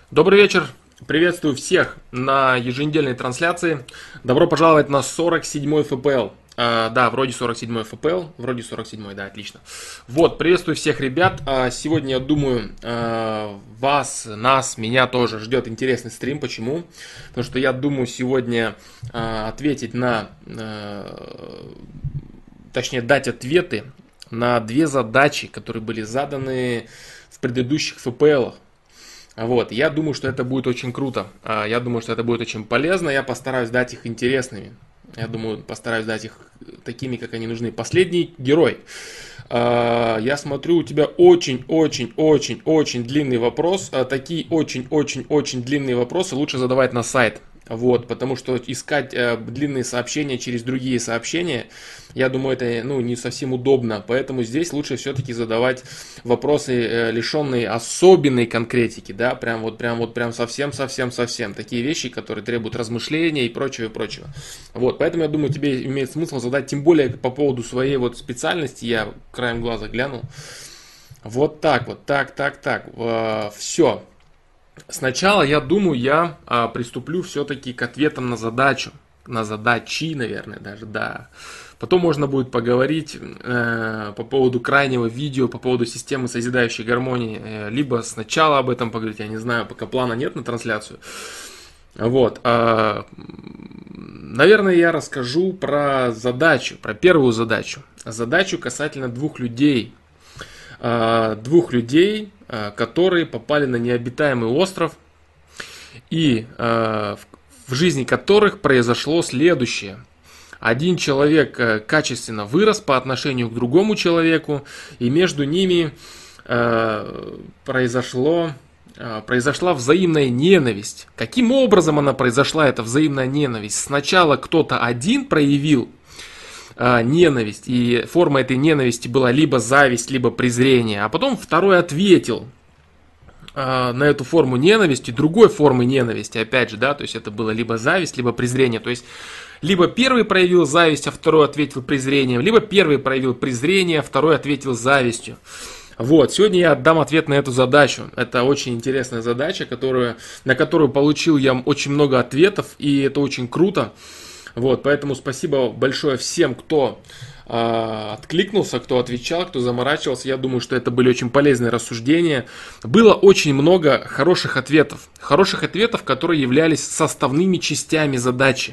Добрый вечер. Приветствую всех на еженедельной трансляции. Добро пожаловать на 47-й ФПЛ. Да, вроде 47-й ФПЛ, вроде 47-й, да, отлично. Вот, приветствую всех ребят. Сегодня, я думаю, вас, нас, меня тоже ждет интересный стрим. Почему? Потому что я думаю сегодня ответить точнее дать ответы на две задачи, которые были заданы в предыдущих ФПЛах. Вот, я думаю, что это будет очень круто. Я думаю, что это будет очень полезно. Я постараюсь дать их интересными. Я думаю, постараюсь дать их такими, как они нужны. Последний герой. Я смотрю, у тебя очень длинный вопрос. Такие очень длинные вопросы лучше задавать на сайт. Вот, потому что искать длинные сообщения через другие сообщения, я думаю, это не совсем удобно. Поэтому здесь лучше все-таки задавать вопросы, лишенные особенной конкретики, да, прям совсем. Такие вещи, которые требуют размышления и прочего. Вот, поэтому я думаю, тебе имеет смысл задать, тем более по поводу своей вот специальности, я краем глаза глянул. Вот так. Все. Сначала, я думаю, я приступлю все-таки к ответам на задачу. На задачи, наверное, даже, да. Потом можно будет поговорить по поводу крайнего видео, по поводу системы созидающей гармонии. Либо сначала об этом поговорить, я не знаю, пока плана нет на трансляцию. Вот. Наверное, я расскажу про задачу, про первую задачу. Задачу касательно двух людей, которые попали на необитаемый остров, и в жизни которых произошло следующее. Один человек качественно вырос по отношению к другому человеку, и между ними произошла взаимная ненависть. Каким образом она произошла, эта взаимная ненависть? Сначала кто-то один проявил ненависть, и форма этой ненависти была либо зависть, либо презрение, а потом второй ответил на эту форму ненависти другой формы ненависти, опять же, да, то есть это было либо зависть, либо презрение, то есть либо первый проявил зависть, а второй ответил презрением, либо первый проявил презрение, а второй ответил завистью. Вот, сегодня я отдам ответ на эту задачу. Это очень интересная задача, на которую получил я очень много ответов, и это очень круто. Вот, поэтому спасибо большое всем, кто откликнулся, кто отвечал, кто заморачивался. Я думаю, что это были очень полезные рассуждения. Было очень много хороших ответов, которые являлись составными частями задачи.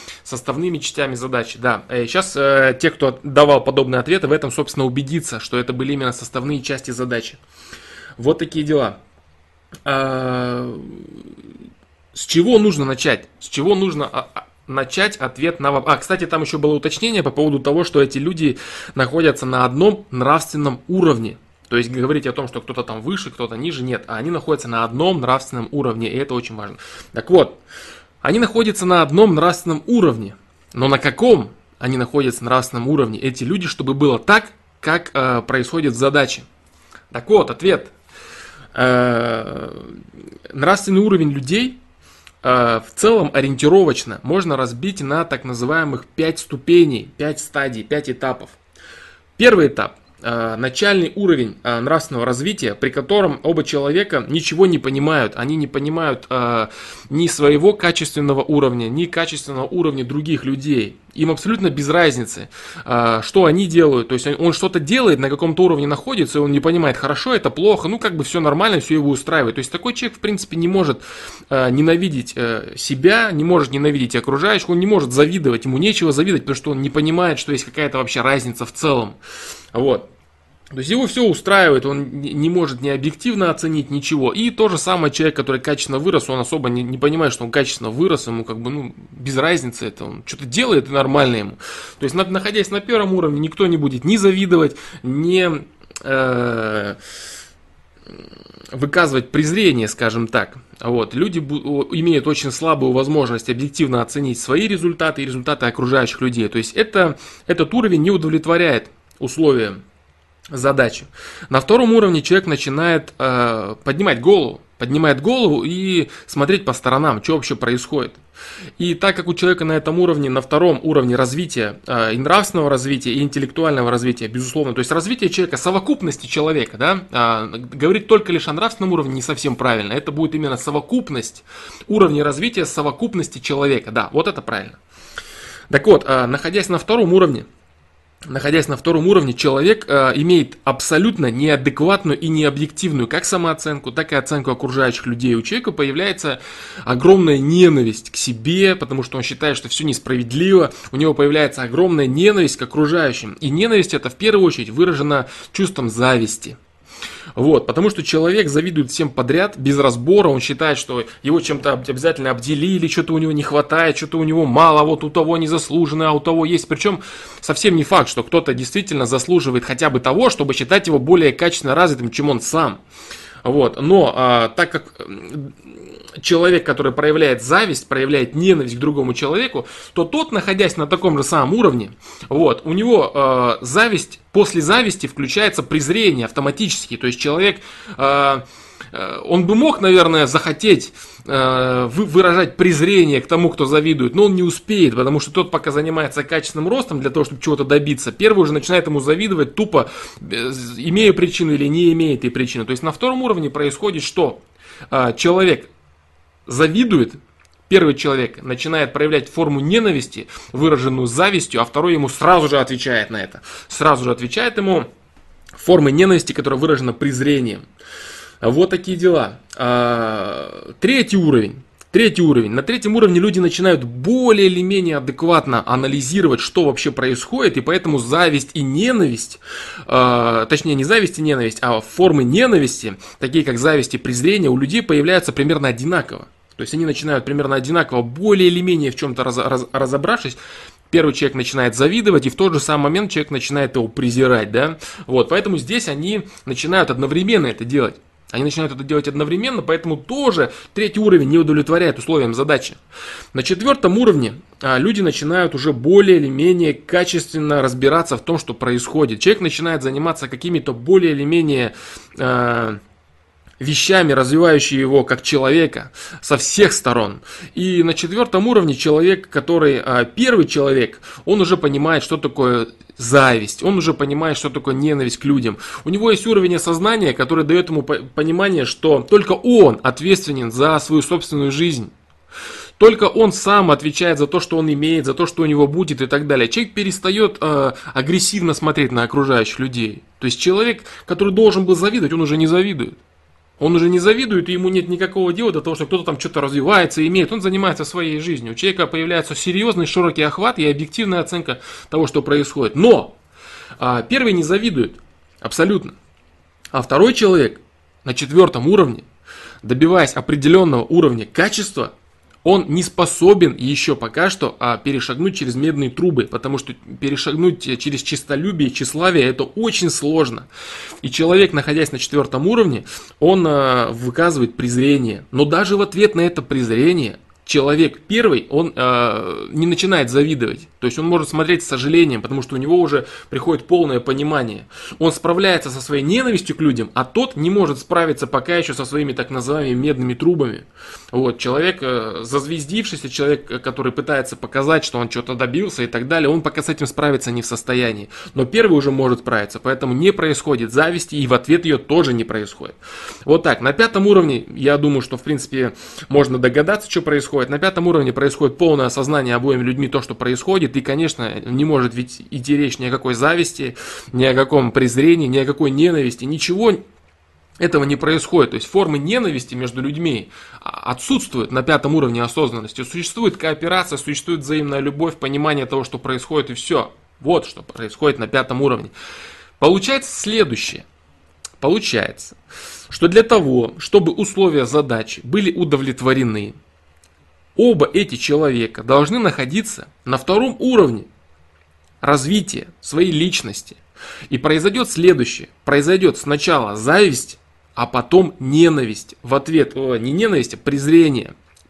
Да. Сейчас те, кто давал подобные ответы, в этом, собственно, убедиться, что это были именно составные части задачи. Вот такие дела. С чего нужно начать? Начать ответ на вопрос. Кстати, там еще было уточнение по поводу того, что эти люди находятся на одном нравственном уровне. То есть говорить о том, что кто-то там выше, кто-то ниже, нет. А они находятся на одном нравственном уровне, и это очень важно. Так вот, они находятся на одном нравственном уровне. Но на каком они находятся нравственном уровне? Эти люди, чтобы было так, как происходит в задаче. Так вот, ответ. Нравственный уровень людей в целом ориентировочно можно разбить на так называемых 5 ступеней, 5 стадий, 5 этапов. Первый этап – начальный уровень нравственного развития, при котором оба человека ничего не понимают. Они не понимают ни своего качественного уровня, ни качественного уровня других людей. Им абсолютно без разницы, что они делают. То есть он что-то делает, на каком-то уровне находится, и он не понимает, хорошо это, плохо, все нормально, все его устраивает. То есть такой человек, в принципе, не может ненавидеть себя, не может ненавидеть окружающих, он не может завидовать, ему нечего завидовать, потому что он не понимает, что есть какая-то вообще разница в целом. Вот. То есть его все устраивает, он не может ни объективно оценить ничего. И то же самое человек, который качественно вырос, он особо не понимает, что он качественно вырос, ему без разницы это, он что-то делает и нормально ему. То есть находясь на первом уровне, никто не будет ни завидовать, ни выказывать презрение, скажем так. Вот. Люди имеют очень слабую возможность объективно оценить свои результаты и результаты окружающих людей. То есть этот уровень не удовлетворяет условиям задачи. На втором уровне человек начинает поднимать голову, поднимает голову и смотреть по сторонам, что вообще происходит. И так как у человека на этом уровне, на втором уровне развития, и нравственного развития, и интеллектуального развития, безусловно, то есть развитие человека, совокупности человека, да, говорить только лишь о нравственном уровне не совсем правильно, это будет именно совокупность уровня развития, совокупности человека, да, вот это правильно. Так вот, находясь на втором уровне, человек имеет абсолютно неадекватную и необъективную как самооценку, так и оценку окружающих людей. У человека появляется огромная ненависть к себе, потому что он считает, что все несправедливо. У него появляется огромная ненависть к окружающим. И ненависть эта в первую очередь выражена чувством зависти. Вот, потому что человек завидует всем подряд, без разбора, он считает, что его чем-то обязательно обделили, что-то у него не хватает, что-то у него мало, а вот у того незаслуженно, а у того есть. Причем совсем не факт, что кто-то действительно заслуживает хотя бы того, чтобы считать его более качественно развитым, чем он сам. Вот, но так как человек, который проявляет зависть, проявляет ненависть к другому человеку, то тот, находясь на таком же самом уровне, вот, у него зависть, после зависти включается презрение автоматически. То есть человек, он бы мог, наверное, захотеть выражать презрение к тому, кто завидует, но он не успеет, потому что тот пока занимается качественным ростом для того, чтобы чего-то добиться, первый уже начинает ему завидовать тупо, имея причину или не имея этой причины. То есть на втором уровне происходит что? Человек завидует, первый человек начинает проявлять форму ненависти, выраженную завистью, а второй ему сразу же отвечает на это. Сразу же отвечает ему формой ненависти, которая выражена презрением. Вот такие дела. Третий уровень. На третьем уровне люди начинают более или менее адекватно анализировать, что вообще происходит, и поэтому зависть и ненависть, точнее не зависть и ненависть, а формы ненависти, такие как зависть и презрение, у людей появляются примерно одинаково. То есть они начинают примерно одинаково, более или менее в чем-то разобравшись. Первый человек начинает завидовать, и в тот же самый момент человек начинает его презирать, да? Вот, поэтому здесь они начинают одновременно это делать. Они начинают это делать одновременно, поэтому тоже третий уровень не удовлетворяет условиям задачи. На четвертом уровне люди начинают уже более или менее качественно разбираться в том, что происходит. Человек начинает заниматься какими-то более или менее вещами, развивающими его как человека со всех сторон. И на четвертом уровне человек, который первый человек, он уже понимает, что такое зависть, он уже понимает, что такое ненависть к людям. У него есть уровень осознания, который дает ему понимание, что только он ответственен за свою собственную жизнь. Только он сам отвечает за то, что он имеет, за то, что у него будет и так далее. Человек перестает агрессивно смотреть на окружающих людей. То есть человек, который должен был завидовать, он уже не завидует. Он уже не завидует, и ему нет никакого дела до того, что кто-то там что-то развивается, имеет. Он занимается своей жизнью. У человека появляется серьезный, широкий охват и объективная оценка того, что происходит. Но первый не завидует, абсолютно. А второй человек на четвертом уровне, добиваясь определенного уровня качества, он не способен еще пока что перешагнуть через медные трубы, потому что перешагнуть через честолюбие и тщеславие это очень сложно. И человек, находясь на четвертом уровне, он выказывает презрение. Но даже в ответ на это презрение человек первый, он не начинает завидовать. То есть он может смотреть с сожалением, потому что у него уже приходит полное понимание. Он справляется со своей ненавистью к людям, а тот не может справиться пока еще со своими так называемыми медными трубами. Вот, человек, зазвездившийся, человек, который пытается показать, что он что-то добился и так далее, он пока с этим справиться не в состоянии. Но первый уже может справиться, поэтому не происходит зависти, и в ответ ее тоже не происходит. Вот так, на пятом уровне, я думаю, что в принципе можно догадаться, что происходит. На пятом уровне происходит полное осознание обоими людьми то, что происходит, и, конечно, не может ведь идти речь ни о какой зависти, ни о каком презрении, ни о какой ненависти, ничего этого не происходит. То есть формы ненависти между людьми отсутствуют на пятом уровне осознанности. Существует кооперация, существует взаимная любовь, понимание того, что происходит, и все. Вот что происходит на пятом уровне. Получается следующее. Получается, что для того, чтобы условия задачи были удовлетворены, оба эти человека должны находиться на втором уровне развития своей личности. И произойдет следующее. Произойдет сначала зависть, а потом ненависть. В ответ, не ненависть, а презрение.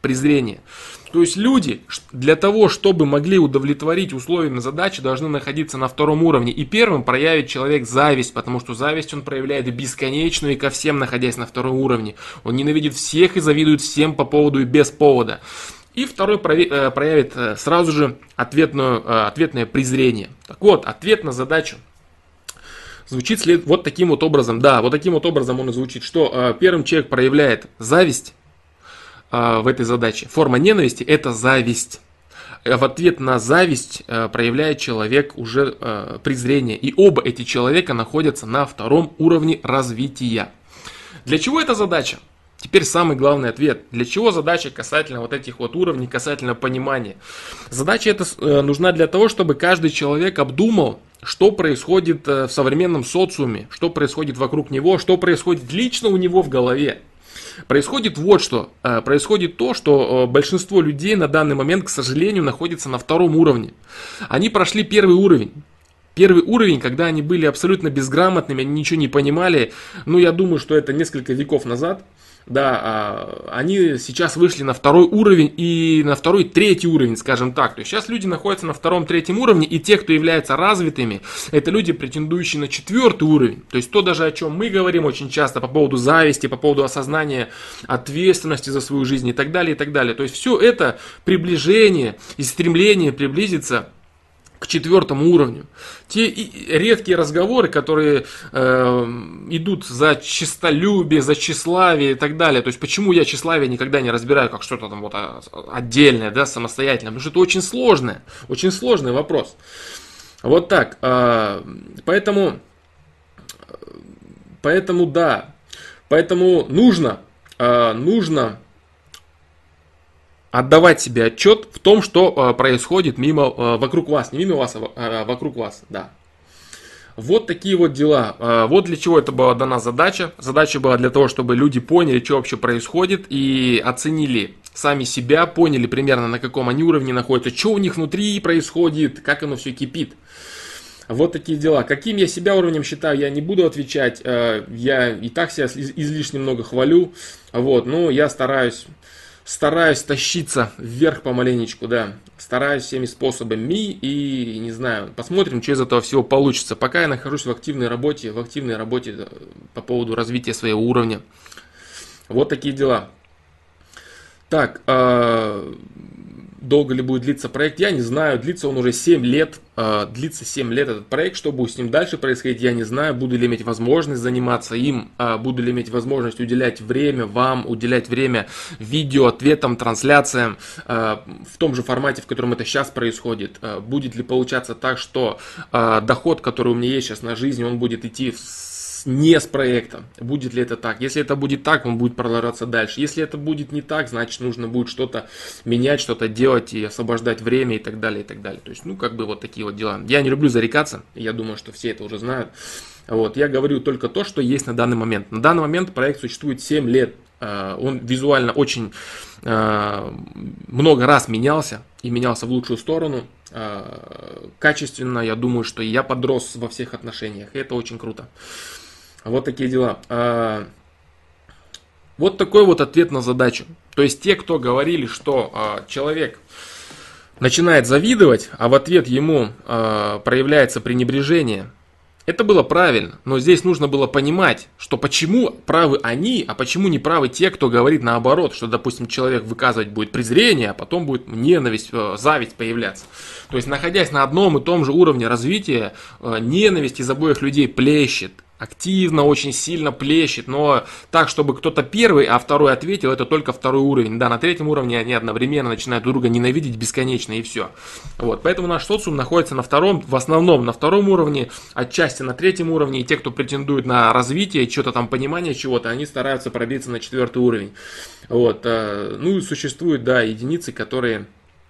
презрение. То есть люди для того, чтобы могли удовлетворить условиями задачи, должны находиться на втором уровне. И первым проявит человек зависть, потому что зависть он проявляет бесконечную и ко всем, находясь на втором уровне. Он ненавидит всех и завидует всем по поводу и без повода. И второй проявит сразу же ответное презрение. Так вот, ответ на задачу звучит вот таким вот образом. Да, вот таким вот образом он и звучит, что первым человек проявляет зависть в этой задаче. Форма ненависти – это зависть. В ответ на зависть проявляет человек уже презрение. И оба эти человека находятся на втором уровне развития. Для чего эта задача? Теперь самый главный ответ. Для чего задача касательно вот этих вот уровней, касательно понимания? Задача эта нужна для того, чтобы каждый человек обдумал, что происходит в современном социуме, что происходит вокруг него, что происходит лично у него в голове. Происходит вот что. Происходит то, что большинство людей на данный момент, к сожалению, находится на втором уровне. Они прошли первый уровень. Первый уровень, когда они были абсолютно безграмотными, они ничего не понимали. Ну, я думаю, что это несколько веков назад. Да, они сейчас вышли на второй уровень и на второй, третий уровень, скажем так. То есть сейчас люди находятся на втором, третьем уровне, и те, кто являются развитыми, это люди, претендующие на четвертый уровень. То есть то даже, о чем мы говорим очень часто по поводу зависти, по поводу осознания ответственности за свою жизнь и так далее, и так далее. То есть все это приближение и стремление приблизиться к четвертому уровню. Те редкие разговоры, которые идут за честолюбие, за тщеславие и так далее. То есть почему я тщеславие никогда не разбираю как что-то там вот отдельное, да, самостоятельное. Потому что это очень сложный вопрос. Вот так. Поэтому да. Поэтому нужно отдавать себе отчет в том, что происходит вокруг вас. Не мимо вас, а вокруг вас, да. Вот такие вот дела. Вот для чего это была дана задача. Задача была для того, чтобы люди поняли, что вообще происходит, и оценили сами себя, поняли примерно, на каком они уровне находятся, что у них внутри происходит, как оно все кипит. Вот такие дела. Каким я себя уровнем считаю, я не буду отвечать. Я и так себя излишне много хвалю. Вот, но я стараюсь тащиться вверх помаленечку, да. Стараюсь всеми способами и, не знаю, посмотрим, что из этого всего получится. Пока я нахожусь в активной работе по поводу развития своего уровня. Вот такие дела. Так, долго ли будет длиться проект, я не знаю. Длится он уже 7 лет. Длится 7 лет этот проект. Что будет с ним дальше происходить, я не знаю. Буду ли иметь возможность заниматься им. Буду ли иметь возможность уделять время вам, уделять время видео, ответам, трансляциям. В том же формате, в котором это сейчас происходит. Будет ли получаться так, что доход, который у меня есть сейчас на жизнь, он будет идти не с проектом. Будет ли это так? Если это будет так, он будет продолжаться дальше. Если это будет не так, значит нужно будет что-то менять, что-то делать и освобождать время и так далее, и так далее. То есть, как бы вот такие вот дела. Я не люблю зарекаться, я думаю, что все это уже знают. Вот, я говорю только то, что есть на данный момент. На данный момент проект существует 7 лет. Он визуально очень много раз менялся и менялся в лучшую сторону. Качественно, я думаю, что я подрос во всех отношениях. И это очень круто. Вот такие дела. Вот такой вот ответ на задачу. То есть те, кто говорили, что человек начинает завидовать, а в ответ ему проявляется пренебрежение, это было правильно. Но здесь нужно было понимать, что почему правы они, а почему не правы те, кто говорит наоборот, что, допустим, человек выказывать будет презрение, а потом будет ненависть, зависть появляться. То есть, находясь на одном и том же уровне развития, ненависть из обоих людей плещет. Активно, очень сильно плещет, но так, чтобы кто-то первый, а второй ответил, это только второй уровень. Да, на третьем уровне они одновременно начинают друг друга ненавидеть бесконечно и все. Вот, поэтому наш социум находится на втором, в основном на втором уровне, отчасти на третьем уровне, и те, кто претендует на развитие, что-то там понимание чего-то, они стараются пробиться на четвертый уровень. Вот, ну и существуют, да, единицы, которые,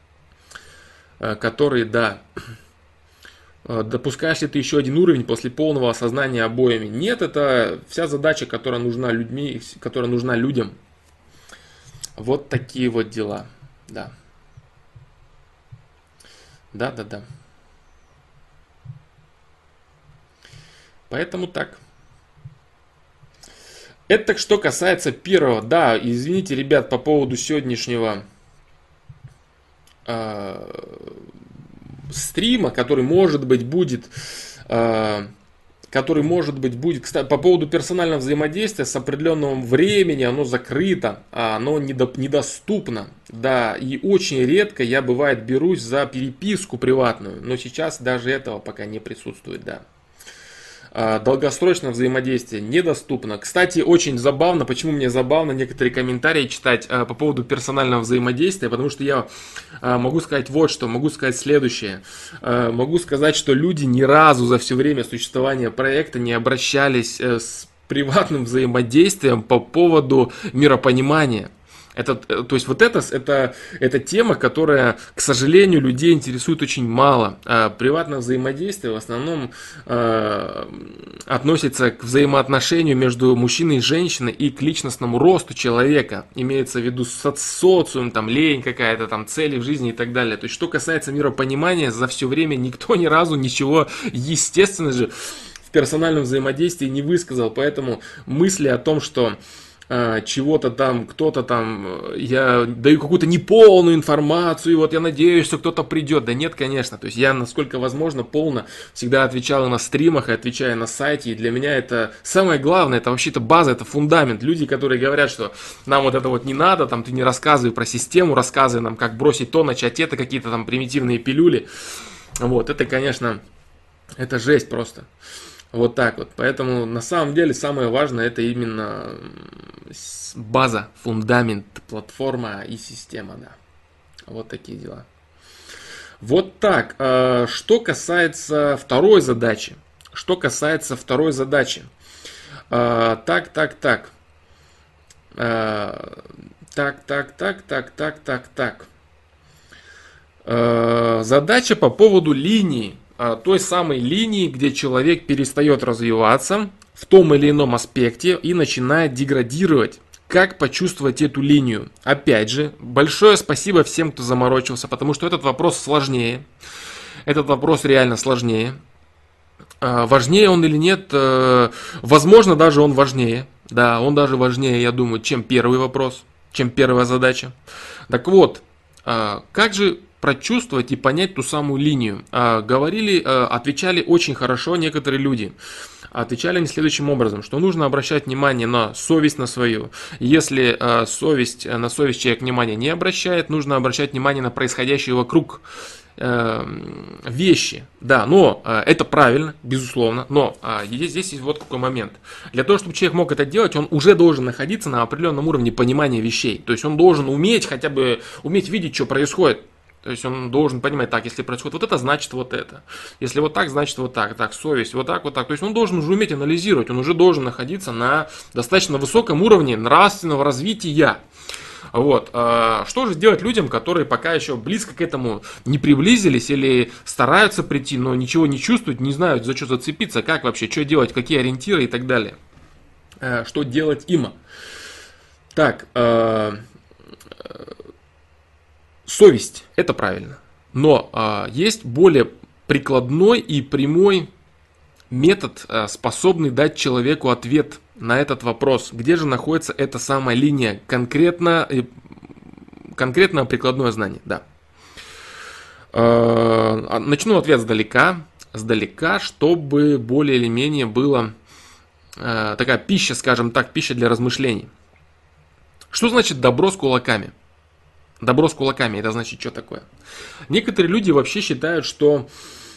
да... Допускаешь ли ты еще один уровень после полного осознания обоими? Нет, это вся задача, которая нужна людям. Вот такие вот дела. Да. Да. Поэтому так. Это что касается первого. Да, извините, ребят, по поводу сегодняшнего стрима, который может быть будет, кстати, по поводу персонального взаимодействия с определенным временем, оно закрыто, оно недоступно, да, и очень редко я, бывает, берусь за переписку приватную, но сейчас даже этого пока не присутствует, да. Долгосрочное взаимодействие недоступно. Кстати, очень забавно, почему мне забавно некоторые комментарии читать по поводу персонального взаимодействия, потому что я могу сказать вот что, могу сказать следующее. Могу сказать, что люди ни разу за все время существования проекта не обращались с приватным взаимодействием по поводу миропонимания. То есть вот это тема, которая, к сожалению, людей интересует очень мало. Приватное взаимодействие в основном относится к взаимоотношению между мужчиной и женщиной и к личностному росту человека. Имеется в виду социум, там, лень какая-то, там, цели в жизни и так далее. То есть что касается миропонимания, за все время никто ни разу ничего, естественно же, в персональном взаимодействии не высказал. Поэтому мысли о том, что чего-то там, кто-то там, я даю какую-то неполную информацию, и вот я надеюсь, что кто-то придет. Да нет, конечно. То есть я, насколько возможно, полно всегда отвечал на стримах и отвечаю на сайте. И для меня это самое главное, это вообще-то база, это фундамент. Люди, которые говорят, что нам вот это вот не надо, там ты не рассказывай про систему, рассказывай нам, как бросить то, начать это, какие-то там примитивные пилюли. Вот, это, конечно, это жесть просто. Вот так вот. Поэтому на самом деле самое важное это именно база, фундамент, платформа и система, да. Вот такие дела. Вот так. Что касается второй задачи. Так. Задача по поводу линии. Той самой линии, где человек перестает развиваться в том или ином аспекте и начинает деградировать. Как почувствовать эту линию? Опять же, большое спасибо всем, кто заморочился, потому что этот вопрос сложнее. Этот вопрос реально сложнее. Важнее он или нет? Возможно, даже он важнее. Да, он даже важнее, я думаю, чем первый вопрос, чем первая задача. Так вот, как же прочувствовать и понять ту самую линию? Отвечали очень хорошо некоторые люди. Отвечали они следующим образом, что нужно обращать внимание на совесть на свою. Если на совесть человек внимания не обращает, нужно обращать внимание на происходящие вокруг вещи. Да, но это правильно, безусловно, но здесь есть вот какой момент. Для того, чтобы человек мог это делать, он уже должен находиться на определенном уровне понимания вещей. То есть он должен хотя бы уметь видеть, что происходит. То есть он должен понимать, так, если происходит вот это, значит вот это. Если вот так, значит вот так. Так, совесть, вот так, вот так. То есть он должен уже уметь анализировать, он уже должен находиться на достаточно высоком уровне нравственного развития. Вот. Что же делать людям, которые пока еще близко к этому не приблизились или стараются прийти, но ничего не чувствуют, не знают, за что зацепиться, как вообще, что делать, какие ориентиры и так далее. Что делать им? Так, совесть, это правильно. Но есть более прикладной и прямой метод, способный дать человеку ответ на этот вопрос. Где же находится эта самая линия? Конкретно прикладное знание, да. Начну ответ сдалека, чтобы более или менее было такая пища, скажем так, пища для размышлений. Что значит добро с кулаками? Добро с кулаками, это значит что такое? Некоторые люди вообще считают, что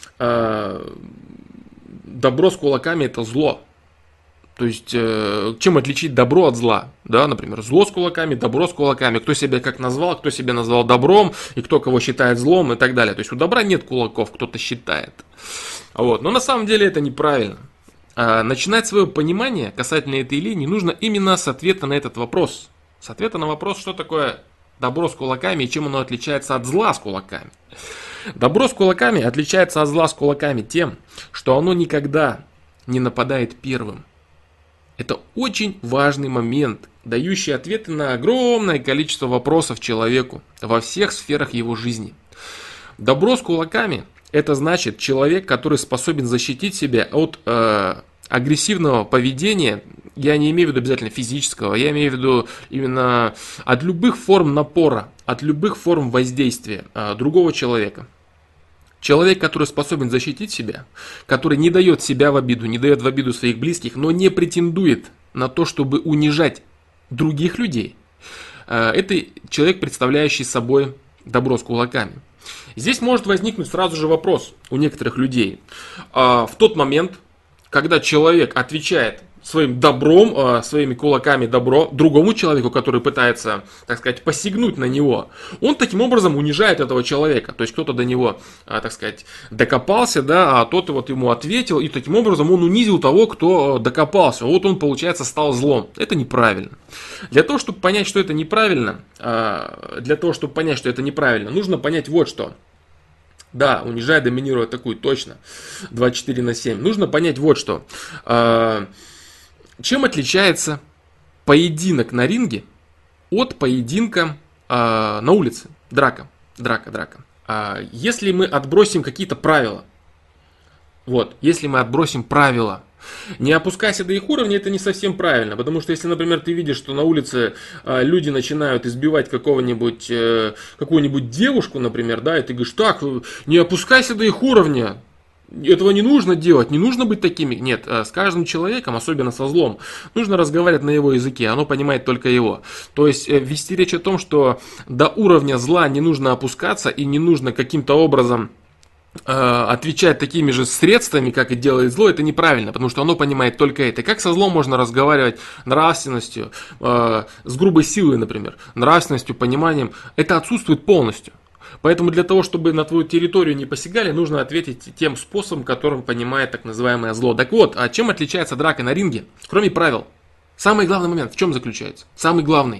добро с кулаками это зло. То есть, чем отличить добро от зла? Да, например, зло с кулаками, добро с кулаками. Кто себя как назвал, кто себя назвал добром, и кто кого считает злом и так далее. То есть, у добра нет кулаков, кто-то считает. Вот. Но на самом деле это неправильно. Начинать свое понимание касательно этой линии нужно именно с ответа на этот вопрос. С ответа на вопрос, что такое добро с кулаками и чем оно отличается от зла с кулаками. Добро с кулаками отличается от зла с кулаками тем, что оно никогда не нападает первым. Это очень важный момент, дающий ответы на огромное количество вопросов человеку во всех сферах его жизни. Добро с кулаками – это значит человек, который способен защитить себя от агрессивного поведения я не имею в виду обязательно физического, я имею в виду именно от любых форм напора, от любых форм воздействия другого человека. Человек, который способен защитить себя, который не дает себя в обиду, не дает в обиду своих близких, но не претендует на то, чтобы унижать других людей. Это человек, представляющий собой добро с кулаками. Здесь может возникнуть сразу же вопрос у некоторых людей. В тот момент, когда человек отвечает своим добром, своими кулаками добро другому человеку, который пытается, так сказать, посягнуть на него, он таким образом унижает этого человека. То есть кто-то до него, так сказать, докопался, да, а тот вот ему ответил, и таким образом он унизил того, кто докопался. Вот он, получается, стал злом. Это неправильно. Для того, чтобы понять, что это неправильно, нужно понять вот что. Да, унижая, доминируя, атакуй, точно. 24/7. Нужно понять вот что. Чем отличается поединок на ринге от поединка на улице? Драка. Если мы отбросим какие-то правила, не опускайся до их уровня, это не совсем правильно, потому что если, например, ты видишь, что на улице люди начинают избивать какую-нибудь девушку, например, да, и ты говоришь, так, не опускайся до их уровня, этого не нужно делать, не нужно быть такими. Нет, с каждым человеком, особенно со злом, нужно разговаривать на его языке, оно понимает только его. То есть вести речь о том, что до уровня зла не нужно опускаться и не нужно каким-то образом отвечать такими же средствами, как и делает зло, это неправильно, потому что оно понимает только это. Как со злом можно разговаривать нравственностью, с грубой силой, например, нравственностью, пониманием, это отсутствует полностью. Поэтому для того, чтобы на твою территорию не посягали, нужно ответить тем способом, которым понимает так называемое зло. Так вот, а чем отличается драка на ринге, кроме правил? Самый главный момент в чем заключается? Самый главный.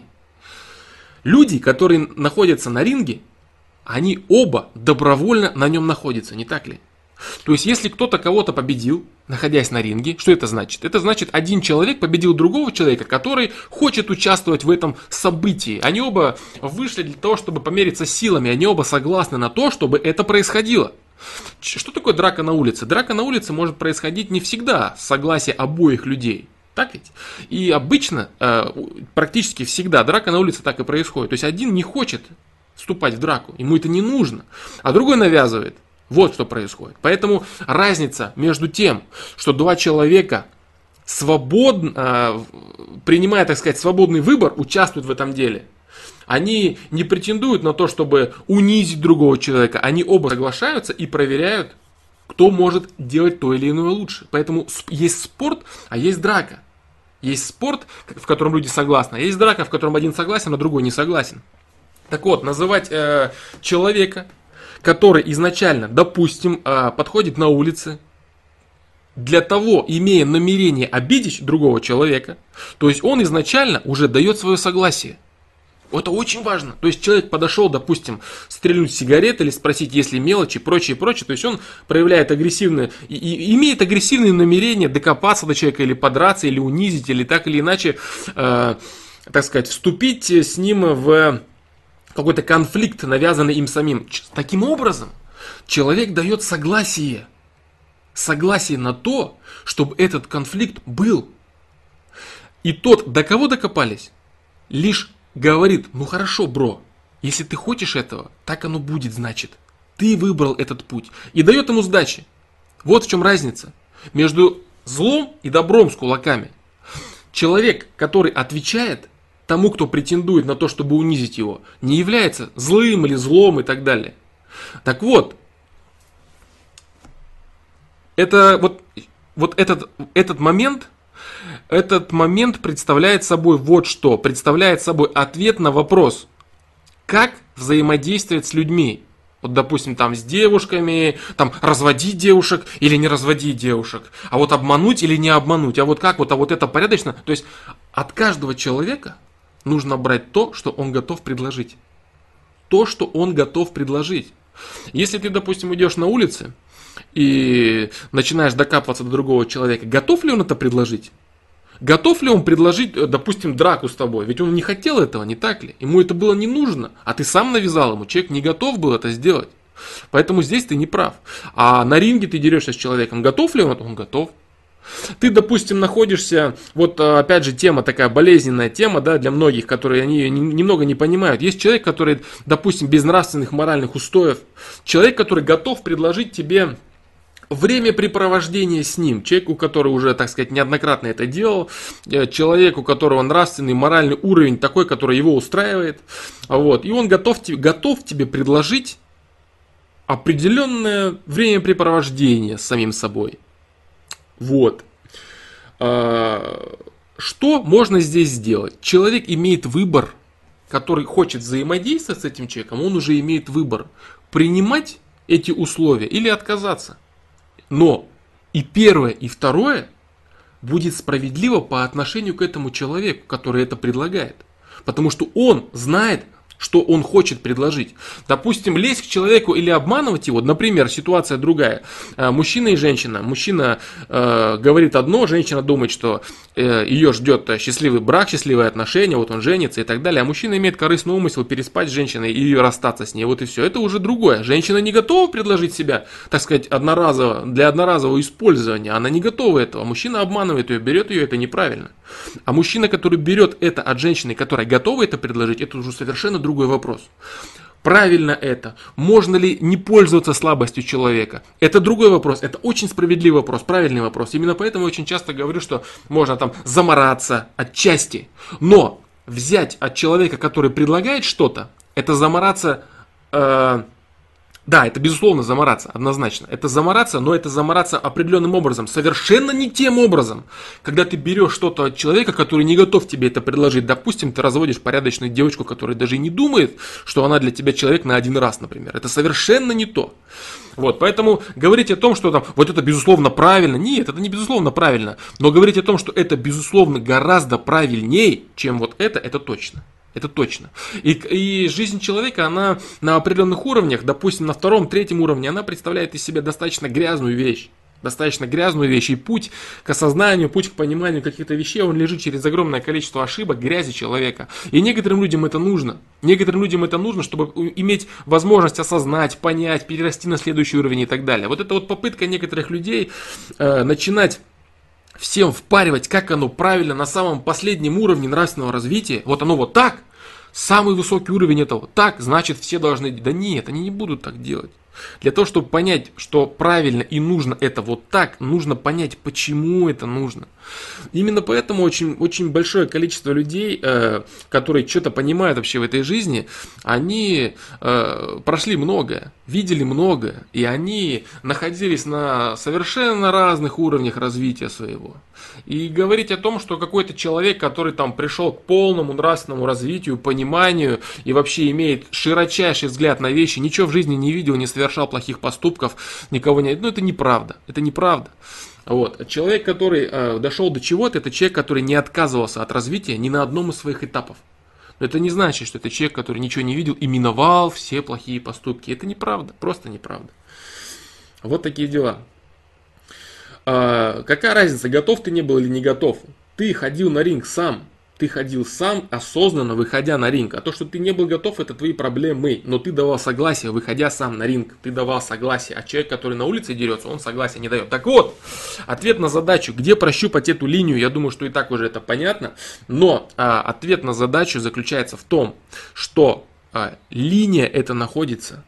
Люди, которые находятся на ринге, они оба добровольно на нем находятся, не так ли? То есть, если кто-то кого-то победил, находясь на ринге, что это значит? Это значит, один человек победил другого человека, который хочет участвовать в этом событии. Они оба вышли для того, чтобы помериться силами, они оба согласны на то, чтобы это происходило. Что такое драка на улице? Драка на улице может происходить не всегда с согласия обоих людей. Так ведь? И обычно, практически всегда, драка на улице так и происходит. То есть, один не хочет вступать в драку, ему это не нужно, а другой навязывает. Вот что происходит. Поэтому разница между тем, что два человека свободно, принимая, так сказать, свободный выбор, участвуют в этом деле. Они не претендуют на то, чтобы унизить другого человека. Они оба соглашаются и проверяют, кто может делать то или иное лучше. Поэтому есть спорт, а есть драка. Есть спорт, в котором люди согласны, а есть драка, в котором один согласен, а другой не согласен. Так вот, называть человека, который изначально, допустим, подходит на улице, для того, имея намерение обидеть другого человека, то есть он изначально уже дает свое согласие. Это очень важно. То есть человек подошел, допустим, стрельнуть сигарет или спросить, есть ли мелочи, прочее. То есть он проявляет агрессивное, и имеет агрессивные намерения докопаться до человека или подраться, или унизить, или так или иначе, так сказать, вступить с ним в какой-то конфликт, навязанный им самим. Таким образом, человек дает согласие. Согласие на то, чтобы этот конфликт был. И тот, до кого докопались, лишь говорит, ну хорошо, бро, если ты хочешь этого, так оно будет, значит. Ты выбрал этот путь. И дает ему сдачи. Вот в чем разница между злом и добром с кулаками. Человек, который отвечает тому, кто претендует на то, чтобы унизить его, не является злым или злом и так далее. Так вот, этот момент представляет собой вот что. Представляет собой ответ на вопрос, как взаимодействовать с людьми. Вот, допустим, там с девушками, там разводить девушек или не разводить девушек, а вот обмануть или не обмануть, а вот как вот, а вот это порядочно. То есть от каждого человека нужно брать то, что он готов предложить. То, что он готов предложить. Если ты, допустим, идешь на улице и начинаешь докапываться до другого человека, готов ли он это предложить? Готов ли он предложить, допустим, драку с тобой? Ведь он не хотел этого, не так ли? Ему это было не нужно, а ты сам навязал ему. Человек не готов был это сделать. Поэтому здесь ты не прав. А на ринге ты дерешься с человеком. Готов ли он это? Он готов. Ты, допустим, находишься, вот опять же тема такая болезненная тема, да, для многих, которые они немного не понимают. Есть человек, который, допустим, без нравственных, моральных устоев, человек, который готов предложить тебе времяпрепровождение с ним, человеку, который уже, так сказать, неоднократно это делал, человеку, у которого нравственный, моральный уровень такой, который его устраивает, вот, и он готов тебе предложить определенное времяпрепровождение с самим собой. Вот. Что можно здесь сделать? Человек имеет выбор, который хочет взаимодействовать с этим человеком, он уже имеет выбор, принимать эти условия или отказаться. Но и первое, и второе будет справедливо по отношению к этому человеку, который это предлагает. Потому что он знает, что он хочет предложить. Допустим, лезть к человеку или обманывать его, например, ситуация другая. Мужчина и женщина. Мужчина говорит одно, женщина думает, что ее ждет счастливый брак, счастливые отношения, вот он женится и так далее. А мужчина имеет корыстный умысел переспать с женщиной и расстаться с ней. Вот и все. Это уже другое. Женщина не готова предложить себя, так сказать, для одноразового использования. Она не готова этого. Мужчина обманывает ее, берет ее, это неправильно. А мужчина, который берет это от женщины, которая готова это предложить, это уже совершенно другой вопрос. Правильно это? Можно ли не пользоваться слабостью человека? Это другой вопрос. Это очень справедливый вопрос, правильный вопрос. Именно поэтому я очень часто говорю, что можно там замораться отчасти. Но взять от человека, который предлагает что-то, это замораться... Да, это безусловно замораться, однозначно. Это замораться, но это замораться определенным образом, совершенно не тем образом. Когда ты берешь что-то от человека, который не готов тебе это предложить. Допустим, ты разводишь порядочную девочку, которая даже не думает, что она для тебя человек на один раз, например. Это совершенно не то. Вот, поэтому говорить о том, что там, вот это безусловно правильно, нет, это не безусловно правильно. Но говорить о том, что это безусловно гораздо правильнее, чем вот это точно. Это точно. И жизнь человека, она на определенных уровнях, допустим, на втором, третьем уровне, она представляет из себя достаточно грязную вещь. И путь к осознанию, путь к пониманию каких-то вещей, он лежит через огромное количество ошибок, грязи человека. И некоторым людям это нужно. Некоторым людям это нужно, чтобы иметь возможность осознать, понять, перерасти на следующий уровень и так далее. Вот это вот попытка некоторых людей начинать всем впаривать, как оно правильно на самом последнем уровне нравственного развития. Вот оно вот так. Самый высокий уровень этого. Так, значит, все должны... Да нет, они не будут так делать. Для того, чтобы понять, что правильно и нужно это вот так, нужно понять, почему это нужно. Именно поэтому очень большое количество людей, которые что-то понимают вообще в этой жизни, они прошли многое, видели многое, и они находились на совершенно разных уровнях развития своего. И говорить о том, что какой-то человек, который там пришел к полному нравственному развитию, пониманию и вообще имеет широчайший взгляд на вещи, ничего в жизни не видел, не совершал плохих поступков, никого не... Ну, это неправда. Это неправда. Вот. Человек, который дошел до чего-то, это человек, который не отказывался от развития ни на одном из своих этапов. Но это не значит, что это человек, который ничего не видел и миновал все плохие поступки. Это неправда, просто неправда. Вот такие дела. Какая разница, готов ты не был или не готов? Ты ходил на ринг сам. Ты ходил сам, осознанно выходя на ринг. А то, что ты не был готов, это твои проблемы. Но ты давал согласие, выходя сам на ринг. Ты давал согласие. А человек, который на улице дерется, он согласия не дает. Так вот, ответ на задачу, где прощупать эту линию, я думаю, что и так уже это понятно. Но ответ на задачу заключается в том, что линия эта находится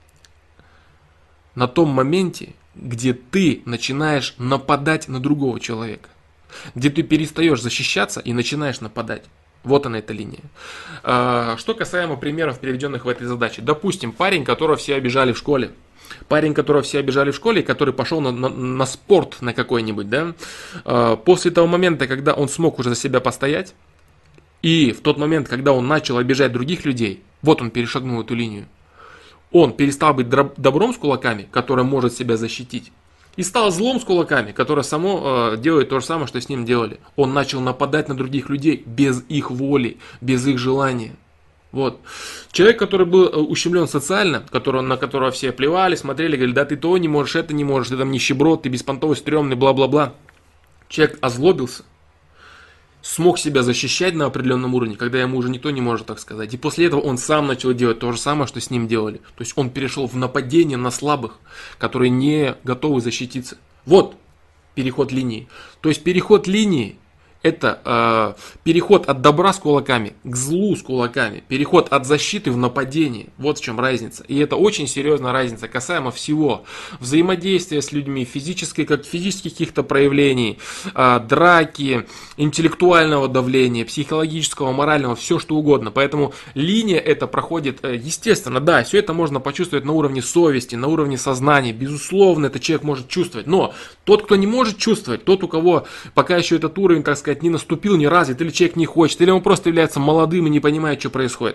на том моменте, где ты начинаешь нападать на другого человека. Где ты перестаешь защищаться и начинаешь нападать. Вот она, эта линия. Что касаемо примеров, приведенных в этой задаче. Допустим, парень, которого все обижали в школе. Парень, которого все обижали в школе, который пошел на спорт на какой-нибудь, да? После того момента, когда он смог уже за себя постоять, и в тот момент, когда он начал обижать других людей, вот он перешагнул эту линию. Он перестал быть добром с кулаками, который может себя защитить. И стал злом с кулаками, которое само делает то же самое, что с ним делали. Он начал нападать на других людей без их воли, без их желания. Вот. Человек, который был ущемлен социально, на которого все плевали, смотрели, говорили, да ты то не можешь, это не можешь, ты там нищеброд, ты беспонтовый, стрёмный, бла-бла-бла. Человек озлобился, смог себя защищать на определенном уровне, когда ему уже никто не может так сказать. И после этого он сам начал делать то же самое, что с ним делали. То есть он перешел в нападение на слабых, которые не готовы защититься. Вот переход линии. То есть переход линии это переход от добра с кулаками к злу с кулаками. Переход от защиты в нападение. Вот в чем разница. И это очень серьезная разница касаемо всего. Взаимодействия с людьми, физических каких-то проявлений, драки, интеллектуального давления, психологического, морального, все что угодно. Поэтому линия это проходит естественно. Да, все это можно почувствовать на уровне совести, на уровне сознания. Безусловно, это человек может чувствовать. Но тот, кто не может чувствовать, тот, у кого пока еще этот уровень, так сказать, не наступил, не развит, или человек не хочет, или он просто является молодым и не понимает, что происходит.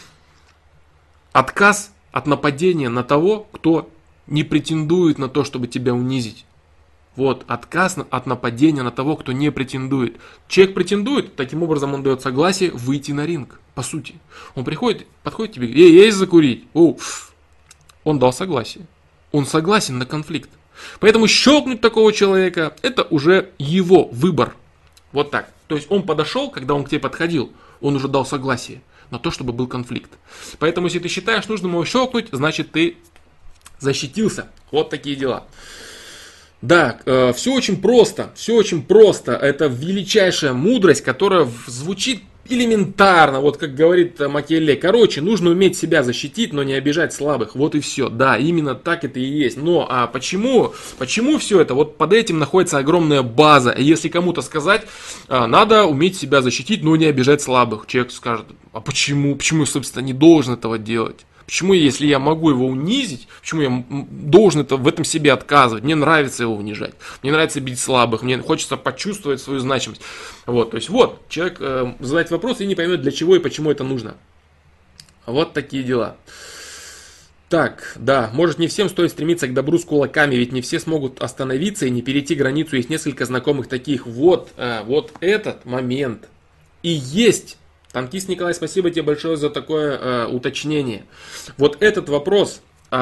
Отказ от нападения на того, кто не претендует на то, чтобы тебя унизить. Вот, отказ от нападения на того, кто не претендует. Человек претендует, таким образом он дает согласие выйти на ринг, по сути. Он приходит, подходит к тебе, есть закурить? Он дал согласие. Он согласен на конфликт. Поэтому щелкнуть такого человека, это уже его выбор. Вот так. То есть он подошел, когда он к тебе подходил, он уже дал согласие на то, чтобы был конфликт. Поэтому если ты считаешь нужным его щелкнуть, значит ты защитился. Вот такие дела. Да, все очень просто, все очень просто. Это величайшая мудрость, которая звучит элементарно, вот как говорит Макиавелли. Короче, нужно уметь себя защитить, но не обижать слабых. Вот и все. Да, именно так это и есть. Но почему все это? Вот под этим находится огромная база. И если кому-то сказать, надо уметь себя защитить, но не обижать слабых. Человек скажет, а почему? Почему я, собственно, не должен этого делать? Почему, если я могу его унизить, почему я должен в этом себе отказывать? Мне нравится его унижать, мне нравится бить слабых, мне хочется почувствовать свою значимость. Вот, то есть вот, человек задает вопрос и не поймет, для чего и почему это нужно. Вот такие дела. Так, да, может не всем стоит стремиться к добру с кулаками, ведь не все смогут остановиться и не перейти границу. Есть несколько знакомых таких. Вот этот момент и есть. Танкист Николай, спасибо тебе большое за такое уточнение. Вот этот вопрос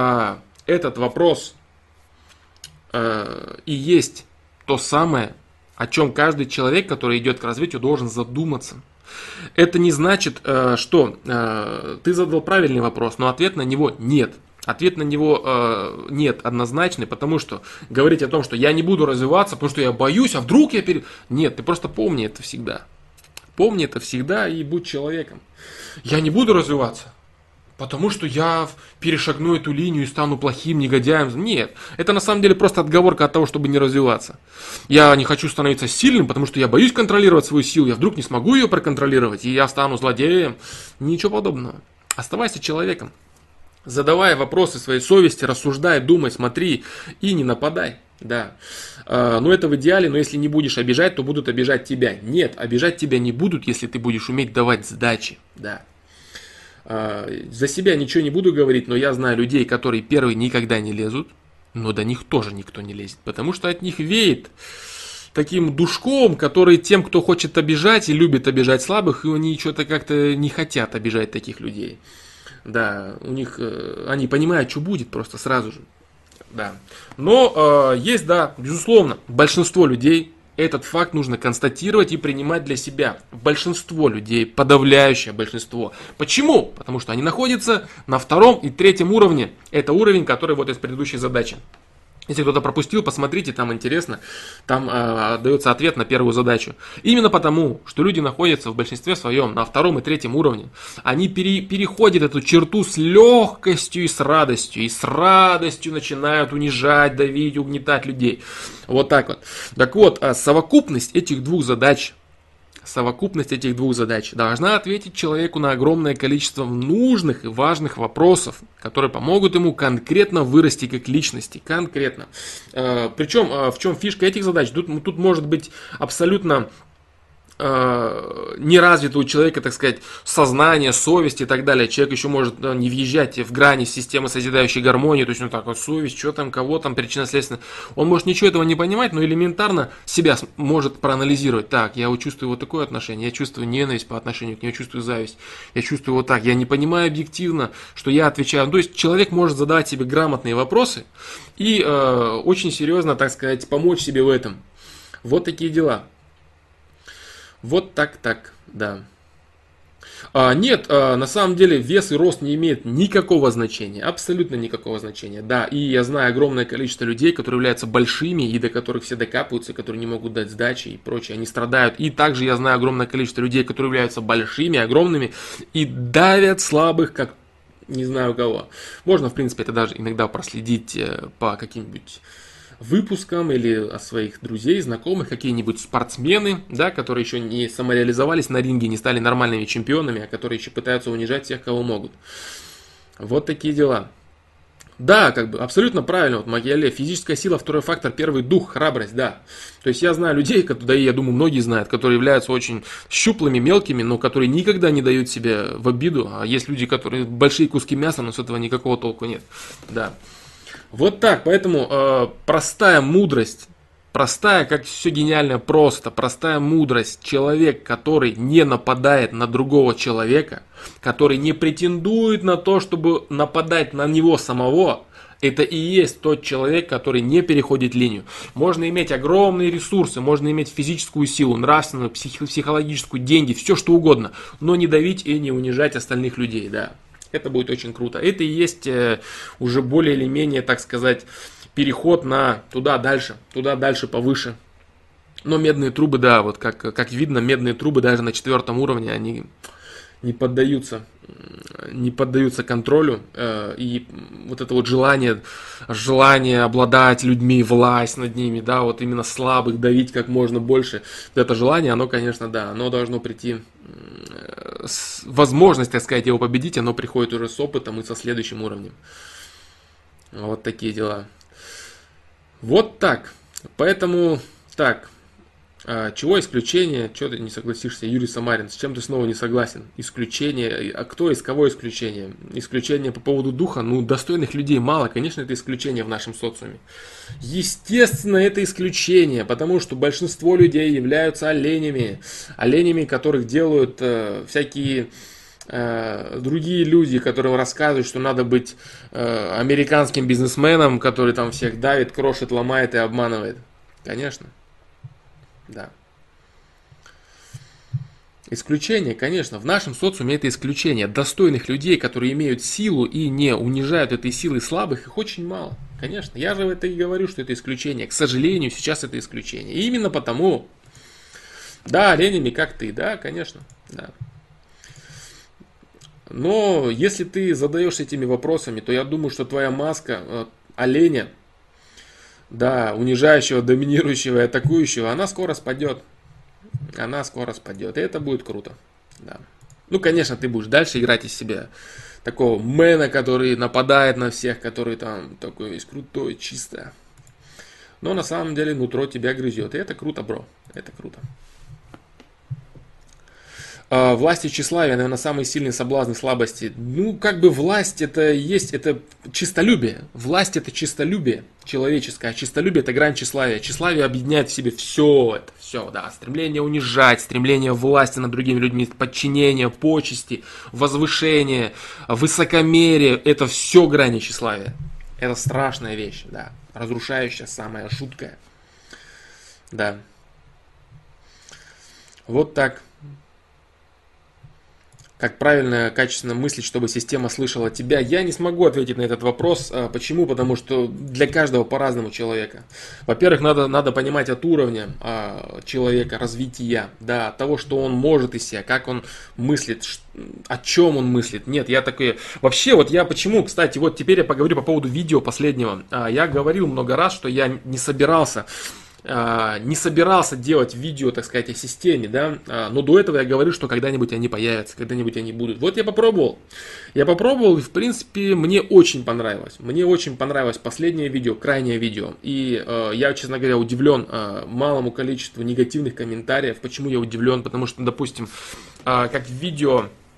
и есть то самое, о чем каждый человек, который идет к развитию, должен задуматься. Это не значит, что ты задал правильный вопрос, но ответ на него нет. Ответ на него нет однозначный, потому что говорить о том, что я не буду развиваться, потому что я боюсь, а вдруг я Нет, ты просто помни это всегда. Помни это всегда и будь человеком. Я не буду развиваться, потому что я перешагну эту линию и стану плохим негодяем. Нет, это на самом деле просто отговорка от того, чтобы не развиваться. Я не хочу становиться сильным, потому что я боюсь контролировать свою силу. Я вдруг не смогу ее проконтролировать, и я стану злодеем. Ничего подобного. Оставайся человеком. Задавай вопросы своей совести, рассуждай, думай, смотри и не нападай. Да. Но это в идеале, но если не будешь обижать, то будут обижать тебя. Нет, обижать тебя не будут, если ты будешь уметь давать сдачи. Да. За себя ничего не буду говорить, но я знаю людей, которые первые никогда не лезут, но до них тоже никто не лезет, потому что от них веет таким душком, который тем, кто хочет обижать и любит обижать слабых, и они что-то как-то не хотят обижать таких людей. Да, у них, они понимают, что будет просто сразу же. Да. Но есть, да, безусловно, большинство людей, этот факт нужно констатировать и принимать для себя. Большинство людей, подавляющее большинство. Почему? Потому что они находятся на втором и третьем уровне. Это уровень, который вот из предыдущей задачи. Если кто-то пропустил, посмотрите, там интересно, там дается ответ на первую задачу. Именно потому, что люди находятся в большинстве своем на втором и третьем уровне, они переходят эту черту с легкостью и с радостью начинают унижать, давить, угнетать людей. Вот так вот. Так вот, совокупность этих двух задач должна ответить человеку на огромное количество нужных и важных вопросов, которые помогут ему конкретно вырасти как личности. Конкретно. Причем, в чем фишка этих задач? Тут может быть абсолютно неразвитого человека, так сказать, сознание, совесть и так далее. Человек еще может не въезжать в грани системы созидающей гармонии, то есть ну так вот совесть, что там, кого там, причинно-следственно. Он может ничего этого не понимать, но элементарно себя может проанализировать. Так, я вот чувствую вот такое отношение, я чувствую ненависть по отношению к нему, я чувствую зависть, я чувствую вот так, я не понимаю объективно, что я отвечаю. То есть человек может задавать себе грамотные вопросы и очень серьезно, так сказать, помочь себе в этом. Вот такие дела. Вот так, да. Нет, на самом деле вес и рост не имеют никакого значения, абсолютно никакого значения. Да, и я знаю огромное количество людей, которые являются большими и до которых все докапываются, которые не могут дать сдачи и прочее, они страдают. И также я знаю огромное количество людей, которые являются большими, огромными и давят слабых, как не знаю кого. Можно, в принципе, это даже иногда проследить по каким-нибудь выпускам или от своих друзей, знакомых, какие-нибудь спортсмены, да, которые еще не самореализовались на ринге, не стали нормальными чемпионами, а которые еще пытаются унижать тех, кого могут. Вот такие дела. Да, как бы абсолютно правильно, вот Макиавелли, физическая сила, второй фактор, первый дух, храбрость, да. То есть я знаю людей, да и я думаю, многие знают, которые являются очень щуплыми, мелкими, но которые никогда не дают себе в обиду, а есть люди, которые большие куски мяса, но с этого никакого толку нет, да. Вот так, поэтому простая мудрость, простая, как все гениально просто, простая мудрость, человек, который не нападает на другого человека, который не претендует на то, чтобы нападать на него самого, это и есть тот человек, который не переходит линию. Можно иметь огромные ресурсы, можно иметь физическую силу, нравственную, психологическую, деньги, все что угодно, но не давить и не унижать остальных людей, да. Это будет очень круто. Это и есть уже более или менее, так сказать, переход на туда дальше, повыше. Но медные трубы, да, вот как видно, медные трубы даже на 4 уровне, они не поддаются контролю. И вот это вот желание обладать людьми, власть над ними, да, вот именно слабых давить как можно больше. Это желание, оно, конечно, да, оно должно прийти, возможность, так сказать, его победить, оно приходит уже с опытом и со следующим уровнем. Вот такие дела. Вот так. Поэтому, так, чего исключение? Чего ты не согласишься, Юрий Самарин? С чем ты снова не согласен? Исключение. А кто из кого исключение? Исключение по поводу духа? Ну, достойных людей мало. Конечно, это исключение в нашем социуме. Естественно, это исключение, потому что большинство людей являются оленями. Оленями, которых делают всякие другие люди, которым рассказывают, что надо быть американским бизнесменом, который там всех давит, крошит, ломает и обманывает. Конечно. Да. Исключение, конечно, в нашем социуме это исключение. Достойных людей, которые имеют силу и не унижают этой силой слабых, их очень мало. Конечно, я же это и говорю, что это исключение. К сожалению, сейчас это исключение. И именно потому, да, оленями, как ты, да, конечно, да. Но если ты задаешься этими вопросами, то я думаю, что твоя маска оленя, да, унижающего, доминирующего и атакующего, она скоро спадет. Она скоро спадет. И это будет круто. Да. Ну, конечно, ты будешь дальше играть из себя такого мэна, который нападает на всех, который там такой весь крутой, чисто. Но на самом деле нутро тебя грызет. И это круто, бро. Это круто. Власть и тщеславие, наверное, самые сильные соблазны слабости. Ну, как бы власть это есть, это чистолюбие. Власть это чистолюбие человеческое, а чистолюбие это грань тщеславия. Тщеславие объединяет в себе все это, все, да. Стремление унижать, стремление власти над другими людьми, подчинение, почести, возвышение, высокомерие. Это все грани тщеславия. Это страшная вещь, да. Разрушающая, самая жуткая. Да. Вот так. Как правильно, качественно мыслить, чтобы система слышала тебя? Я не смогу ответить на этот вопрос. Почему? Потому что для каждого по-разному человека. Во-первых, надо понимать от уровня человека, развития, да, от того, что он может из себя, как он мыслит, о чем он мыслит. Нет, я такой... Вообще, вот я почему, кстати, вот теперь я поговорю по поводу видео последнего. Я говорил много раз, что я не собирался делать видео, так сказать, о системе, да, но до этого я говорю, что когда-нибудь они появятся, когда-нибудь они будут. Вот я попробовал, и в принципе мне очень понравилось последнее видео, крайнее видео, и я, честно говоря, удивлен малому количеству негативных комментариев. Почему я удивлен? Потому что, допустим, как видео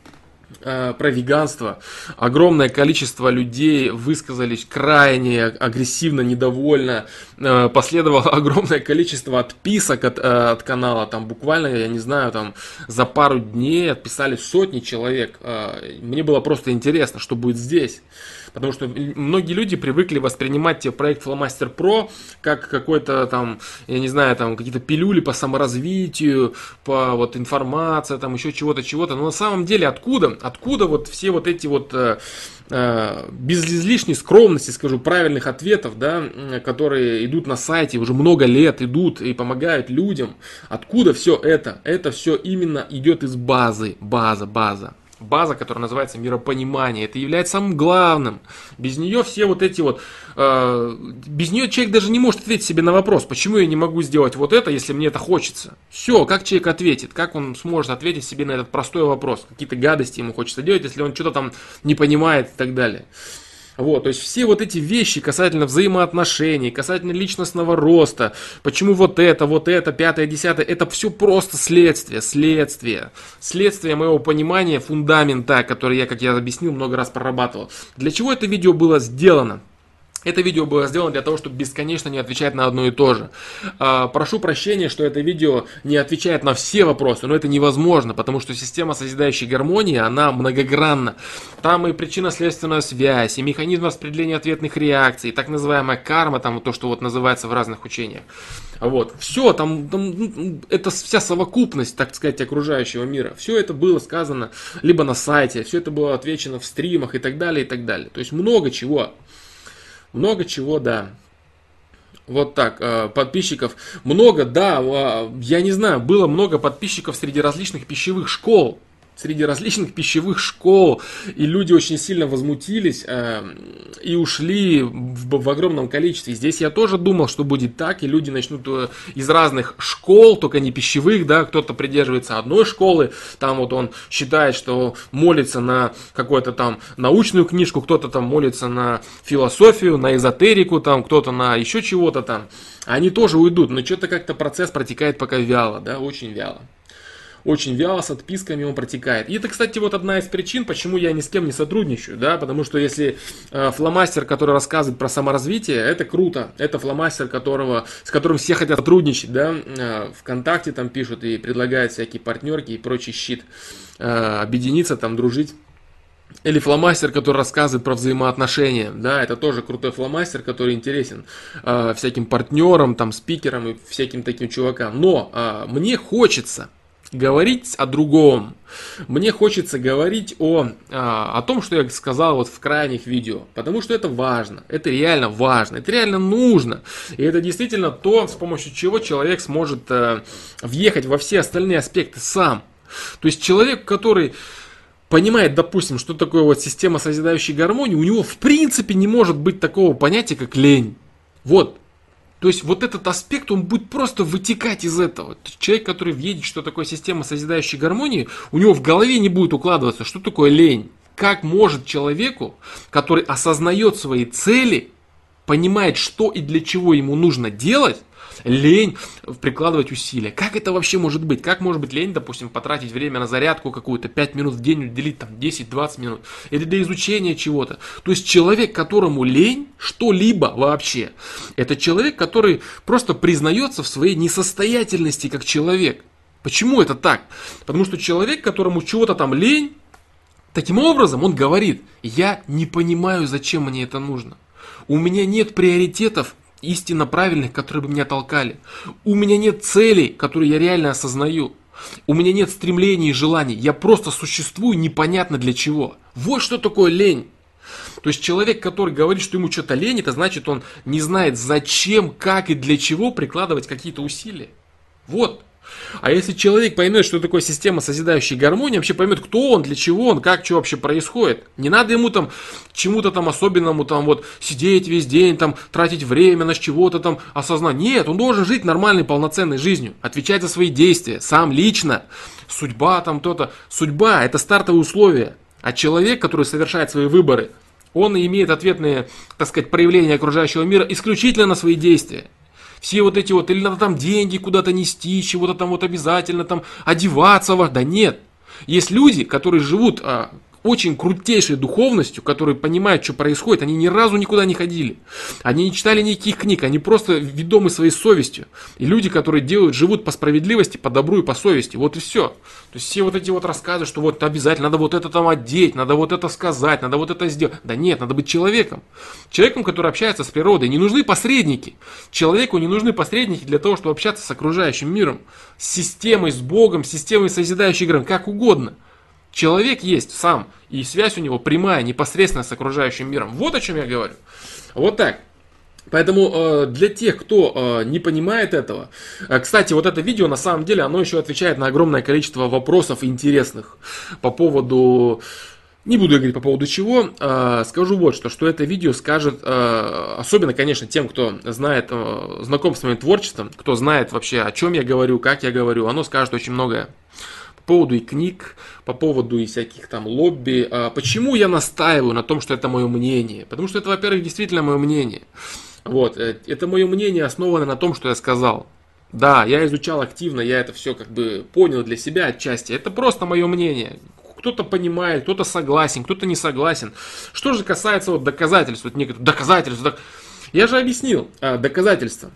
про веганство. Огромное количество людей высказались крайне агрессивно, недовольно. Последовало огромное количество отписок от канала. Там буквально, я не знаю, там за пару дней отписались сотни человек. Мне было просто интересно, что будет здесь. Потому что многие люди привыкли воспринимать проект Flowmaster Pro как какой-то там, я не знаю, там какие-то пилюли по саморазвитию, по вот информации, там еще чего-то. Но на самом деле откуда вот все вот эти вот без излишней скромности, скажу, правильных ответов, да, которые идут на сайте, уже много лет идут и помогают людям. Откуда все это? Это все именно идет из базы. База, которая называется миропонимание, это является самым главным. Без нее все вот эти вот... без нее человек даже не может ответить себе на вопрос, почему я не могу сделать вот это, если мне это хочется. Все, как человек ответит, как он сможет ответить себе на этот простой вопрос. Какие-то гадости ему хочется делать, если он что-то там не понимает и так далее. Вот, то есть все вот эти вещи касательно взаимоотношений, касательно личностного роста, почему вот это, пятое, десятое, это все просто следствие моего понимания, фундамента, который я, как я объяснил, много раз прорабатывал. Для чего это видео было сделано? Это видео было сделано для того, чтобы бесконечно не отвечать на одно и то же. Прошу прощения, что это видео не отвечает на все вопросы, но это невозможно, потому что система созидающей гармонии, она многогранна. Там и причинно-следственная связь, и механизм распределения ответных реакций, и так называемая карма, там то, что вот называется в разных учениях. Вот. Все, там это вся совокупность, так сказать, окружающего мира. Все это было сказано либо на сайте, все это было отвечено в стримах и так далее, и так далее. То есть много чего. Много чего, да. Вот так, подписчиков. Много, да, я не знаю, было много подписчиков среди различных пищевых школ. И люди очень сильно возмутились и ушли в огромном количестве. Здесь я тоже думал, что будет так, и люди начнут из разных школ, только не пищевых, да, кто-то придерживается одной школы, там вот он считает, что молится на какую-то там научную книжку, кто-то там молится на философию, на эзотерику, там кто-то на еще чего-то там. Они тоже уйдут, но что-то как-то процесс протекает пока вяло, да, очень вяло. Очень вяло, с отписками он протекает. И это, кстати, вот одна из причин, почему я ни с кем не сотрудничаю, да, потому что если фломастер, который рассказывает про саморазвитие, это круто, это фломастер, с которым все хотят сотрудничать, да, ВКонтакте там пишут и предлагают всякие партнерки и прочий щит, объединиться, там, дружить. Или фломастер, который рассказывает про взаимоотношения, да, это тоже крутой фломастер, который интересен всяким партнерам, там, спикерам и всяким таким чувакам. Но мне хочется говорить о другом. Мне хочется говорить о том, что я сказал вот в крайних видео. Потому что это важно. Это реально важно. Это реально нужно. И это действительно то, с помощью чего человек сможет въехать во все остальные аспекты сам. То есть человек, который понимает, допустим, что такое вот система созидающей гармонии, у него в принципе не может быть такого понятия, как лень. Вот. То есть вот этот аспект, он будет просто вытекать из этого. Человек, который видит, что такое система созидающей гармонии, у него в голове не будет укладываться, что такое лень. Как может человеку, который осознает свои цели, понимает, что и для чего ему нужно делать, лень прикладывать усилия. Как это вообще может быть? Как может быть лень, допустим, потратить время на зарядку какую-то, 5 минут в день уделить там 10-20 минут, или для изучения чего-то. То есть человек, которому лень что-либо вообще, это человек, который просто признается в своей несостоятельности как человек. Почему это так? Потому что человек, которому чего-то там лень, таким образом он говорит: я не понимаю, зачем мне это нужно. У меня нет приоритетов истинно правильных, которые бы меня толкали. У меня нет целей, которые я реально осознаю. У меня нет стремлений и желаний. Я просто существую непонятно для чего. Вот что такое лень. То есть человек, который говорит, что ему что-то лень, это значит, он не знает, зачем, как и для чего прикладывать какие-то усилия. Вот. А если человек поймет, что такое система созидающей гармонии, вообще поймет, кто он, для чего он, как, что вообще происходит. Не надо ему там чему-то там особенному там вот сидеть весь день, там тратить время на чего-то там осознать. Нет, он должен жить нормальной, полноценной жизнью, отвечать за свои действия, сам лично. Судьба там то-то. Судьба — это стартовые условия. А человек, который совершает свои выборы, он имеет ответные, так сказать, проявления окружающего мира исключительно на свои действия. Все вот эти вот, или надо там деньги куда-то нести, чего-то там вот обязательно там одеваться. Да нет. Есть люди, которые живут очень крутейшей духовностью, которые понимают, что происходит, они ни разу никуда не ходили, они не читали никаких книг, они просто ведомы своей совестью. И люди, которые живут по справедливости, по добру и по совести, вот и все. То есть все вот эти вот рассказы, что вот обязательно надо вот это там одеть, надо вот это сказать, надо вот это сделать. Да нет, надо быть человеком. Человеком, который общается с природой. Не нужны посредники. Человеку не нужны посредники для того, чтобы общаться с окружающим миром, с системой, с Богом, с системой созидающей игры, как угодно. Человек есть сам, и связь у него прямая, непосредственно с окружающим миром. Вот о чем я говорю. Вот так. Поэтому для тех, кто не понимает этого, кстати, вот это видео на самом деле, оно еще отвечает на огромное количество вопросов интересных по поводу... Не буду говорить по поводу чего, скажу вот что это видео скажет, особенно, конечно, тем, кто знает, знаком с моим творчеством, кто знает вообще, о чем я говорю, как я говорю, оно скажет очень многое. По поводу и книг, по поводу и всяких там лобби. Почему я настаиваю на том, что это мое мнение? Потому что это, во-первых, действительно мое мнение. Вот, это мое мнение основано на том, что я сказал. Да, я изучал активно, я это все как бы понял для себя отчасти. Это просто мое мнение. Кто-то понимает, кто-то согласен, кто-то не согласен. Что же касается вот доказательств, вот некоторых доказательств, я же объяснил доказательства.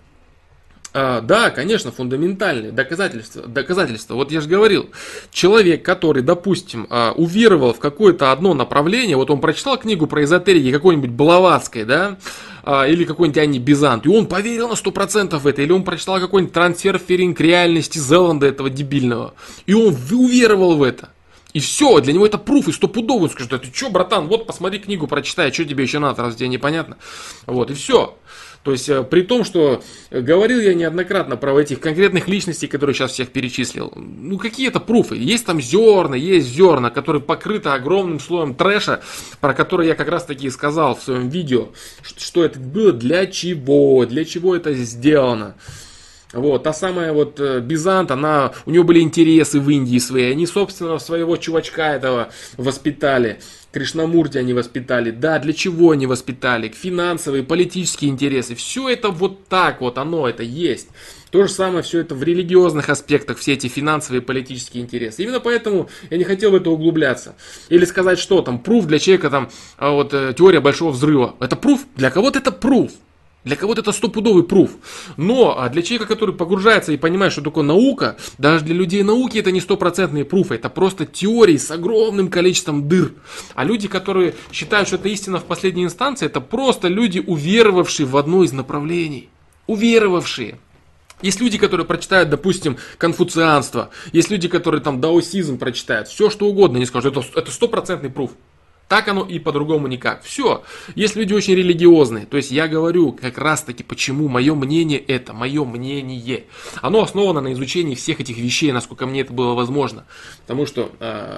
Да, конечно, фундаментальные доказательства. Вот я же говорил, человек, который, допустим, уверовал в какое-то одно направление, вот он прочитал книгу про эзотерики какой-нибудь Блаватской, да, или какой-нибудь Анни Бизант, и он поверил на 100% в это, или он прочитал какой-нибудь трансферферинг реальности Зеланда этого дебильного, и он уверовал в это. И все, для него это пруф, и стопудово он скажет: да ты что, братан, вот посмотри книгу, прочитай, что тебе еще надо, раз тебе непонятно. Вот, и все. То есть, при том, что говорил я неоднократно про этих конкретных личностей, которые сейчас всех перечислил. Ну, какие это пруфы? Есть там есть зерна, которые покрыты огромным слоем трэша, про который я как раз таки и сказал в своем видео, что это было, для чего это сделано. Вот, та самая вот Бизант, у нее были интересы в Индии свои, они, собственно, своего чувачка этого воспитали, Кришнамурти они воспитали, да, для чего они воспитали, финансовые, политические интересы, все это вот так вот, оно это есть. То же самое все это в религиозных аспектах, все эти финансовые и политические интересы. Именно поэтому я не хотел в это углубляться. Или сказать, что там, пруф для человека, там, вот теория большого взрыва, это пруф? Для кого-то это пруф. Для кого-то это стопудовый пруф. Но для человека, который погружается и понимает, что такое наука, даже для людей науки это не стопроцентные пруфы. Это просто теории с огромным количеством дыр. А люди, которые считают, что это истина в последней инстанции, это просто люди, уверовавшие в одно из направлений. Уверовавшие. Есть люди, которые прочитают, допустим, конфуцианство. Есть люди, которые там даосизм прочитают. Все, что угодно, они скажут, это стопроцентный пруф. Так оно и по-другому никак. Все. Есть люди очень религиозные. То есть я говорю как раз таки, почему мое мнение это, мое мнение. Оно основано на изучении всех этих вещей, насколько мне это было возможно. Потому что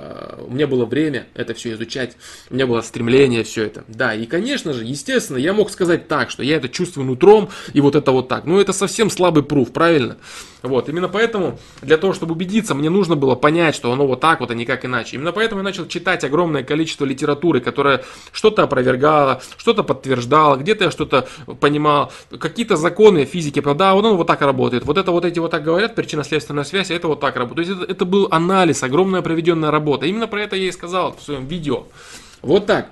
у меня было время это все изучать, у меня было стремление все это. Да, и конечно же, естественно, я мог сказать так, что я это чувствую нутром, и вот это вот так. Но это совсем слабый пруф, правильно? Вот, именно поэтому, для того, чтобы убедиться, мне нужно было понять, что оно вот так вот, а никак иначе. Именно поэтому я начал читать огромное количество литературы, которая что-то опровергала, что-то подтверждала, где-то я что-то понимал, какие-то законы физики, да, вот он вот так работает, вот это вот эти вот так говорят, причинно-следственная связь, а это вот так работает. То есть это был анализ, огромная проведенная работа. Именно про это я и сказал в своем видео. Вот так.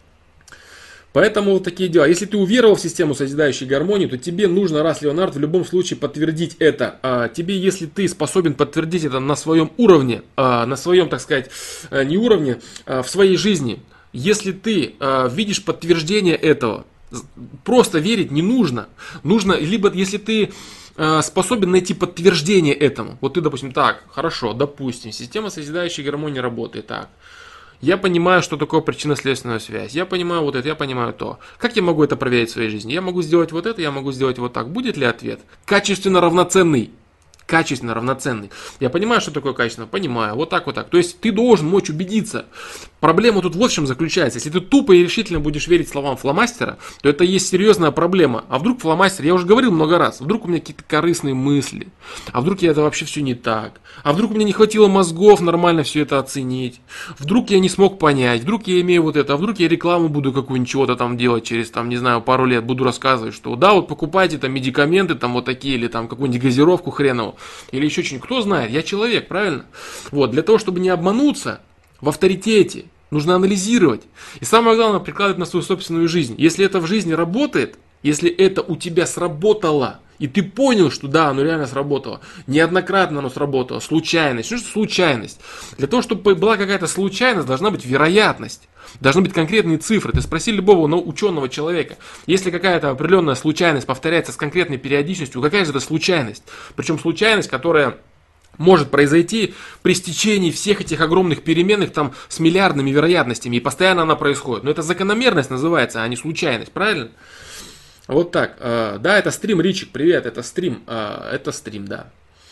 Поэтому вот такие дела. Если ты уверовал в систему созидающей гармонии, то тебе нужно, раз Леонард, в любом случае подтвердить это. Тебе, если ты способен подтвердить это на своем уровне, на своем, так сказать, не уровне, в своей жизни, если ты видишь подтверждение этого, просто верить не нужно. Нужно, либо если ты способен найти подтверждение этому. Вот ты, допустим, так, хорошо, допустим, система созидающей гармонии работает так. Я понимаю, что такое причинно-следственная связь. Я понимаю вот это, я понимаю то. Как я могу это проверить в своей жизни? Я могу сделать вот это, я могу сделать вот так. Будет ли ответ? Качественно равноценный. Качественно равноценный. Я понимаю, что такое качественно? Понимаю. Вот так, вот так. То есть ты должен мочь убедиться. Проблема тут вот в чем заключается. Если ты тупо и решительно будешь верить словам фломастера, то это есть серьезная проблема. А вдруг фломастер, я уже говорил много раз, вдруг у меня какие-то корыстные мысли. А вдруг это вообще все не так. А вдруг мне не хватило мозгов нормально все это оценить. Вдруг я не смог понять. Вдруг я имею вот это. А вдруг я рекламу буду какую-нибудь чего-то там делать через, там, не знаю, пару лет. Буду рассказывать, что да, вот покупайте там медикаменты там вот такие или там какую-нибудь газировку хреновую. понял, или еще что-нибудь. Кто знает, я человек, правильно? Вот, для того, чтобы не обмануться в авторитете, нужно анализировать. И самое главное, прикладывать на свою собственную жизнь. Если это в жизни работает, если это у тебя сработало, и ты понял, что да, оно реально сработало, неоднократно оно сработало, случайность. Что же случайность? Для того, чтобы была какая-то случайность, должна быть вероятность. Должны быть конкретные цифры. Ты спроси любого ученого человека, если какая-то определенная случайность повторяется с конкретной периодичностью, какая же это случайность? Причем случайность, которая может произойти при стечении всех этих огромных переменных там с миллиардными вероятностями, и постоянно она происходит. Но это закономерность называется, а не случайность, правильно? Вот так. Да, это стрим, Ричик, привет, это стрим, да.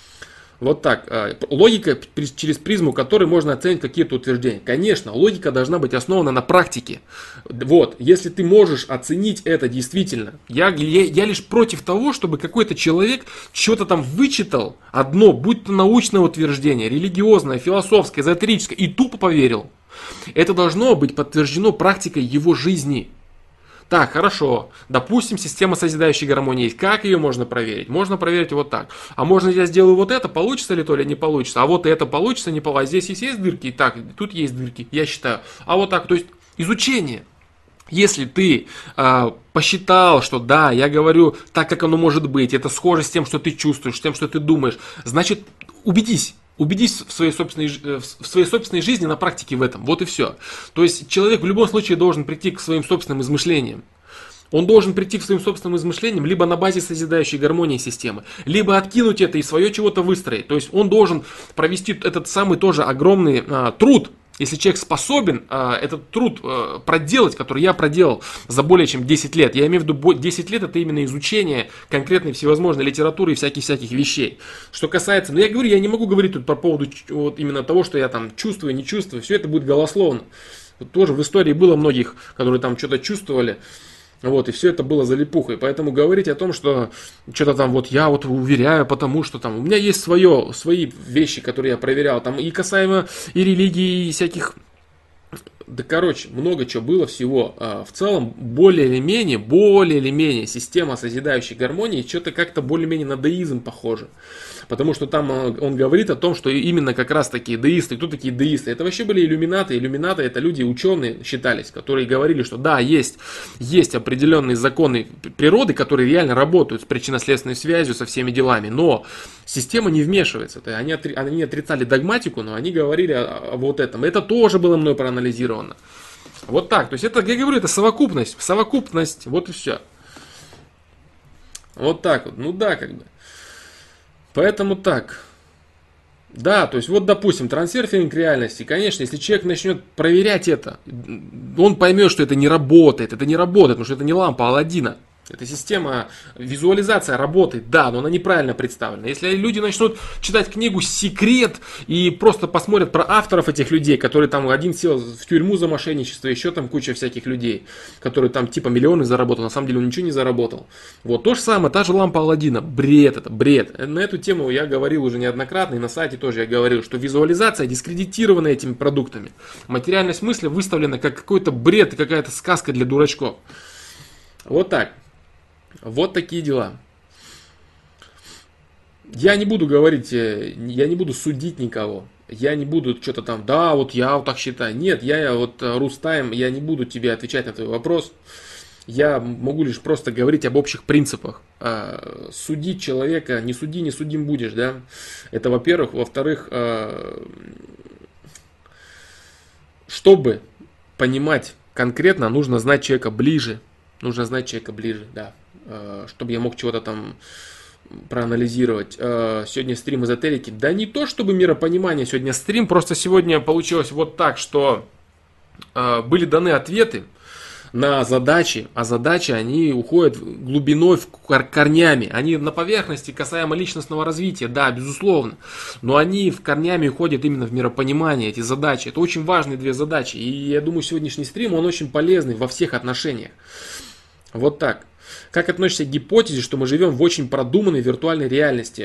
Вот так. Логика, через призму которой можно оценить какие-то утверждения. Конечно, логика должна быть основана на практике. Вот, если ты можешь оценить это действительно. Я лишь против того, чтобы какой-то человек что-то там вычитал, одно, будь то научное утверждение, религиозное, философское, эзотерическое, и тупо поверил. Это должно быть подтверждено практикой его жизни. Так, хорошо. Допустим, система созидающей гармонии есть. Как ее можно проверить? Можно проверить вот так. А можно я сделаю вот это, получится ли то или не получится? А вот это получится, не получится. А здесь есть дырки? Так, тут есть дырки, я считаю. А вот так, то есть изучение. Если ты посчитал, что да, я говорю так, как оно может быть, это схоже с тем, что ты чувствуешь, с тем, что ты думаешь, значит, убедись. Убедись в своей собственной жизни на практике в этом. Вот и все. То есть человек в любом случае должен прийти к своим собственным измышлениям. Он должен прийти к своим собственным измышлениям либо на базе созидающей гармонии системы, либо откинуть это и свое чего-то выстроить. То есть он должен провести этот самый тоже огромный труд. Если человек способен этот труд проделать, который я проделал за более чем 10 лет, я имею в виду 10 лет это именно изучение конкретной всевозможной литературы и всяких вещей. Что касается, я говорю, я не могу говорить тут по поводу вот именно того, что я там чувствую, не чувствую, все это будет голословно. Тут тоже в истории было многих, которые там что-то чувствовали. Вот, и все это было залипухой. Поэтому говорить о том, что что-то там вот я вот уверяю, потому что там у меня есть свои вещи, которые я проверял. Там и касаемо и религии, и всяких. Да, короче, много чего было всего. В целом, более или менее система созидающей гармонии что-то как-то более-менее на деизм похоже. Потому что там он говорит о том, что именно как раз такие деисты. Кто такие деисты? Это вообще были иллюминаты. Иллюминаты это люди, ученые считались, которые говорили, что да, есть определенные законы природы, которые реально работают с причинно-следственной связью, со всеми делами. Но система не вмешивается. То есть они отрицали догматику, но они говорили о вот этом. Это тоже было мной проанализировано. Вот так. То есть это, я говорю, это совокупность, вот и все. Вот так вот. Ну да, как бы. Поэтому так. Да, то есть вот, допустим, трансерфинг реальности. Конечно, если человек начнет проверять это, он поймет, что это не работает, потому что это не лампа Аладдина. Эта система, визуализация работает, да, но она неправильно представлена. Если люди начнут читать книгу «Секрет» и просто посмотрят про авторов этих людей, которые там один сел в тюрьму за мошенничество, еще там куча всяких людей, которые там типа миллионы заработал, на самом деле он ничего не заработал. Вот то же самое, та же лампа Аладдина, бред. На эту тему я говорил уже неоднократно, и на сайте тоже я говорил, что визуализация дискредитирована этими продуктами. Материальность мысли выставлена как какой-то бред и какая-то сказка для дурачков. Вот так. Вот такие дела. Я не буду говорить, я не буду судить никого. Я не буду что-то там, да, вот я вот так считаю. Нет, я вот Рустайм, я не буду тебе отвечать на твой вопрос. Я могу лишь просто говорить об общих принципах. Судить человека, не суди, не судим будешь, да. Это во-первых. Во-вторых, чтобы понимать конкретно, нужно знать человека ближе. Да. Чтобы я мог чего-то там проанализировать. Сегодня стрим эзотерики. Да не то, чтобы миропонимание сегодня стрим, просто сегодня получилось вот так, что были даны ответы на задачи, а задачи, они уходят глубиной, корнями. Они на поверхности касаемо личностного развития, да, безусловно. Но они в корнями уходят именно в миропонимание, эти задачи. Это очень важные две задачи. И я думаю, сегодняшний стрим, он очень полезный во всех отношениях. Вот так. Как относишься к гипотезе, что мы живем в очень продуманной виртуальной реальности?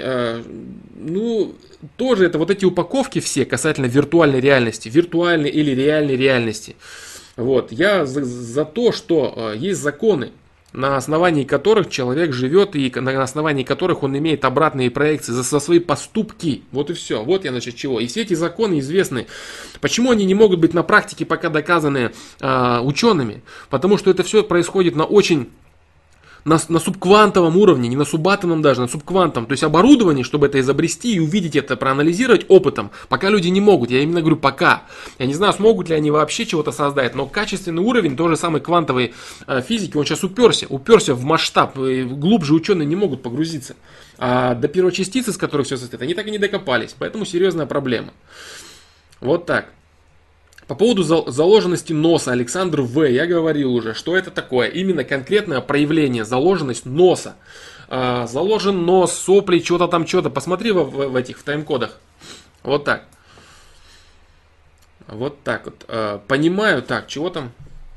Тоже это вот эти упаковки все касательно виртуальной реальности, виртуальной или реальной реальности. Вот. Я за то, что есть законы, на основании которых человек живет и на основании которых он имеет обратные проекции за свои поступки. Вот и все. Вот я насчет чего. И все эти законы известны. Почему они не могут быть на практике пока доказаны учеными? Потому что это все происходит на субквантовом уровне, не на субатомном даже, на субквантовом. То есть оборудование, чтобы это изобрести и увидеть это, проанализировать опытом, пока люди не могут. Я именно говорю пока. Я не знаю, смогут ли они вообще чего-то создать, но качественный уровень, той же самой квантовой физики, он сейчас уперся в масштаб. И глубже ученые не могут погрузиться. А до первочастиц, из которых все состоит, они так и не докопались. Поэтому серьезная проблема. Вот так. По поводу заложенности носа, Александр В. Я говорил уже, что это такое. Именно конкретное проявление, заложенность носа. Заложен нос, сопли, что-то там, что-то. Посмотри в этих тайм-кодах. Вот так. Вот так вот. Понимаю, так, чего там?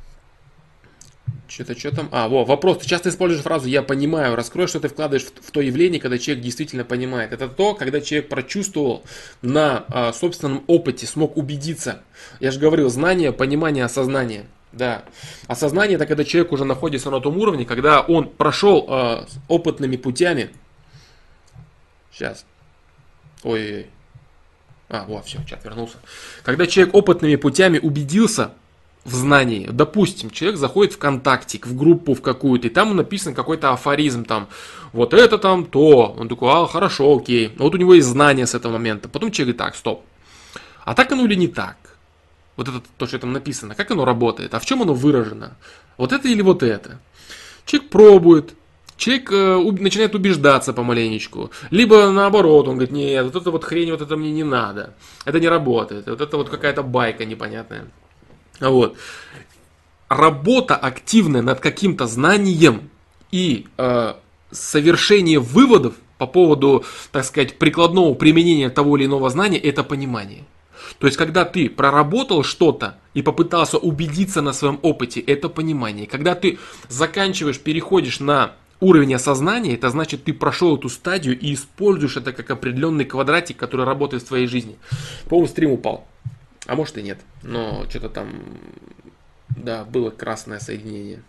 Что там? Вопрос. Ты часто используешь фразу «я понимаю». Раскрой, что ты вкладываешь в то явление, когда человек действительно понимает. Это то, когда человек прочувствовал на собственном опыте, смог убедиться. Я же говорил, знание, понимание, осознание. Да. Осознание — это когда человек уже находится на том уровне, когда он прошел опытными путями. Сейчас. Ой-ой-ой. Все, чат вернулся. Когда человек опытными путями убедился в знании. Допустим, человек заходит в ВКонтакте, в группу в какую-то, и там написан какой-то афоризм, там, вот это там то. Он такой, хорошо, окей. Вот у него есть знания с этого момента. Потом человек говорит, так, стоп. А так оно или не так? Вот это то, что там написано, как оно работает? А в чем оно выражено? Вот это или вот это? Человек пробует. Человек начинает убеждаться помаленечку. Либо наоборот, он говорит, нет, вот это вот хрень, вот это мне не надо. Это не работает. Вот это вот какая-то байка непонятная. Вот. Работа активная над каким-то знанием и совершение выводов по поводу, так сказать, прикладного применения того или иного знания — это понимание. То есть, когда ты проработал что-то и попытался убедиться на своем опыте, это понимание. Когда ты заканчиваешь, переходишь на уровень осознания, это значит, ты прошел эту стадию и используешь это как определенный квадратик, который работает в твоей жизни. По-моему, стрим упал. А может и нет, но что-то там, да, было красное соединение.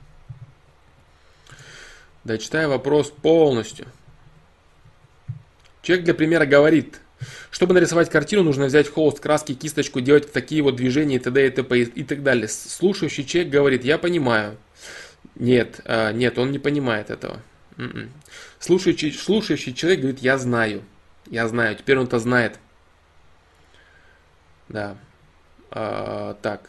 Дочитаю вопрос полностью. Человек для примера говорит, чтобы нарисовать картину, нужно взять холст, краски, кисточку, делать такие вот движения и т.д. и т.п. и так далее. Слушающий человек говорит, я понимаю. Нет, он не понимает этого. Слушающий человек говорит, я знаю, теперь он это знает. Да. Так.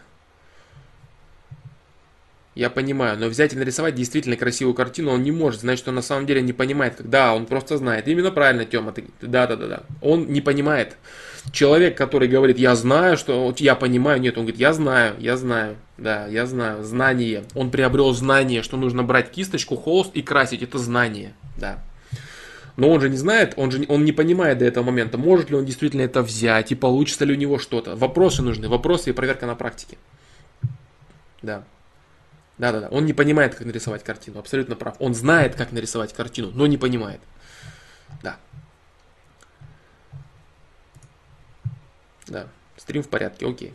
Я понимаю, но взять и нарисовать действительно красивую картину он не может, значит, что он на самом деле не понимает. Да, он просто знает. Именно правильно, Тёма. Да. Он не понимает. Человек, который говорит, я знаю, что я понимаю, нет, он говорит, я знаю. Да, я знаю. Знание. Он приобрел знание, что нужно брать кисточку, холст и красить. Это знание. Да. Но он же не знает, он не понимает до этого момента, может ли он действительно это взять и получится ли у него что-то. Вопросы нужны, вопросы и проверка на практике. Да. Он не понимает, как нарисовать картину, абсолютно прав. Он знает, как нарисовать картину, но не понимает. Да. Стрим в порядке, окей.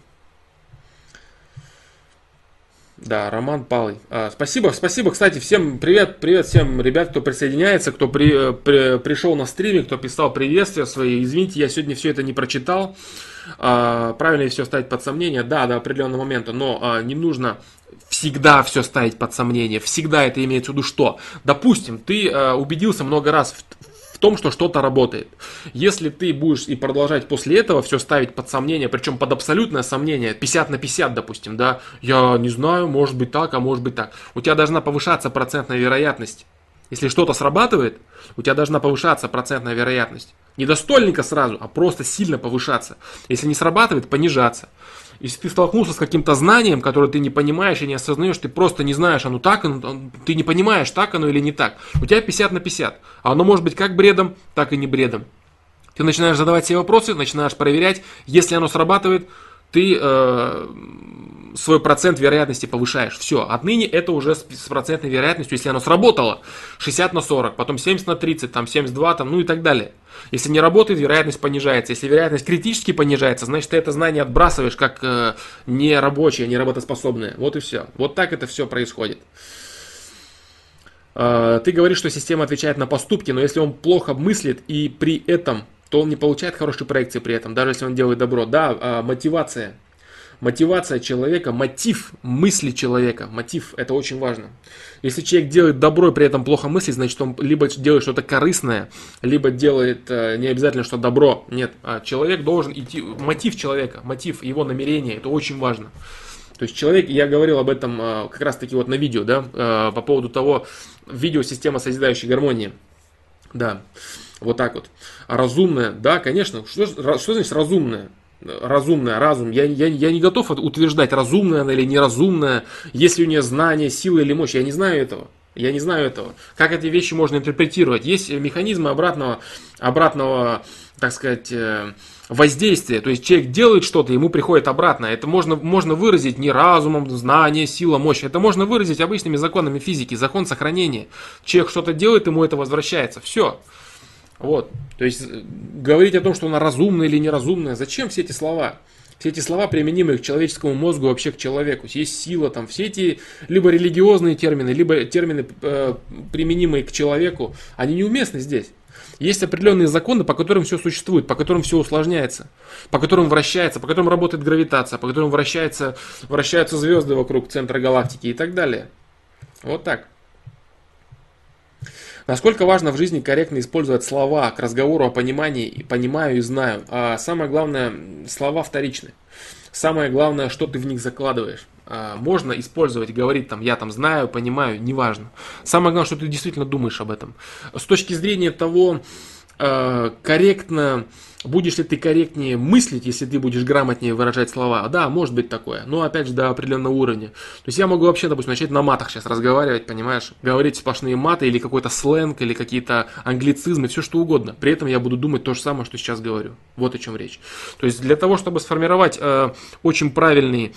Да, Роман Палый. Спасибо, кстати, всем привет всем ребят, кто присоединяется, кто пришел на стриме, кто писал приветствия свои. Извините, я сегодня все это не прочитал. Правильно ли все ставить под сомнение? Да, до определенного момента, но не нужно всегда все ставить под сомнение. Всегда это имеется в виду что? Допустим, ты убедился много раз в том, что что-то работает. Если ты будешь и продолжать после этого все ставить под сомнение, причем под абсолютное сомнение, 50/50, допустим, да, я не знаю, может быть так, а может быть так. У тебя должна повышаться процентная вероятность. Если что-то срабатывает, у тебя должна повышаться процентная вероятность. Не до стольника сразу, а просто сильно повышаться. Если не срабатывает, понижаться. Если ты столкнулся с каким-то знанием, которое ты не понимаешь и не осознаешь, ты просто не знаешь, оно так, ты не понимаешь, так оно или не так. У тебя 50/50. А оно может быть как бредом, так и не бредом. Ты начинаешь задавать себе вопросы, начинаешь проверять. Если оно срабатывает, ты свой процент вероятности повышаешь. Все, отныне это уже с процентной вероятностью, если оно сработало, 60/40, потом 70/30, там 72, там, ну и так далее. Если не работает, вероятность понижается. Если вероятность критически понижается, значит ты это знание отбрасываешь как нерабочее, неработоспособное. Вот и все. Вот так это все происходит. Ты говоришь, что система отвечает на поступки, но если он плохо мыслит и при этом, то он не получает хорошей проекции при этом, даже если он делает добро. Да, мотивация. Мотивация человека, мотив мысли человека, мотив, это очень важно. Если человек делает добро и при этом плохо мыслит, значит он либо делает что-то корыстное, либо делает не обязательно что добро. Нет, человек должен идти, мотив человека, мотив, его намерение, это очень важно. То есть человек, я говорил об этом как раз таки вот на видео, да, по поводу того, видео система созидающей гармонии. Да, вот так вот. А разумная, да, конечно, что значит разумная? Разумная, разум. Я не готов утверждать, разумная она или неразумная, есть ли у нее знание, сила или мощь. Я не знаю этого. Я не знаю этого. Как эти вещи можно интерпретировать? Есть механизмы обратного, так сказать, воздействия. То есть человек делает что-то, ему приходит обратно. Это можно выразить не разумом, знание, сила, мощь. Это можно выразить обычными законами физики, закон сохранения. Человек что-то делает, ему это возвращается. Все. Вот, то есть говорить о том, что она разумная или неразумная, зачем все эти слова? Все эти слова применимы к человеческому мозгу, вообще к человеку. Есть сила, там, все эти либо религиозные термины, либо термины, применимые к человеку, они неуместны здесь. Есть определенные законы, по которым все существует, по которым все усложняется, по которым вращается, по которым работает гравитация, по которым вращаются звезды вокруг центра галактики и так далее. Вот так. Насколько важно в жизни корректно использовать слова к разговору о понимании, понимаю и знаю. А самое главное, слова вторичны. Самое главное, что ты в них закладываешь. Можно использовать, говорить там, я там знаю, понимаю, неважно. Самое главное, что ты действительно думаешь об этом. С точки зрения того, корректно, будешь ли ты корректнее мыслить, если ты будешь грамотнее выражать слова? Да, может быть такое, но опять же до определенного уровня. То есть я могу вообще, допустим, начать на матах сейчас разговаривать, понимаешь? Говорить сплошные маты или какой-то сленг, или какие-то англицизмы, все что угодно. При этом я буду думать то же самое, что сейчас говорю. Вот о чем речь. То есть для того, чтобы сформировать очень правильный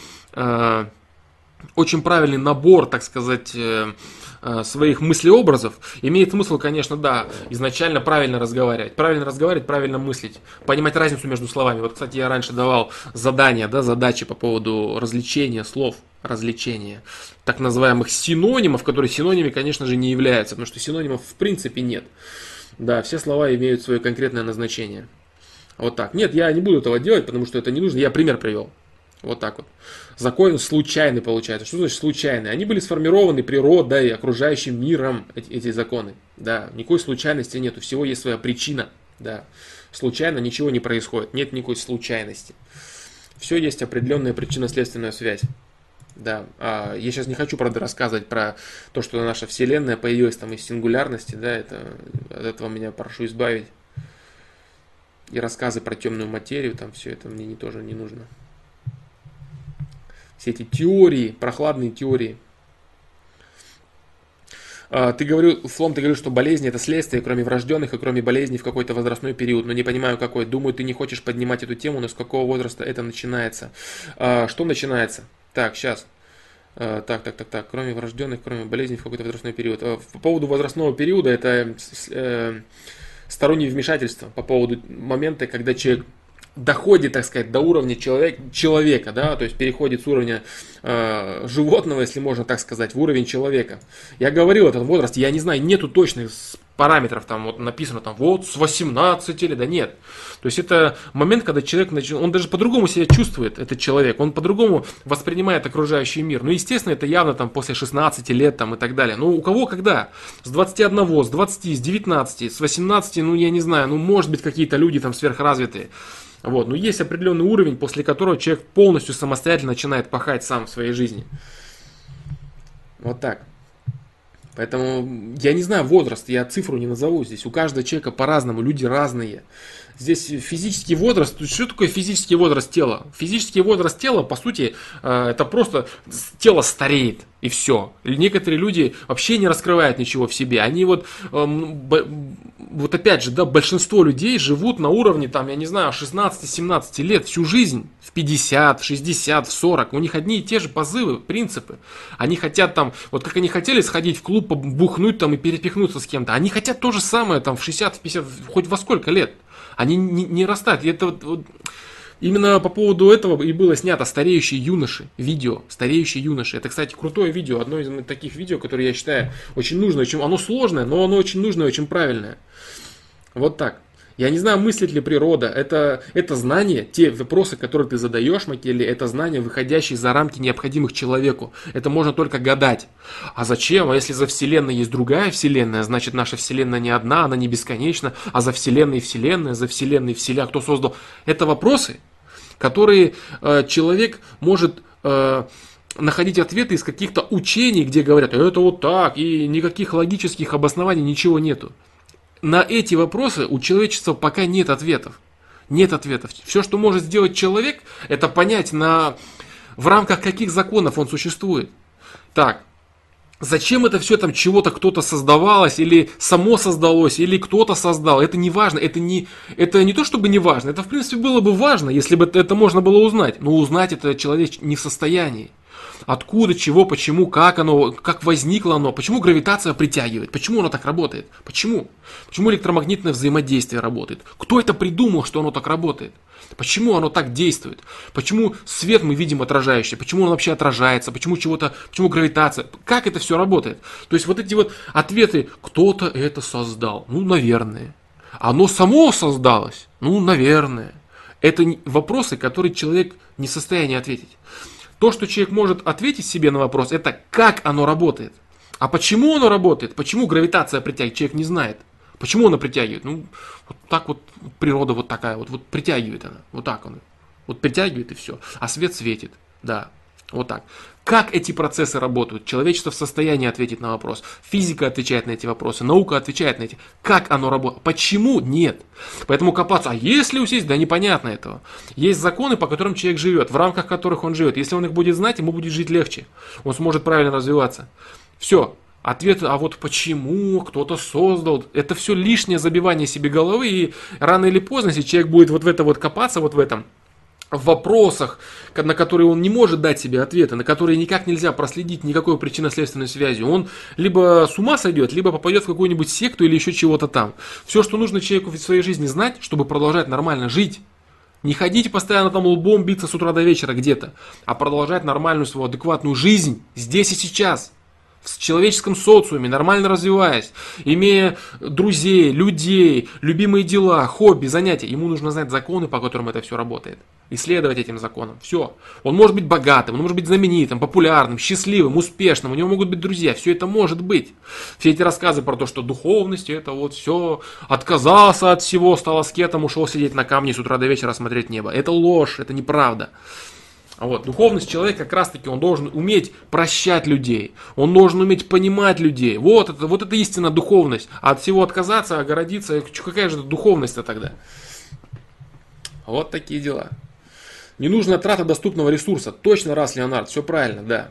набор, так сказать, своих мыслеобразов, имеет смысл, конечно, да, изначально правильно разговаривать, правильно мыслить, понимать разницу между словами. Вот, кстати, я раньше давал задания, да, задачи по поводу развлечения слов, развлечения, так называемых синонимов, которые синонимами, конечно же, не являются, потому что синонимов в принципе нет. Да, все слова имеют свое конкретное назначение. Вот так. Нет, я не буду этого делать, потому что это не нужно, я пример привел. Вот так вот. Закон случайный получается. Что значит случайный? Они были сформированы природой, окружающим миром, эти законы. Да, никакой случайности нет. У всего есть своя причина. Да. Случайно ничего не происходит. Нет никакой случайности. Все есть определенная причинно-следственная связь. Да. Я сейчас не хочу, правда, рассказывать про то, что наша Вселенная появилась там из сингулярности. Да, от этого меня прошу избавить. И рассказы про темную материю, там все это мне тоже не нужно. Все эти теории, прохладные теории. Ты говорил, что болезни это следствие, кроме врожденных и кроме болезней в какой-то возрастной период. Но не понимаю какой. Думаю, ты не хочешь поднимать эту тему, но с какого возраста это начинается? Что начинается? Так, сейчас. Так. Кроме врожденных, кроме болезней в какой-то возрастной период. По поводу возрастного периода это стороннее вмешательство. По поводу момента, когда человек доходит, так сказать, до уровня человека, да, то есть переходит с уровня животного, если можно так сказать, в уровень человека. Я говорил этот возраст, я не знаю, нету точных параметров, там вот написано, там вот с 18 лет, да нет. То есть это момент, когда человек, он даже по-другому себя чувствует, этот человек, он по-другому воспринимает окружающий мир. Ну, естественно, это явно там после 16 лет там и так далее. Ну, у кого когда? С 21, с 20, с 19, с 18, ну, я не знаю, ну, может быть, какие-то люди там сверхразвитые. Вот. Но есть определенный уровень, после которого человек полностью самостоятельно начинает пахать сам в своей жизни. Вот так. Поэтому я не знаю возраст, я цифру не назову здесь. У каждого человека по-разному, люди разные. Здесь физический возраст, что такое физический возраст тела? Физический возраст тела, по сути, это просто тело стареет и все. Некоторые люди вообще не раскрывают ничего в себе. Они вот опять же, да, большинство людей живут на уровне, там, я не знаю, 16-17 лет, всю жизнь, в 50, в 60, в 40. У них одни и те же позывы, принципы. Они хотят там, вот как они хотели сходить в клуб, бухнуть там и перепихнуться с кем-то. Они хотят то же самое там в 60, в 50, хоть во сколько лет. Они не растают. И это Именно по поводу этого и было снято «Стареющие юноши», видео «Стареющие юноши». Это, кстати, крутое видео, одно из таких видео, которое я считаю очень нужное. Оно сложное, но оно очень нужное, очень правильное. Вот так. Я не знаю, мыслит ли природа. Это знание, те вопросы, которые ты задаешь, Макелли, это знание, выходящие за рамки необходимых человеку. Это можно только гадать. А зачем? А если за Вселенной есть другая Вселенная, значит наша Вселенная не одна, она не бесконечна, а за Вселенной Вселенная, за Вселенной Вселя, кто создал? Это вопросы, которые человек может находить ответы из каких-то учений, где говорят, это вот так, и никаких логических обоснований, ничего нету. На эти вопросы у человечества пока нет ответов. Нет ответов. Все, что может сделать человек, это понять, в рамках каких законов он существует. Так, зачем это все там чего-то кто-то создавалось, или само создалось, или кто-то создал, это не важно. Это не то, чтобы не важно. Это, в принципе, было бы важно, если бы это можно было узнать. Но узнать это человек не в состоянии. Откуда, чего, почему, как возникло оно, почему гравитация притягивает, почему оно так работает, почему электромагнитное взаимодействие работает, кто это придумал, что оно так работает, почему оно так действует, почему свет мы видим отражающий, почему он вообще отражается, почему гравитация, как это все работает. То есть вот эти вот ответы, кто-то это создал, наверное, оно само создалось, наверное. Это вопросы, которые человек не в состоянии ответить. То, что человек может ответить себе на вопрос, это как оно работает. А почему оно работает? Почему гравитация притягивает? Человек не знает. Почему она притягивает? Вот так вот природа вот такая, вот притягивает она. Вот так она. Вот притягивает и все. А свет светит. Да, вот так. Как эти процессы работают? Человечество в состоянии ответить на вопрос. Физика отвечает на эти вопросы, наука отвечает на эти. Как оно работает? Почему? Нет. Поэтому копаться. А если усесть? Да непонятно этого. Есть законы, по которым человек живет, в рамках которых он живет. Если он их будет знать, ему будет жить легче. Он сможет правильно развиваться. Все. Ответ, а вот почему кто-то создал, это все лишнее забивание себе головы, и рано или поздно, если человек будет вот в это вот копаться, вот в этом, в вопросах, на которые он не может дать себе ответы, на которые никак нельзя проследить никакой причинно-следственной связью, он либо с ума сойдет, либо попадет в какую-нибудь секту или еще чего-то там. Все, что нужно человеку в своей жизни знать, чтобы продолжать нормально жить, не ходить постоянно там лбом биться с утра до вечера где-то, а продолжать нормальную свою адекватную жизнь здесь и сейчас. В человеческом социуме, нормально развиваясь, имея друзей, людей, любимые дела, хобби, занятия. Ему нужно знать законы, по которым это все работает. Исследовать этим законам. Все. Он может быть богатым, он может быть знаменитым, популярным, счастливым, успешным. У него могут быть друзья. Все это может быть. Все эти рассказы про то, что духовность, это вот все, отказался от всего, стал аскетом, ушел сидеть на камне с утра до вечера смотреть небо. Это ложь, это неправда. Духовность человека как раз таки, он должен уметь прощать людей, он должен уметь понимать людей. Вот это истинная духовность. А от всего отказаться, огородиться, какая же это духовность-то тогда? Вот такие дела. Не нужна трата доступного ресурса. Точно, раз, Леонард, все правильно, да.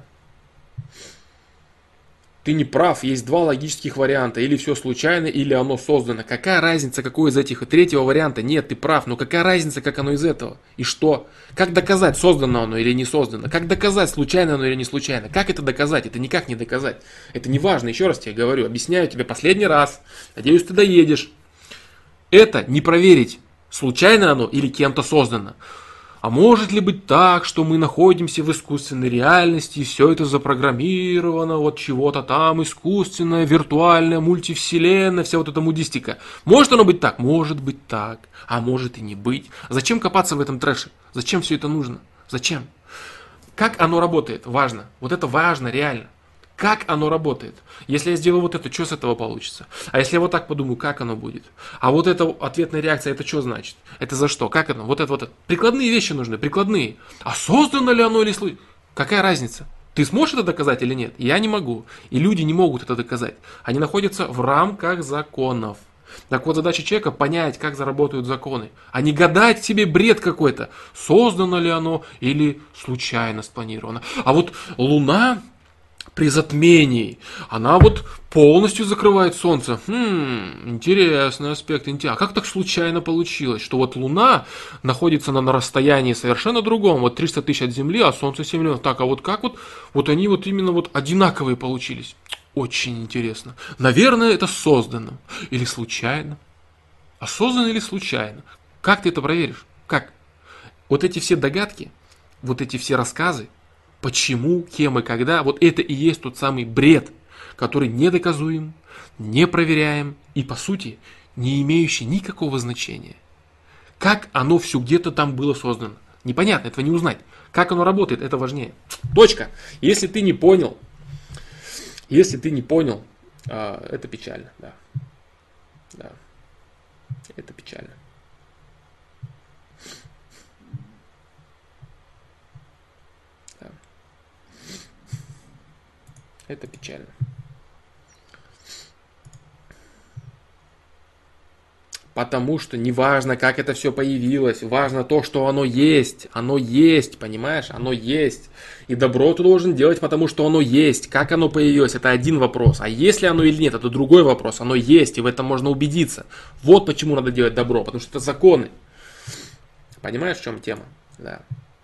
Ты не прав, есть два логических варианта. Или все случайно, или оно создано. Какая разница, какой из этих? И третьего варианта нет, ты прав. Но какая разница, как оно из этого? И что? Как доказать, создано оно или не создано? Как доказать, случайно оно или не случайно? Как это доказать? Это никак не доказать. Это не важно, еще раз тебе говорю. Объясняю тебе последний раз. Надеюсь, ты доедешь. Это не проверить, случайно оно или кем-то создано. А может ли быть так, что мы находимся в искусственной реальности, и все это запрограммировано, вот чего-то там искусственное, виртуальное, мультивселенная, вся вот эта мудистика. Может оно быть так? Может быть так, а может и не быть. Зачем копаться в этом трэше? Зачем все это нужно? Зачем? Как оно работает? Важно. Вот это важно, реально. Как оно работает? Если я сделаю вот это, что с этого получится? А если я вот так подумаю, как оно будет? А вот эта ответная реакция, это что значит? Это за что? Как оно? Вот это. Прикладные вещи нужны, прикладные. А создано ли оно или случайно? Какая разница? Ты сможешь это доказать или нет? Я не могу. И люди не могут это доказать. Они находятся в рамках законов. Так вот, задача человека понять, как заработают законы, а не гадать себе бред какой-то. Создано ли оно или случайно спланировано? А вот Луна при затмении, она вот полностью закрывает Солнце. Интересный аспект. А как так случайно получилось, что вот Луна находится на расстоянии совершенно другом, вот 300 тысяч от Земли, а Солнце 7 миллионов. Так, а вот как вот они вот именно вот одинаковые получились? Очень интересно. Наверное, это создано. Или случайно. А создано или случайно? Как ты это проверишь? Как? Вот эти все догадки, вот эти все рассказы, почему, кем и когда, вот это и есть тот самый бред, который недоказуем, не проверяем и, по сути, не имеющий никакого значения. Как оно все где-то там было создано? Непонятно, этого не узнать. Как оно работает, это важнее. Точка. Если ты не понял, это печально, да. Да. Это печально. Да. Это печально. Потому что не важно, как это все появилось, важно то, что оно есть, понимаешь, оно есть. И добро ты должен делать, потому что оно есть. Как оно появилось, это один вопрос. А есть ли оно или нет, это другой вопрос. Оно есть, и в этом можно убедиться. Вот почему надо делать добро, потому что это законы. Понимаешь, в чем тема? Да.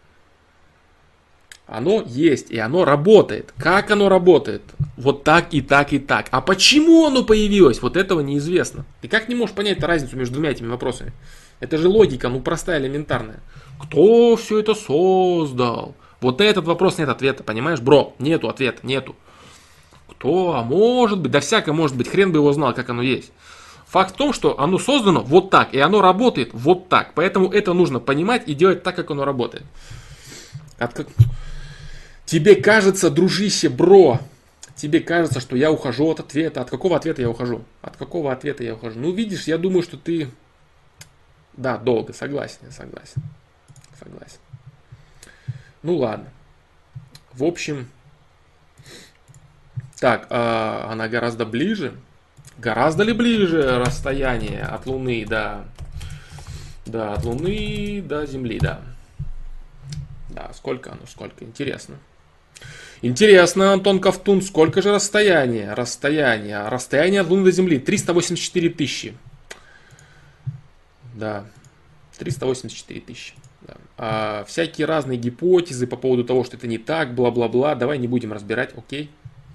Оно есть, и оно работает. Как оно работает? Вот так и так и так. А почему оно появилось? Вот этого неизвестно. Ты как не можешь понять разницу между двумя этими вопросами? Это же логика, простая, элементарная. Кто все это создал? Вот этот вопрос нет ответа, понимаешь, бро? Нету ответа, нету. Кто? А может быть? Да всякое может быть. Хрен бы его знал, как оно есть. Факт в том, что оно создано вот так, и оно работает вот так. Поэтому это нужно понимать и делать так, как оно работает. Тебе кажется, дружище, бро, тебе кажется, что я ухожу от ответа. От какого ответа я ухожу? Ну, видишь, я думаю, что ты... Да, долго, согласен. Ну, ладно. В общем... Так, она гораздо ближе. Гораздо ли ближе расстояние от Луны до... Да, от Луны до Земли, да. Да, сколько оно, сколько, интересно. Интересно, Антон Ковтун, сколько же расстояние? Расстояние от Луны до Земли 384 тысячи. Да, 384 тысячи. Да. А всякие разные гипотезы по поводу того, что это не так, бла-бла-бла, давай не будем разбирать, окей.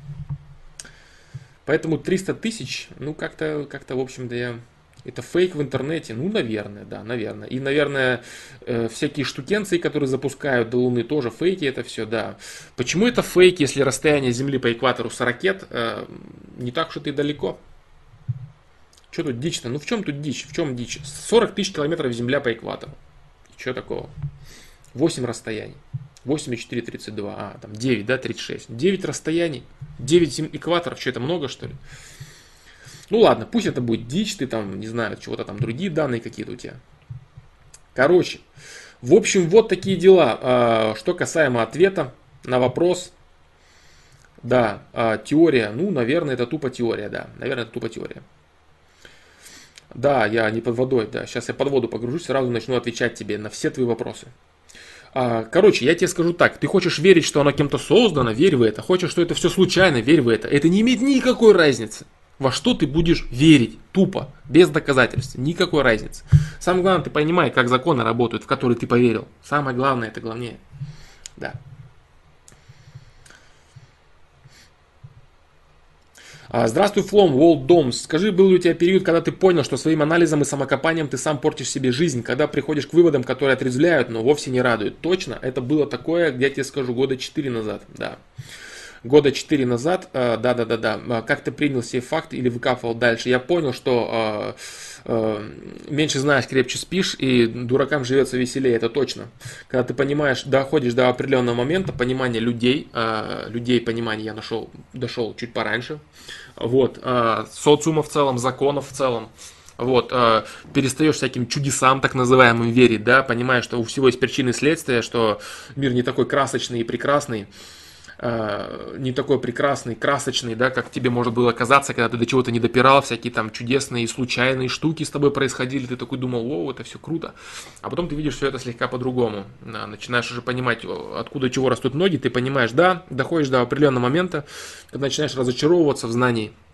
Поэтому 300 тысяч, как-то, в общем-то, это фейк в интернете, наверное, да, наверное. И, наверное, всякие штукенции, которые запускают до Луны, тоже фейки это все, да. Почему это фейк, если расстояние Земли по экватору с ракет не так уж это и далеко? Что тут дичь-то? В чем тут дичь? В чем дичь? 40 тысяч километров Земля по экватору. И что такого? 8 расстояний. 8 и 4, 32. Там 9, да, 36. 9 расстояний. 9 экваторов. Что, это много, что ли? Ну ладно, пусть это будет дичь, ты там, не знаю, чего-то там, другие данные какие-то у тебя. Короче, в общем, вот такие дела. Что касаемо ответа на вопрос, да, теория, наверное, это тупо теория, да, наверное, это тупо теория. Да, я не под водой, да, сейчас я под воду погружусь, сразу начну отвечать тебе на все твои вопросы. Короче, я тебе скажу так, ты хочешь верить, что оно кем-то создано, верь в это, хочешь, что это все случайно, верь в это. Это не имеет никакой разницы. Во что ты будешь верить, тупо, без доказательств, никакой разницы. Самое главное, ты понимаешь, как законы работают, в которые ты поверил. Самое главное, это главнее. Да. Здравствуй, Флом, Волт Домс. Скажи, был ли у тебя период, когда ты понял, что своим анализом и самокопанием ты сам портишь себе жизнь, когда приходишь к выводам, которые отрезвляют, но вовсе не радуют? Точно, это было такое, я тебе скажу, года 4 назад, да. Года 4 назад, да. Как ты принял сей факт или выкапывал дальше? Я понял, что меньше знаешь, крепче спишь, и дуракам живется веселее, это точно. Когда ты понимаешь, доходишь до определенного момента, понимания людей, понимания я дошел чуть пораньше, вот, социума в целом, законов в целом. Вот, перестаешь всяким чудесам, так называемым, верить, да, понимаешь, что у всего есть причины и следствия, что мир не такой красочный и прекрасный, не такой прекрасный, красочный, да, как тебе может было казаться, когда ты до чего-то не допирал, всякие там чудесные, случайные штуки с тобой происходили, ты такой думал, о, это все круто, а потом ты видишь все это слегка по-другому, начинаешь уже понимать, откуда чего растут ноги, ты понимаешь, да, доходишь до определенного момента, когда начинаешь разочаровываться в знании,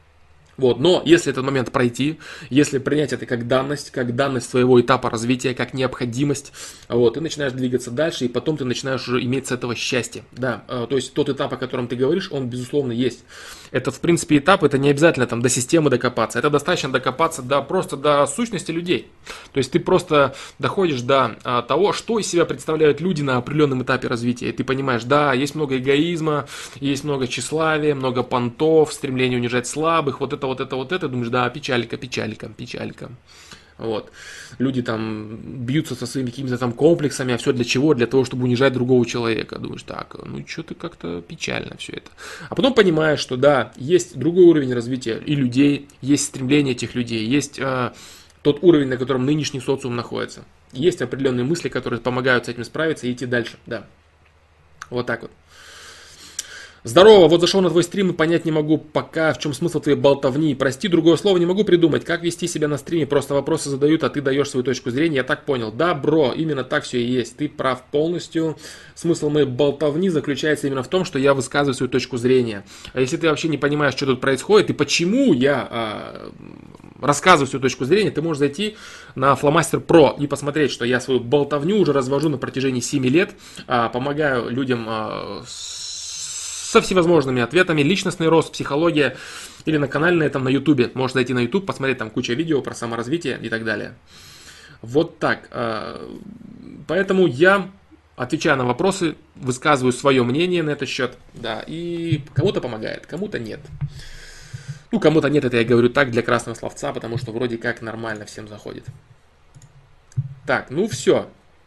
Вот, но если этот момент пройти, если принять это как данность своего этапа развития, как необходимость, вот, ты начинаешь двигаться дальше, и потом ты начинаешь уже иметь с этого счастье. Да, то есть тот этап, о котором ты говоришь, он безусловно есть. Это, в принципе, этап, это не обязательно там до системы докопаться, это достаточно докопаться просто до сущности людей. То есть ты просто доходишь до того, что из себя представляют люди на определенном этапе развития. И ты понимаешь, да, есть много эгоизма, есть много тщеславия, много понтов, стремление унижать слабых, вот это, думаешь, да, печалька. Вот. Люди там бьются со своими какими-то там комплексами, а все для чего? Для того, чтобы унижать другого человека. Думаешь, так, ну что-то как-то печально все это. А потом понимаешь, что да, есть другой уровень развития и людей, есть стремление этих людей, есть тот уровень, на котором нынешний социум находится. Есть определенные мысли, которые помогают с этим справиться и идти дальше. Да. Вот так вот. Здорово, вот зашел на твой стрим и понять не могу пока, в чем смысл твоей болтовни. Прости, другое слово не могу придумать. Как вести себя на стриме? Просто вопросы задают, а ты даешь свою точку зрения. Я так понял. Да, бро, именно так все и есть. Ты прав полностью. Смысл моей болтовни заключается именно в том, что я высказываю свою точку зрения. А если ты вообще не понимаешь, что тут происходит и почему я рассказываю свою точку зрения, ты можешь зайти на Flowmaster Pro и посмотреть, что я свою болтовню уже развожу на протяжении 7 лет. Помогаю людям со всевозможными ответами, личностный рост, психология, или на канале на этом на ютубе. Можно зайти на ютуб, посмотреть там куча видео про саморазвитие и так далее. Вот так. Поэтому я отвечаю на вопросы, высказываю свое мнение на этот счет. Да, и кому-то помогает, кому-то нет. Ну, кому-то нет, это я говорю так для красного словца, потому что вроде как нормально всем заходит. Так, ну все.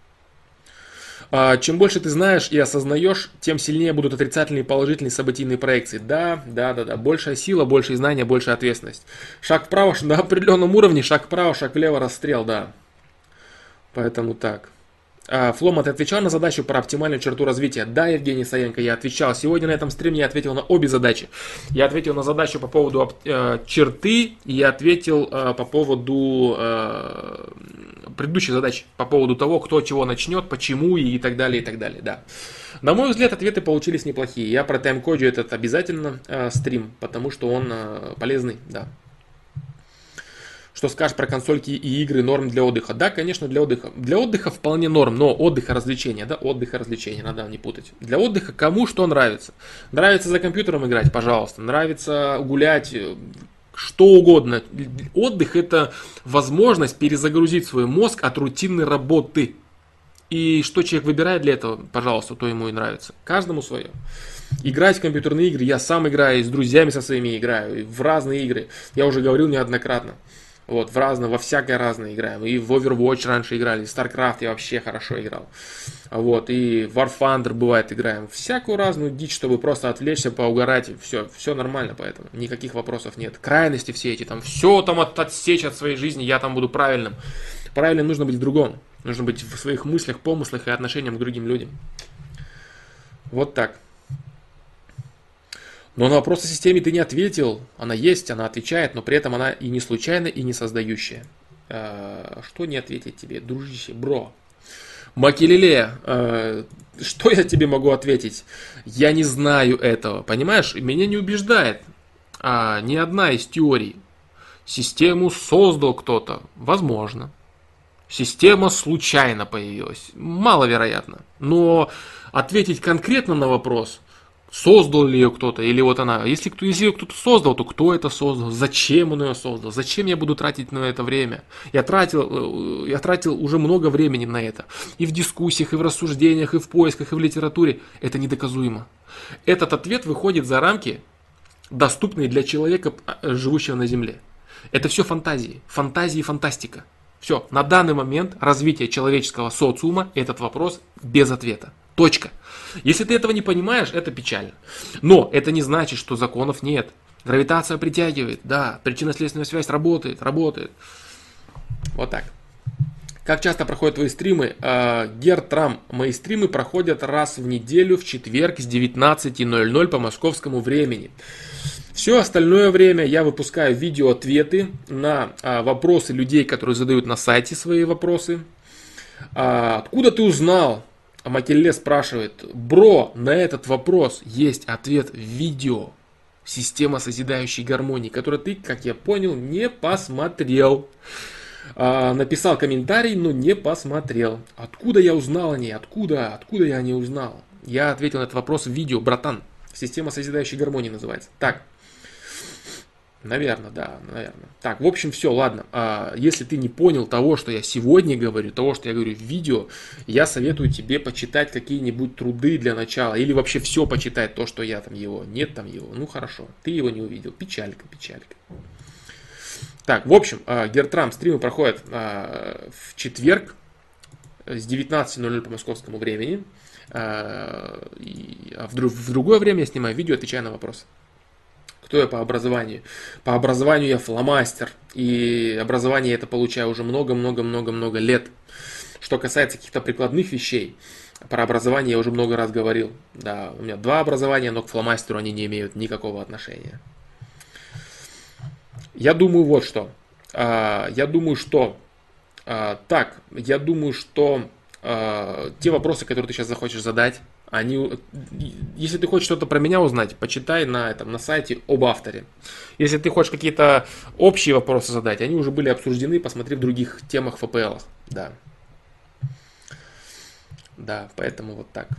Чем больше ты знаешь и осознаешь, тем сильнее будут отрицательные и положительные событийные проекции. Да. Большая сила, больше знания, большая ответственность. Шаг вправо на определенном уровне, шаг вправо, шаг влево, расстрел, да. Поэтому так. Флома, ты отвечал на задачу про оптимальную черту развития? Да, Евгений Саенко, я отвечал. Сегодня на этом стриме я ответил на обе задачи. Я ответил на задачу по поводу черты, и я ответил по поводу предыдущей задачи, по поводу того, кто чего начнет, почему и так далее, да. На мой взгляд, ответы получились неплохие. Я про тайм-коди этот обязательно стрим, потому что он полезный, да. Что скажешь про консольки и игры, норм для отдыха? Да, конечно, для отдыха. Для отдыха вполне норм, но отдыха-развлечения, да, отдыха-развлечения, надо не путать. Для отдыха кому что нравится. Нравится за компьютером играть, пожалуйста. Нравится гулять, что угодно. Отдых – это возможность перезагрузить свой мозг от рутинной работы. И что человек выбирает для этого, пожалуйста, то ему и нравится. Каждому свое. Играть в компьютерные игры, я сам играю, с друзьями со своими играю, в разные игры. Я уже говорил неоднократно. Вот, во всякое разное играем. И в Overwatch раньше играли, в StarCraft я вообще хорошо играл. Вот, и в War Thunder бывает играем. Всякую разную дичь, чтобы просто отвлечься, поугарать. Все нормально, поэтому никаких вопросов нет. Крайности все эти, там, все там отсечь от своей жизни, я там буду правильным. Правильным нужно быть в другом. Нужно быть в своих мыслях, помыслах и отношениях к другим людям. Вот так. Но на вопрос о системе ты не ответил. Она есть, она отвечает, но при этом она и не случайная, и не создающая. Что не ответить тебе, дружище, бро? Макелеле, что я тебе могу ответить? Я не знаю этого, понимаешь? Меня не убеждает ни одна из теорий. Систему создал кто-то, возможно. Система случайно появилась, маловероятно. Но ответить конкретно на вопрос, создал ли ее кто-то, или вот она, если ее кто-то создал, то кто это создал, зачем он ее создал, зачем я буду тратить на это время. Я тратил уже много времени на это. И в дискуссиях, и в рассуждениях, и в поисках, и в литературе. Это недоказуемо. Этот ответ выходит за рамки, доступные для человека, живущего на Земле. Это все фантазии. Фантазии и фантастика. Все, на данный момент развитие человеческого социума этот вопрос без ответа. Точка. Если ты этого не понимаешь, это печально. Но это не значит, что законов нет. Гравитация притягивает, да, причинно-следственная связь работает. Вот так. Как часто проходят твои стримы? Гертрам, мои стримы проходят раз в неделю в четверг с 19:00 по московскому времени. Все остальное время я выпускаю видео-ответы на вопросы людей, которые задают на сайте свои вопросы. Откуда ты узнал? Макелле спрашивает. Бро, на этот вопрос есть ответ в видео. Система созидающей гармонии, которую ты, как я понял, не посмотрел. Написал комментарий, но не посмотрел. Откуда я узнал о ней? Откуда я о ней узнал? Я ответил на этот вопрос в видео, братан. Система созидающей гармонии называется. Так. Наверное, да, наверное. Так, в общем, все, ладно. Если ты не понял того, что я сегодня говорю, того, что я говорю в видео, я советую тебе почитать какие-нибудь труды для начала. Или вообще все почитать, то, что я там его, нет там его. Ну хорошо, ты его не увидел. Печалька, печалька. Так, в общем, Гертрам стримы проходят в четверг с 19:00 по московскому времени. В другое время я снимаю видео, отвечаю на вопросы. Кто я по образованию? По образованию я фломастер. И образование я это получаю уже много-много-много-много лет. Что касается каких-то прикладных вещей, про образование я уже много раз говорил. Да, у меня 2 образования, но к фломастеру они не имеют никакого отношения. Я думаю вот что. Я думаю, что те вопросы, которые ты сейчас захочешь задать, если ты хочешь что-то про меня узнать, почитай на сайте об авторе. Если ты хочешь какие-то общие вопросы задать, они уже были обсуждены, посмотри в других темах ФПЛ. Да. Да, поэтому вот так.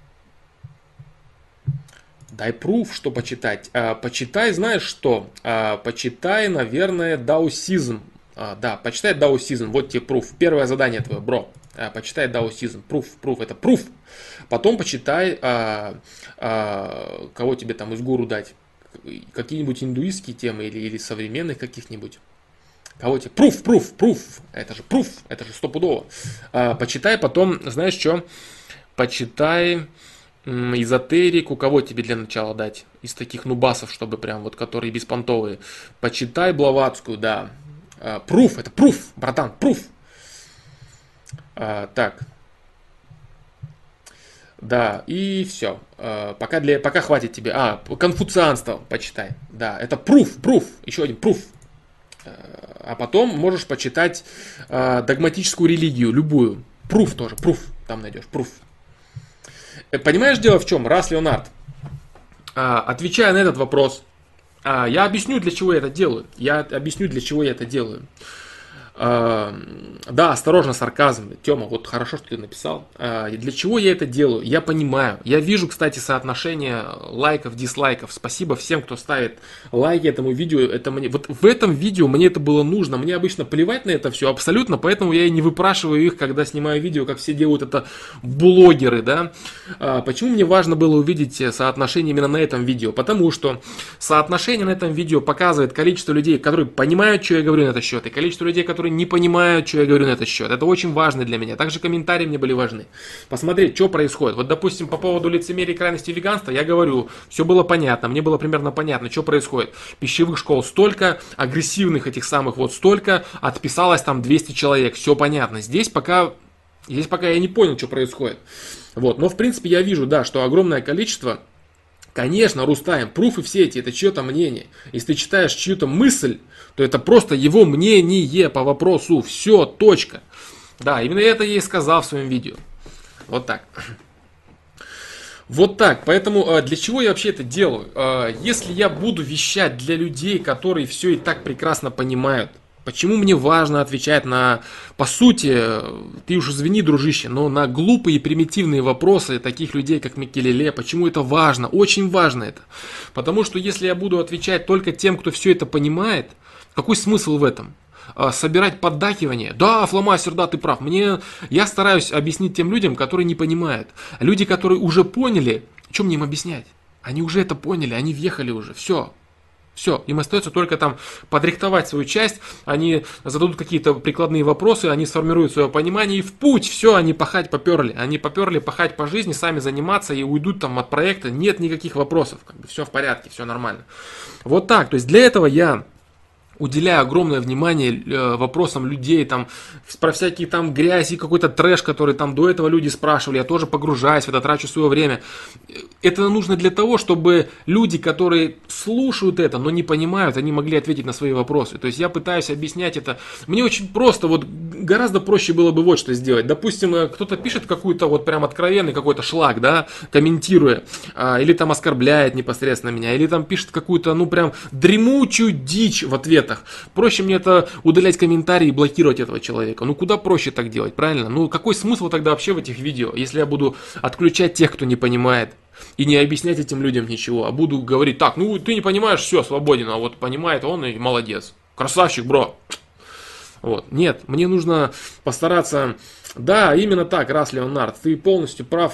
Дай пруф, что почитать. Почитай, знаешь что? Почитай, наверное, даосизм. Да, почитай даосизм. Вот тебе пруф. Первое задание твое, бро. Почитай даосизм. Пруф, это пруф. Потом почитай, кого тебе там из гуру дать. Какие-нибудь индуистские темы или современных каких-нибудь. Кого тебе? Пруф. Это же пруф, это же стопудово. Почитай потом, знаешь что? Почитай эзотерику. Кого тебе для начала дать? Из таких нубасов, чтобы прям вот, которые беспонтовые. Почитай Блаватскую, да. Пруф, это пруф, братан, пруф. Так. Да, и все. Пока хватит тебе. Конфуцианство почитай. Да, это пруф. Еще один пруф. А потом можешь почитать догматическую религию, любую. Пруф тоже, пруф. Там найдешь, пруф. Понимаешь, дело в чем? Раз, Леонард, отвечая на этот вопрос, я объясню, для чего я это делаю. Да, осторожно, сарказм. Тёма, вот хорошо, что ты написал. Для чего я это делаю? Я понимаю. Я вижу, кстати, соотношение лайков, дизлайков. Спасибо всем, кто ставит лайки этому видео. Вот в этом видео мне это было нужно. Мне обычно плевать на это все абсолютно, поэтому я и не выпрашиваю их, когда снимаю видео, как все делают это блогеры, да. Почему мне важно было увидеть соотношение именно на этом видео? Потому что соотношение на этом видео показывает количество людей, которые понимают, что я говорю на этот счет, и количество людей, которые не понимают, что я говорю на этот счет. Это очень важно для меня. Также комментарии мне были важны. Посмотреть, что происходит. Вот, допустим, по поводу лицемерия, крайности, веганства, я говорю, все было понятно, мне было примерно понятно, что происходит. Пищевых школ столько, агрессивных этих самых вот столько, отписалось там 200 человек, все понятно. Здесь пока я не понял, что происходит. Вот. Но, в принципе, я вижу, да, что огромное количество. Конечно, Рустайм, пруфы все эти, это чье-то мнение. Если ты читаешь чью-то мысль, то это просто его мнение по вопросу. Все, точка. Да, именно это я и сказал в своем видео. Вот так. Вот так. Поэтому для чего я вообще это делаю? Если я буду вещать для людей, которые все и так прекрасно понимают, почему мне важно отвечать на, по сути, ты уж извини, дружище, но на глупые и примитивные вопросы таких людей, как Микелеле, почему это важно? Очень важно это. Потому что если я буду отвечать только тем, кто все это понимает, какой смысл в этом? Собирать поддакивание? Да, фломастер, да, ты прав. Я стараюсь объяснить тем людям, которые не понимают. Люди, которые уже поняли, что мне им объяснять? Они уже это поняли, они въехали уже, все. Все, им остается только там подрихтовать свою часть, они зададут какие-то прикладные вопросы, они сформируют свое понимание и в путь, все, они пахать поперли. Они поперли пахать по жизни, сами заниматься и уйдут там от проекта, нет никаких вопросов, как бы все в порядке, все нормально. Вот так, то есть для этого я уделяю огромное внимание вопросам людей, там, про всякие там грязь и какой-то трэш, который там до этого люди спрашивали, я тоже погружаюсь в это, трачу свое время. Это нужно для того, чтобы люди, которые слушают это, но не понимают, они могли ответить на свои вопросы. То есть я пытаюсь объяснять это. Мне очень просто, вот гораздо проще было бы вот что сделать. Допустим, кто-то пишет какую-то вот прям откровенный какой-то шлак, да, комментируя, или там оскорбляет непосредственно меня, или там пишет какую-то, ну прям дремучую дичь в ответ. Проще мне это удалять комментарии и блокировать этого человека. Ну куда проще так делать, правильно? Ну какой смысл тогда вообще в этих видео, если я буду отключать тех, кто не понимает, и не объяснять этим людям ничего, а буду говорить: так, ну ты не понимаешь, все, свободен, а вот понимает он и молодец. Красавчик, бро. Вот. Нет, мне нужно постараться. Да, именно так, раз, Леонард, ты полностью прав,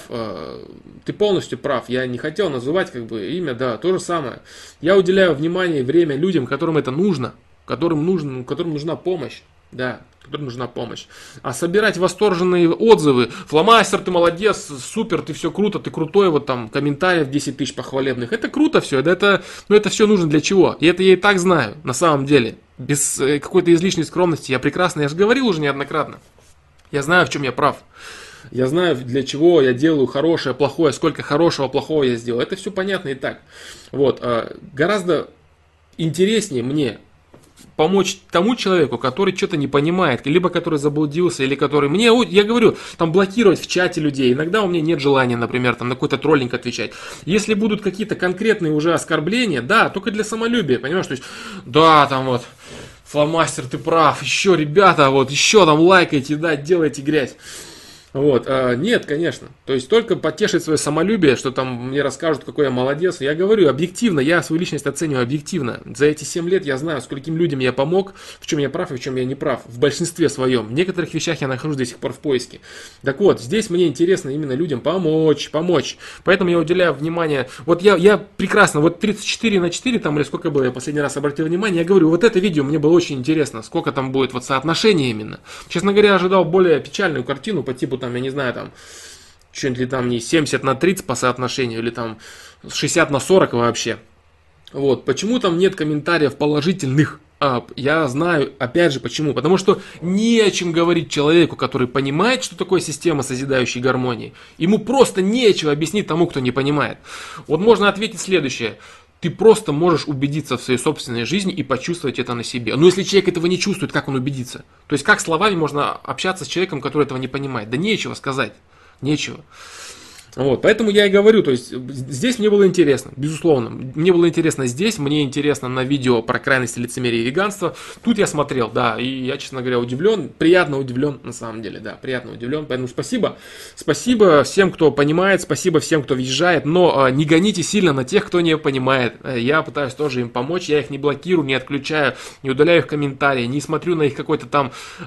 я не хотел называть как бы имя, да, то же самое. Я уделяю внимание и время людям, которым это нужно, которым нужна помощь, да, которым нужна помощь. А собирать восторженные отзывы: фломастер, ты молодец, супер, ты все круто, ты крутой, вот там комментариев 10 тысяч похвалебных, это круто все, но это все нужно для чего? И это я и так знаю, на самом деле, без какой-то излишней скромности, я же говорил уже неоднократно. Я знаю, в чем я прав. Я знаю, для чего я делаю хорошее, плохое, сколько хорошего, плохого я сделал. Это все понятно и так. Вот. Гораздо интереснее мне помочь тому человеку, который что-то не понимает, либо который заблудился, или который... я говорю, там блокировать в чате людей. Иногда у меня нет желания, например, там на какой-то троллинг отвечать. Если будут какие-то конкретные уже оскорбления, да, только для самолюбия, понимаешь? То есть, да, там вот... Фломастер, ты прав, еще, ребята, вот, еще там лайкайте, да, делайте грязь. Вот, нет, конечно. То есть только потешить свое самолюбие, что там мне расскажут, какой я молодец. Я говорю объективно, я свою личность оцениваю объективно. За эти 7 лет я знаю, скольким людям я помог, в чем я прав и в чем я не прав. В большинстве своем. В некоторых вещах я нахожусь до сих пор в поиске. Так вот, здесь мне интересно именно людям помочь. Поэтому я уделяю внимание. Вот я прекрасно, вот 34/4 там, или сколько было, я последний раз обратил внимание, я говорю, вот это видео мне было очень интересно, сколько там будет вот соотношение именно. Честно говоря, я ожидал более печальную картину по типу там, я не знаю, там, что-нибудь ли там не 70/30 по соотношению, или там 60/40 вообще. Вот, почему там нет комментариев положительных? Я знаю, опять же, почему. Потому что не о чем говорить человеку, который понимает, что такое система созидающей гармонии. Ему просто нечего объяснить тому, кто не понимает. Вот можно ответить следующее. Ты просто можешь убедиться в своей собственной жизни и почувствовать это на себе. Но если человек этого не чувствует, как он убедится? То есть как словами можно общаться с человеком, который этого не понимает? Да нечего сказать. Нечего. Вот, поэтому я и говорю, то есть здесь мне было интересно, безусловно. Мне было интересно здесь, мне интересно на видео про крайности лицемерия и веганства. Тут я смотрел, да, и я, честно говоря, удивлен, приятно удивлен, на самом деле, да, приятно удивлен. Поэтому спасибо. Спасибо всем, кто понимает, спасибо всем, кто въезжает, но не гоните сильно на тех, кто не понимает. Я пытаюсь тоже им помочь, я их не блокирую, не отключаю, не удаляю их комментарии, не смотрю на их какой-то там...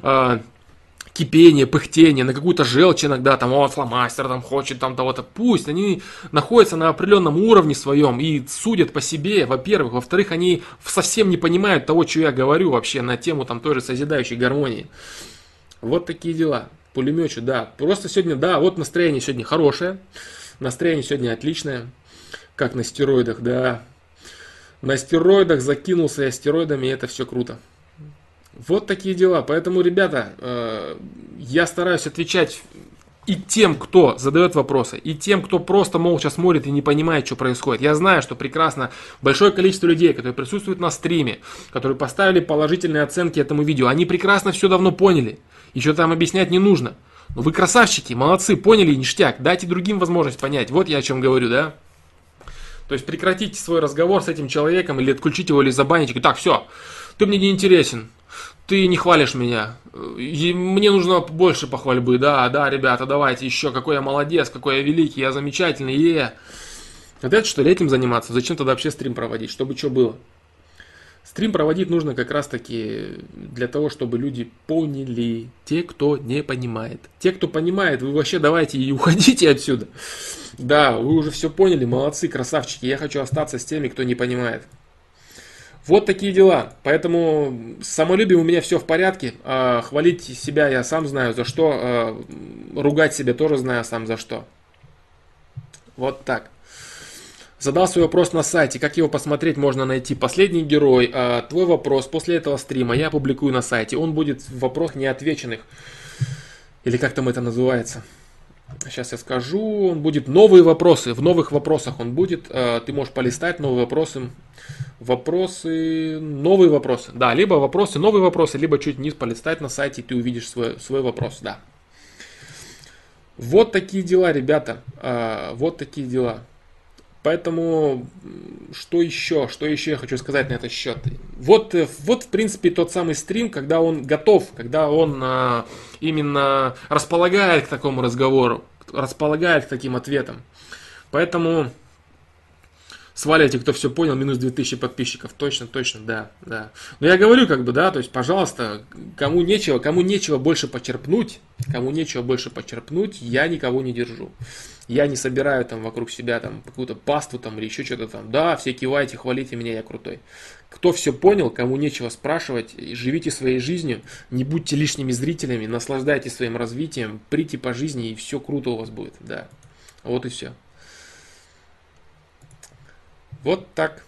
кипение, пыхтение, на какую-то желчь иногда, там, фломастер там хочет там того-то. Пусть они находятся на определенном уровне своем и судят по себе, во-первых. Во-вторых, они совсем не понимают того, что я говорю вообще на тему там той же созидающей гармонии. Вот такие дела. Пулеметчик, да. Просто сегодня, да, вот настроение сегодня хорошее. Настроение сегодня отличное. Как на стероидах, да. На стероидах закинулся я стероидами, и это все круто. Вот такие дела. Поэтому, ребята, я стараюсь отвечать и тем, кто задает вопросы, и тем, кто просто молча смотрит и не понимает, что происходит. Я знаю, что прекрасно большое количество людей, которые присутствуют на стриме, которые поставили положительные оценки этому видео, они прекрасно все давно поняли. Еще там объяснять не нужно. Но вы красавчики, молодцы, поняли, ништяк. Дайте другим возможность понять. Вот я о чем говорю, да? То есть прекратите свой разговор с этим человеком или отключите его, или забаните. Так, все, ты мне не интересен. Ты не хвалишь меня. Мне нужно больше похвальбы. Да, ребята, давайте еще. Какой я молодец, какой я великий, я замечательный. Опять что ли этим заниматься? Зачем тогда вообще стрим проводить? Чтобы что было? Стрим проводить нужно как раз таки для того, чтобы люди поняли. Те, кто не понимает. Те, кто понимает, вы вообще давайте и уходите отсюда. Да, вы уже все поняли, молодцы, красавчики. Я хочу остаться с теми, кто не понимает. Вот такие дела. Поэтому с самолюбием у меня все в порядке. Хвалить себя я сам знаю за что. Ругать себя тоже знаю сам за что. Вот так. Задал свой вопрос на сайте. Как его посмотреть, можно найти. Последний герой. Твой вопрос после этого стрима я опубликую на сайте. Он будет в вопрос неотвеченных. Или как там это называется. Сейчас я скажу. Он будет новые вопросы. В новых вопросах он будет. Ты можешь полистать новые вопросы. Новые вопросы. Да, либо вопросы, новые вопросы, либо чуть вниз полистать на сайте, и ты увидишь свой вопрос. Да. Вот такие дела, ребята. Вот такие дела. Поэтому, что еще я хочу сказать на этот счет? Вот, в принципе, тот самый стрим, когда он готов, когда он именно располагает к такому разговору, располагает к таким ответам. Поэтому сваливайте, кто все понял, минус 2000 подписчиков. Точно, да. Но я говорю, то есть, пожалуйста, кому нечего больше почерпнуть, я никого не держу. Я не собираю там вокруг себя там какую-то паству там или еще что-то там. Да, все кивайте, хвалите меня, я крутой. Кто все понял, кому нечего спрашивать, живите своей жизнью, не будьте лишними зрителями, наслаждайтесь своим развитием, прите по жизни, и все круто у вас будет. Да, вот и все. Вот так.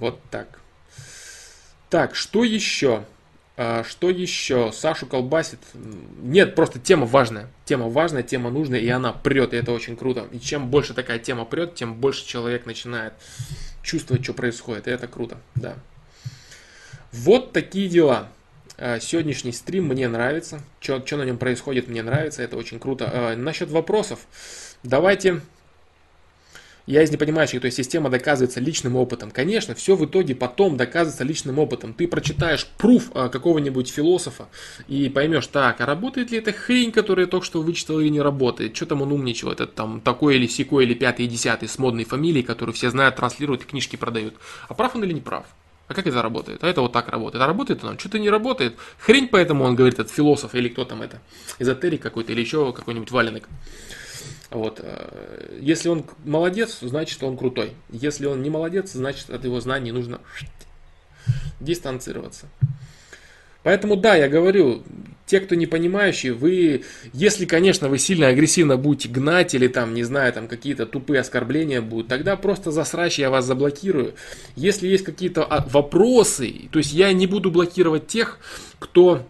Так, что еще? Сашу колбасит. Нет, просто тема важная, тема нужная, и она прет, и это очень круто. И чем больше такая тема прет, тем больше человек начинает чувствовать, что происходит, и это круто, да. Вот такие дела. Сегодняшний стрим мне нравится, что на нем происходит, мне нравится, это очень круто. Насчет вопросов, давайте... Я из непонимающих, то есть система доказывается личным опытом. Конечно, все в итоге потом доказывается личным опытом. Ты прочитаешь пруф какого-нибудь философа и поймешь, так, а работает ли эта хрень, которую я только что вычитал, или не работает? Что там он умничал, этот там такой или сякой, или пятый и десятый с модной фамилией, которую все знают, транслируют и книжки продают. А прав он или не прав? А как это работает? А это вот так работает. А работает оно? Что-то не работает. Хрень, поэтому он говорит, этот философ или кто там это, эзотерик какой-то или еще какой-нибудь валенок. Вот. Если он молодец, значит он крутой. Если он не молодец, значит от его знаний нужно дистанцироваться. Поэтому да, я говорю, те, кто не понимающие, вы, если, конечно, вы сильно агрессивно будете гнать или там, не знаю, там какие-то тупые оскорбления будут, тогда просто за сращ я вас заблокирую. Если есть какие-то вопросы, то есть я не буду блокировать тех, кто...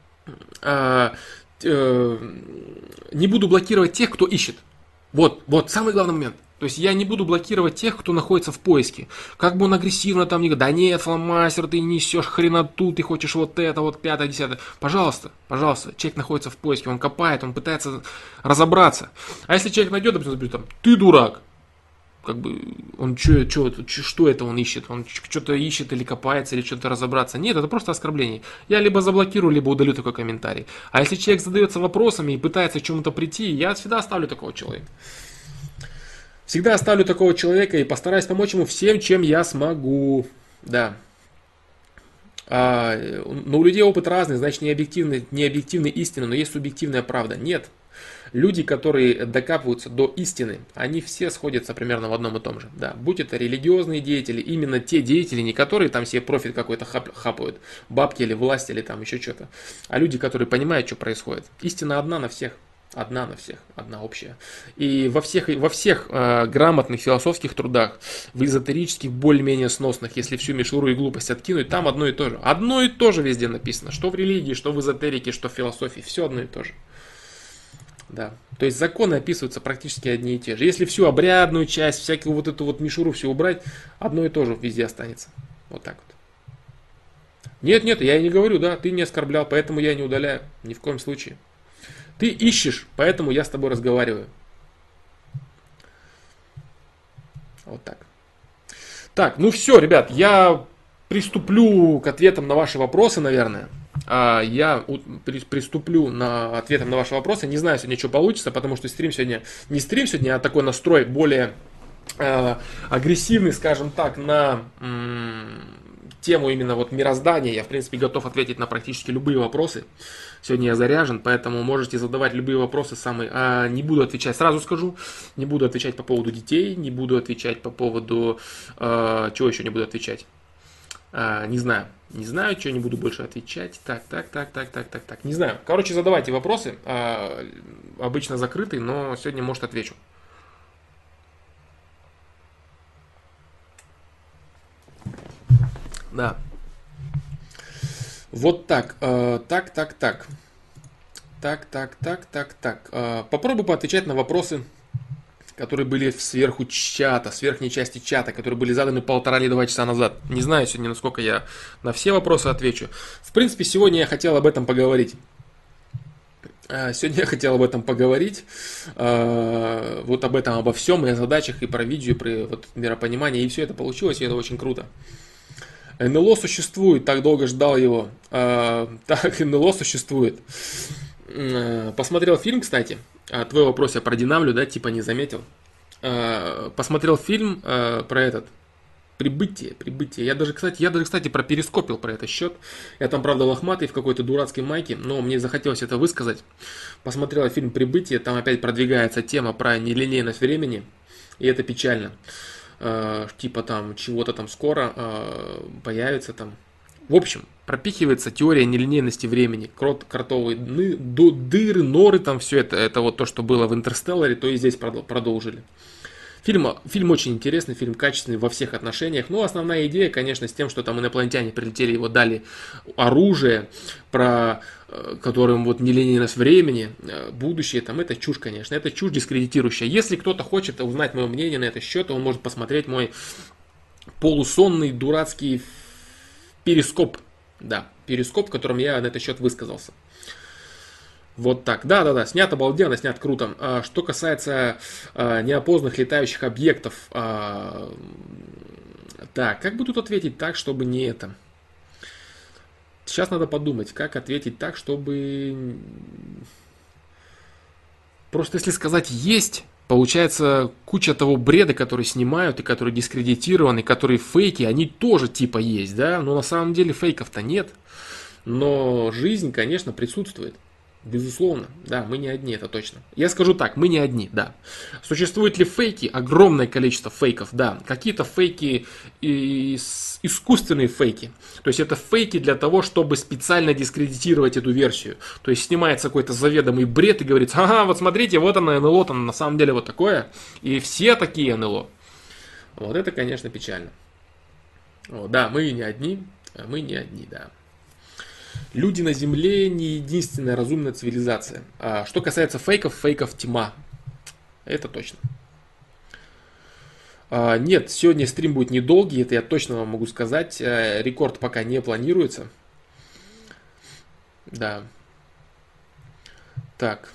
не буду блокировать тех, кто ищет. Вот самый главный момент. То есть я не буду блокировать тех, кто находится в поиске. Как бы он агрессивно там не говорил, да нет, фломастер, ты несешь хреноту, ты хочешь вот это, вот пятое, десятое. Пожалуйста, человек находится в поиске, он копает, он пытается разобраться. А если человек найдет, допустим, там, ты дурак, как бы он что это он ищет? Он что-то ищет или копается, или что-то разобраться. Нет, это просто оскорбление. Я либо заблокирую, либо удалю такой комментарий. А если человек задается вопросами и пытается к чему-то прийти, я всегда оставлю такого человека. Всегда оставлю такого человека и постараюсь помочь ему всем, чем я смогу. Да. Но у людей опыт разный, значит не объективная истина, но есть субъективная правда. Нет. Люди, которые докапываются до истины, они все сходятся примерно в одном и том же. Да, будь это религиозные деятели, именно те деятели, не которые там себе профит какой-то хапают, бабки или власть или там еще что-то, а люди, которые понимают, что происходит. Истина одна на всех. Одна общая. И во всех грамотных философских трудах, в эзотерических, более-менее сносных, если всю мишуру и глупость откинуть, там одно и то же. Одно и то же везде написано. Что в религии, что в эзотерике, что в философии. Все одно и то же. Да. То есть законы описываются практически одни и те же. Если всю обрядную часть, всякую вот эту вот мишуру все убрать, одно и то же везде останется. Вот так вот. Нет, я и не говорю, да, ты не оскорблял, поэтому я не удаляю. Ни в коем случае. Ты ищешь, поэтому я с тобой разговариваю. Вот так. Так, ну все, ребят, я приступлю к ответам на ваши вопросы, наверное. Я приступлю на ответом на ваши вопросы. Не знаю сегодня, что получится, потому что стрим сегодня, не стрим сегодня, а такой настрой более агрессивный, скажем так, на тему именно вот мироздания. Я, в принципе, готов ответить на практически любые вопросы. Сегодня я заряжен, поэтому можете задавать любые вопросы самые. Не буду отвечать, сразу скажу, не буду отвечать по поводу детей, не буду отвечать по поводу... чего еще не буду отвечать? Не знаю, что не буду больше отвечать. Так. Не знаю. Короче, задавайте вопросы. Обычно закрытый, но сегодня, может, отвечу. Да. Вот так. Так. Попробуй поотвечать на вопросы, которые были сверху чата, с верхней части чата, которые были заданы 1,5 или 2 часа назад. Не знаю сегодня, насколько я на все вопросы отвечу. В принципе, сегодня я хотел об этом поговорить. Вот об этом, обо всем, и о задачах, и про видео, и про вот миропонимание, и все это получилось, и это очень круто. НЛО существует, так долго ждал его. Так, НЛО существует. Посмотрел фильм, кстати. Твой вопрос я продинамлю, да, типа не заметил. Посмотрел фильм про этот. Прибытие. Я даже, кстати, проперископил про этот счет. Я там, правда, лохматый в какой-то дурацкой майке, но мне захотелось это высказать. Посмотрел фильм «Прибытие», там опять продвигается тема про нелинейность времени, и это печально. Типа там чего-то там скоро появится там. В общем, пропихивается теория нелинейности времени, кротовые дыры, норы, там все это вот то, что было в «Интерстелларе», то и здесь продолжили. Фильм очень интересный, фильм качественный во всех отношениях. Но основная идея, конечно, с тем, что там инопланетяне прилетели, его дали оружие, про которым вот нелинейность времени, будущее, там это чушь, конечно. Это чушь дискредитирующая. Если кто-то хочет узнать мое мнение на этот счет, он может посмотреть мой полусонный дурацкий перископ. Да, перископ, в котором я на этот счет высказался. Вот так. Да, снят обалденно, снят круто. Что касается неопознанных летающих объектов, так, как бы тут ответить так, чтобы не это? Сейчас надо подумать, как ответить так, чтобы... Просто если сказать «есть», получается куча того бреда, который снимают, и который дискредитирован, и которые фейки, они тоже типа есть, да? Но на самом деле фейков-то нет. Но жизнь, конечно, присутствует. Безусловно, да, мы не одни, это точно. Я скажу так, мы не одни, да. Существуют ли фейки? Огромное количество фейков, да. Какие-то фейки, искусственные фейки. То есть это фейки для того, чтобы специально дискредитировать эту версию. То есть снимается какой-то заведомый бред и говорится, ага, вот смотрите, вот оно НЛО, там на самом деле вот такое. И все такие НЛО. Вот это, конечно, печально. Да, мы не одни, да. Люди на Земле не единственная разумная цивилизация. Что касается фейков тьма. Это точно. Нет, сегодня стрим будет недолгий, это я точно вам могу сказать. Рекорд пока не планируется. Да. Так.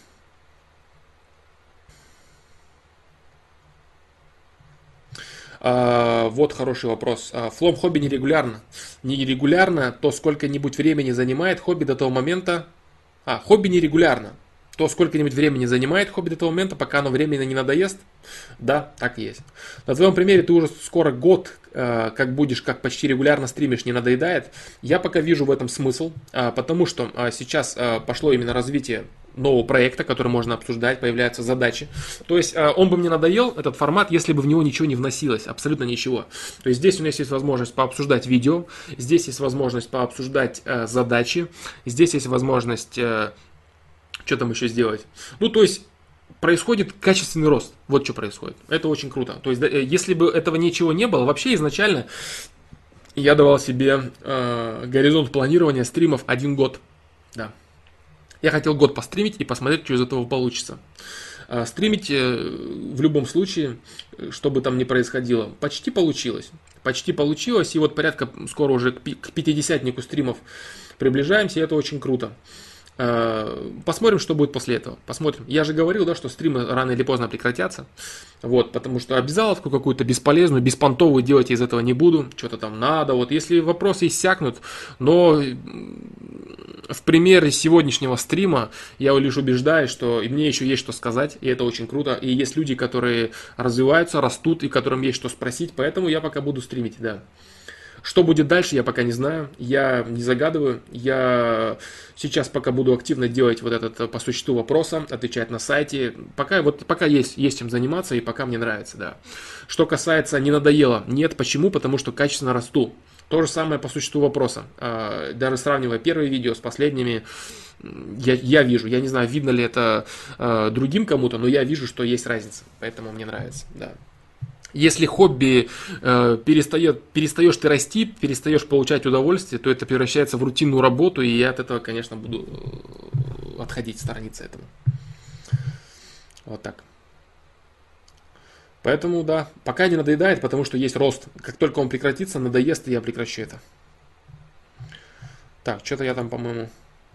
Вот хороший вопрос. Флом хобби нерегулярно. Нерегулярно, то сколько-нибудь времени занимает хобби до того момента... хобби нерегулярно. То сколько-нибудь времени занимает хобби до того момента, пока оно временно не надоест. Да, так и есть. На твоем примере ты уже скоро год, как будешь, как почти регулярно стримишь, не надоедает. Я пока вижу в этом смысл, потому что сейчас пошло именно развитие нового проекта, который можно обсуждать, появляются задачи. То есть он бы мне надоел, этот формат, если бы в него ничего не вносилось, абсолютно ничего. То есть здесь у нас есть возможность пообсуждать видео, здесь есть возможность пообсуждать задачи, здесь есть возможность, что там еще сделать. Ну, то есть происходит качественный рост. Вот что происходит. Это очень круто. То есть если бы этого ничего не было, вообще изначально я давал себе горизонт планирования стримов 1 год. Да. Я хотел год постримить и посмотреть, что из этого получится. Стримить в любом случае, что бы там ни происходило, почти получилось. И вот порядка скоро уже к 50-нику стримов приближаемся, и это очень круто. Посмотрим, что будет после этого. Посмотрим. Я же говорил, да, что стримы рано или поздно прекратятся. Вот, потому что обязаловку какую-то бесполезную, беспонтовую делать я из этого не буду. Что-то там надо. Вот если вопросы иссякнут, но в примере сегодняшнего стрима я лишь убеждаюсь, что и мне еще есть что сказать, и это очень круто. И есть люди, которые развиваются, растут, и которым есть что спросить, поэтому я пока буду стримить, да. Что будет дальше, я пока не знаю, я не загадываю. Я сейчас пока буду активно делать вот этот по существу вопроса, отвечать на сайте. Пока есть чем заниматься и пока мне нравится, да. Что касается не надоело, нет, почему? Потому что качественно расту. То же самое по существу вопроса. Даже сравнивая первые видео с последними, я вижу, я не знаю, видно ли это другим кому-то, но я вижу, что есть разница, поэтому мне нравится, да. Если хобби перестаешь ты расти, перестаешь получать удовольствие, то это превращается в рутинную работу, и я от этого, конечно, буду отходить, сторониться этому. Вот так. Поэтому, да, пока не надоедает, потому что есть рост. Как только он прекратится, надоест, и я прекращу это. Так, что-то я там, по-моему...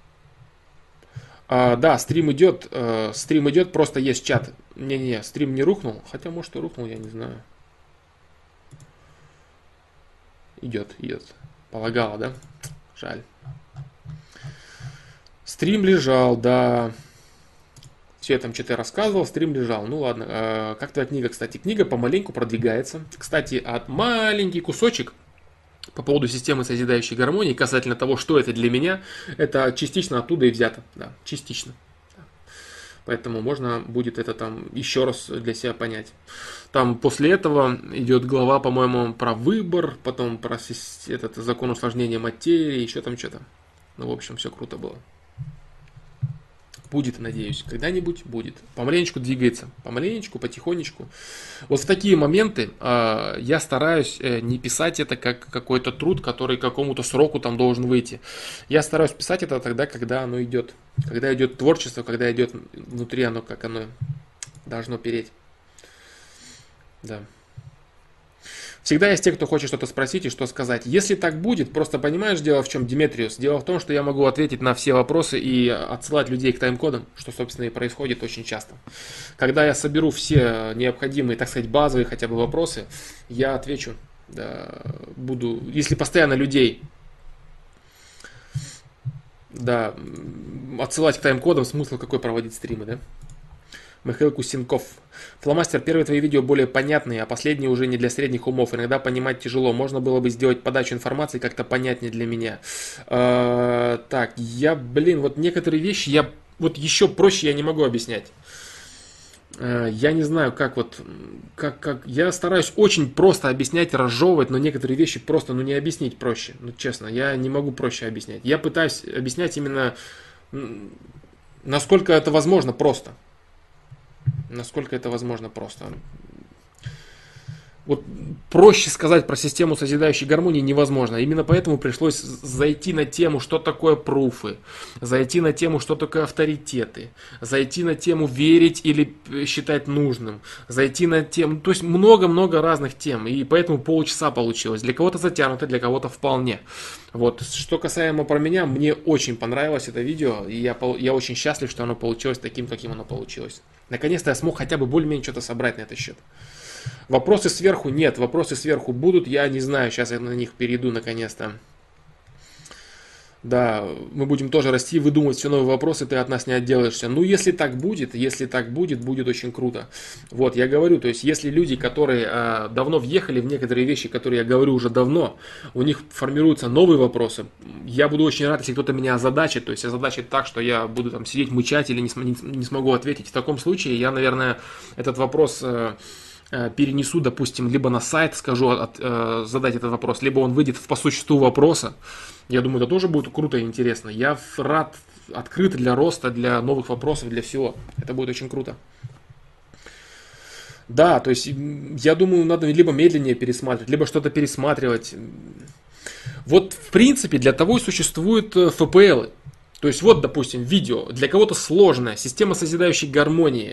Да, стрим идет, просто есть чат. Не-не, стрим не рухнул, хотя, может, и рухнул, я не знаю. Идет. Полагала, да? Жаль. Стрим лежал, да. Все я там что-то рассказывал, стрим лежал. Ну ладно. Как твоя книга, кстати? Книга помаленьку продвигается. Кстати, от маленький кусочек по поводу системы созидающей гармонии, касательно того, что это для меня, это частично оттуда и взято. Да, частично. Поэтому можно будет это там еще раз для себя понять. Там после этого идет глава, по-моему, про выбор, потом про этот закон усложнения материи, еще там что-то. Ну, в общем, все круто было. Будет, надеюсь, когда-нибудь будет. Помаленечку двигается, помаленечку, потихонечку. Вот в такие моменты я стараюсь не писать это как какой-то труд, который к какому-то сроку там должен выйти. Я стараюсь писать это тогда, когда оно идет. Когда идет творчество, когда идет внутри оно, как оно должно переть. Да. Всегда есть те, кто хочет что-то спросить и что сказать. Если так будет, просто понимаешь, дело в чем, Диметриус? Дело в том, что я могу ответить на все вопросы и отсылать людей к тайм-кодам, что, собственно, и происходит очень часто. Когда я соберу все необходимые, так сказать, базовые хотя бы вопросы, я отвечу. Да, буду, если постоянно людей отсылать к тайм-кодам, смысл какой проводить стримы, да? Михаил Кусенков. Фломастер, первые твои видео более понятные, а последние уже не для средних умов. Иногда понимать тяжело. Можно было бы сделать подачу информации как-то понятнее для меня. Так, вот некоторые вещи вот еще проще я не могу объяснять. Я не знаю, как я стараюсь очень просто объяснять, разжевывать, но некоторые вещи просто, не объяснить проще. Честно, я не могу проще объяснять. Я пытаюсь объяснять именно, насколько это возможно просто. Насколько это возможно просто. Вот проще сказать про систему созидающей гармонии невозможно. Именно поэтому пришлось зайти на тему, что такое пруфы, зайти на тему, что такое авторитеты, зайти на тему верить или считать нужным, зайти на тему, то есть много-много разных тем. И поэтому полчаса получилось. Для кого-то затянуто, для кого-то вполне. Вот. Что касаемо про меня, мне очень понравилось это видео, и я очень счастлив, что оно получилось таким, каким оно получилось. Наконец-то я смог хотя бы более-менее что-то собрать на этот счет. Вопросы сверху нет, вопросы сверху будут, я не знаю, сейчас я на них перейду наконец-то. Да, мы будем тоже расти, выдумывать все новые вопросы, ты от нас не отделаешься. Если так будет, будет очень круто. Вот, я говорю, то есть, если люди, которые давно въехали в некоторые вещи, которые я говорю уже давно, у них формируются новые вопросы, я буду очень рад, если кто-то меня озадачит, то есть озадачит так, что я буду там сидеть, мычать или не смогу ответить. В таком случае я, наверное, этот вопрос перенесу, допустим, либо на сайт, скажу задать этот вопрос, либо он выйдет по существу вопроса. Я думаю, это тоже будет круто и интересно. Я рад, открыт для роста, для новых вопросов, для всего. Это будет очень круто. Да, то есть, я думаю, надо либо медленнее пересматривать, либо что-то пересматривать. Вот, в принципе, для того и существуют FPL. То есть, вот, допустим, видео. Для кого-то сложная система созидающей гармонии.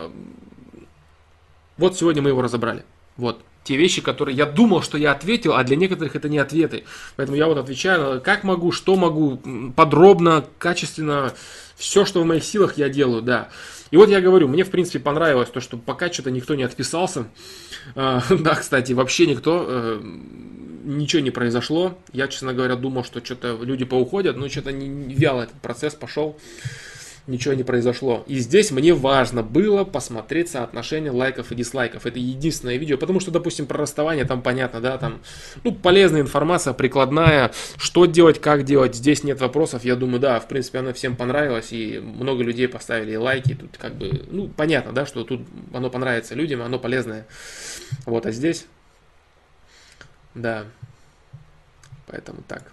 Вот сегодня мы его разобрали. Вот. Те вещи, которые я думал, что я ответил, а для некоторых это не ответы. Поэтому я вот отвечаю, как могу, что могу, подробно, качественно, все, что в моих силах, я делаю, да. И вот я говорю, мне в принципе понравилось то, что пока что-то никто не отписался. Да, кстати, вообще ничего не произошло. Я, честно говоря, думал, что что-то люди поуходят, но что-то вяло этот процесс пошел. Ничего не произошло. И здесь мне важно было посмотреть соотношение лайков и дизлайков. Это единственное видео, потому что, допустим, про расставание там понятно, да, там, полезная информация, прикладная, что делать, как делать, здесь нет вопросов. Я думаю, да, в принципе, оно всем понравилось, и много людей поставили лайки, тут как бы, понятно, да, что тут оно понравится людям, оно полезное. Вот, а здесь, да, поэтому так.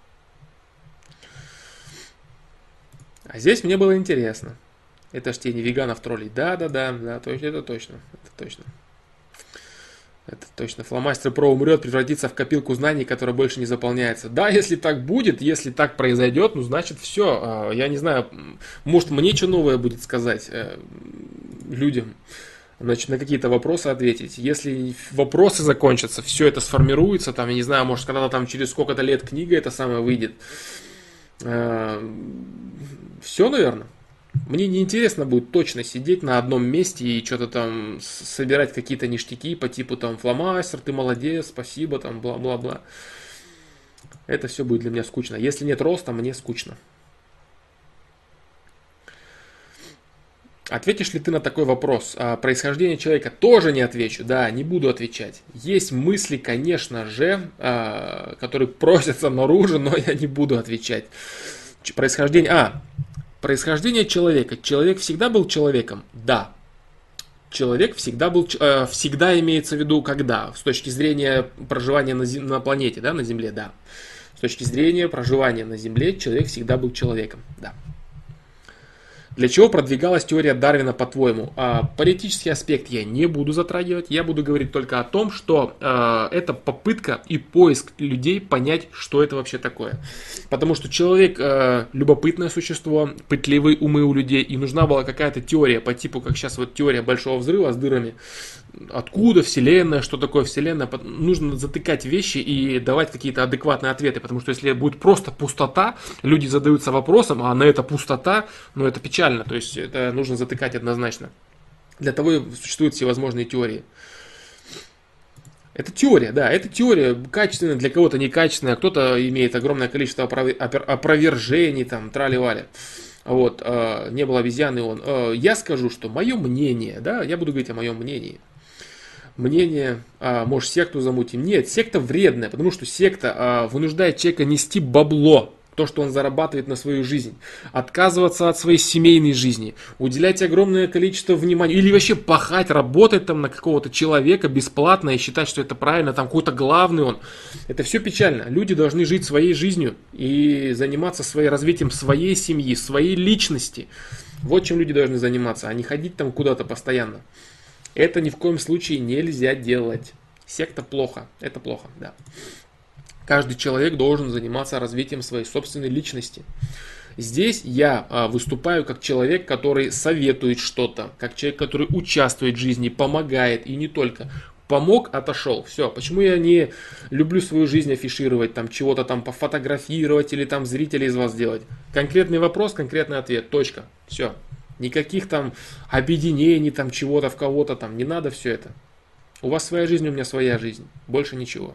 А здесь мне было интересно. Это ж тебе не веганов троллить. Да, то есть это точно. Это точно. Фломастер Про умрет, превратится в копилку знаний, которая больше не заполняется. Да, если так будет, если так произойдет, ну, значит, все. Я не знаю, может, мне что новое будет сказать людям. Значит, на какие-то вопросы ответить. Если вопросы закончатся, все это сформируется, там, я не знаю, может, когда-то там через сколько-то лет книга это самое выйдет. Все, наверное. Мне не интересно будет точно сидеть на одном месте и что-то там собирать какие-то ништяки по типу там фломастер, ты молодец, спасибо, там бла-бла-бла. Это все будет для меня скучно. Если нет роста, мне скучно. Ответишь ли ты на такой вопрос? Происхождение человека тоже не отвечу. Да, не буду отвечать. Есть мысли, конечно же, которые просятся наружу, но я не буду отвечать. Происхождение человека. Человек всегда был человеком? Да. Человек всегда был, всегда имеется в виду когда? С точки зрения проживания на планете, да, на Земле, да. С точки зрения проживания на Земле человек всегда был человеком, да. Для чего продвигалась теория Дарвина, по-твоему? Политический аспект я не буду затрагивать. Я буду говорить только о том, что это попытка и поиск людей понять, что это вообще такое. Потому что человек любопытное существо, пытливые умы у людей, и нужна была какая-то теория по типу, как сейчас вот теория Большого взрыва с дырами. Откуда Вселенная, что такое Вселенная? Нужно затыкать вещи и давать какие-то адекватные ответы, потому что если будет просто пустота, люди задаются вопросом, а на это пустота, ну это печально, то есть это нужно затыкать однозначно. Для того и существуют всевозможные теории. Это теория, да, это теория качественная, для кого-то некачественная, кто-то имеет огромное количество опровержений, там, трали-вали. Вот, не было обезьяны он. Я скажу, что мое мнение, да, я буду говорить о моем мнении. Мнение, может, секту замутим. Нет, секта вредная, потому что секта вынуждает человека нести бабло, то, что он зарабатывает на свою жизнь, отказываться от своей семейной жизни, уделять огромное количество внимания, или вообще пахать, работать там на какого-то человека бесплатно и считать, что это правильно, там какой-то главный он. Это все печально. Люди должны жить своей жизнью и заниматься развитием своей семьи, своей личности. Вот чем люди должны заниматься, а не ходить там куда-то постоянно. Это ни в коем случае нельзя делать. Секта плохо, это плохо, да. Каждый человек должен заниматься развитием своей собственной личности. Здесь я выступаю как человек, который советует что-то, как человек, который участвует в жизни, помогает и не только. Помог, отошел. Все. Почему я не люблю свою жизнь афишировать, там чего-то там пофотографировать или там зрителей из вас сделать? Конкретный вопрос, конкретный ответ. Точка. Все. Никаких там объединений, там чего-то в кого-то там. Не надо все это. У вас своя жизнь, у меня своя жизнь. Больше ничего.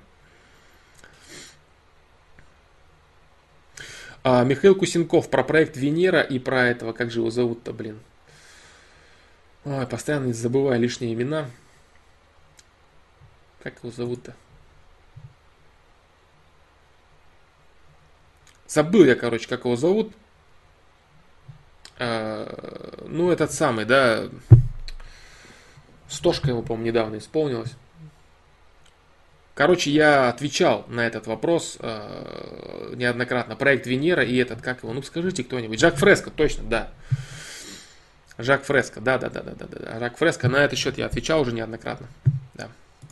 Михаил Кусенков про проект Венера и про этого, как же его зовут-то, блин. Ой, постоянно забываю лишние имена. Как его зовут-то? Забыл я, короче, как его зовут. Ну, этот самый, да. Стошка ему, по-моему, недавно исполнилась. Короче, я отвечал на этот вопрос неоднократно. Проект Венера и этот, как его, ну скажите кто-нибудь. Жак Фреско, точно, да. Жак Фреско, да. Жак Фреско, на этот счет я отвечал уже неоднократно. Да.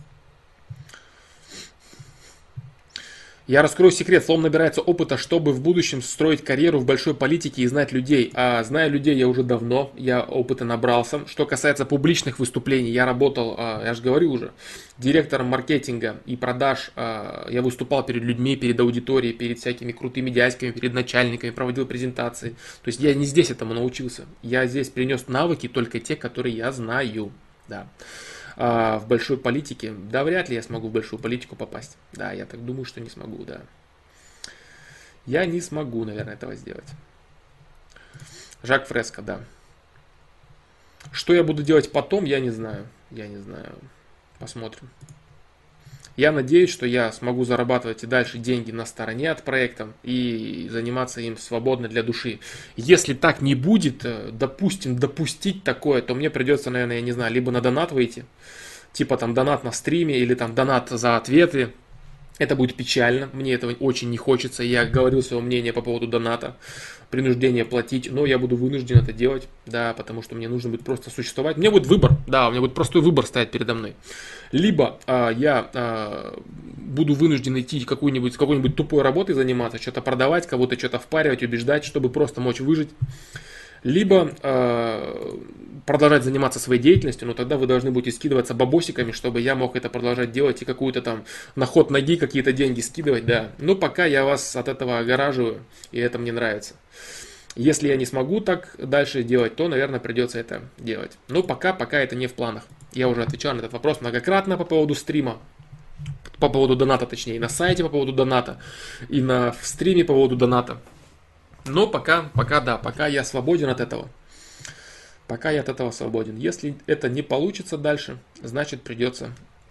Я раскрою секрет. Флом набирается опыта, чтобы в будущем строить карьеру в большой политике и знать людей. А зная людей я уже давно, я опыта набрался. Что касается публичных выступлений, я работал, я же говорил уже, директором маркетинга и продаж. Я выступал перед людьми, перед аудиторией, перед всякими крутыми дядьками, перед начальниками, проводил презентации. То есть я не здесь этому научился. Я здесь принес навыки только те, которые я знаю. Да. В большой политике, да, вряд ли я смогу в большую политику попасть. Да, я так думаю, что не смогу, да. Я не смогу, наверное, этого сделать. Жак Фреско, да. Что я буду делать потом, я не знаю. Посмотрим. Я надеюсь, что я смогу зарабатывать и дальше деньги на стороне от проекта и заниматься им свободно для души. Если так не будет, допустим, допустить такое, то мне придется, наверное, я не знаю, либо на донат выйти, типа там донат на стриме или там донат за ответы, Это будет печально, мне этого очень не хочется. Я говорил свое мнение по поводу доната, принуждение платить, но я буду вынужден это делать, да, потому что мне нужно будет просто существовать. У меня будет выбор, да, у меня будет простой выбор стоять передо мной. Либо я буду вынужден идти какой-нибудь тупой работой заниматься, что-то продавать, кого-то что-то впаривать, убеждать, чтобы просто мочь выжить. Либо продолжать заниматься своей деятельностью, но тогда вы должны будете скидываться бабосиками, чтобы я мог это продолжать делать и какую-то там на ход ноги какие-то деньги скидывать, да. Но пока я вас от этого огораживаю, и это мне нравится. Если я не смогу так дальше делать, то, наверное, придется это делать. Но пока это не в планах. Я уже отвечал на этот вопрос многократно по поводу стрима, по поводу доната, точнее, и на сайте по поводу доната, и в стриме по поводу доната. Но пока я свободен от этого. Пока я от этого свободен. Если это не получится дальше, значит придется.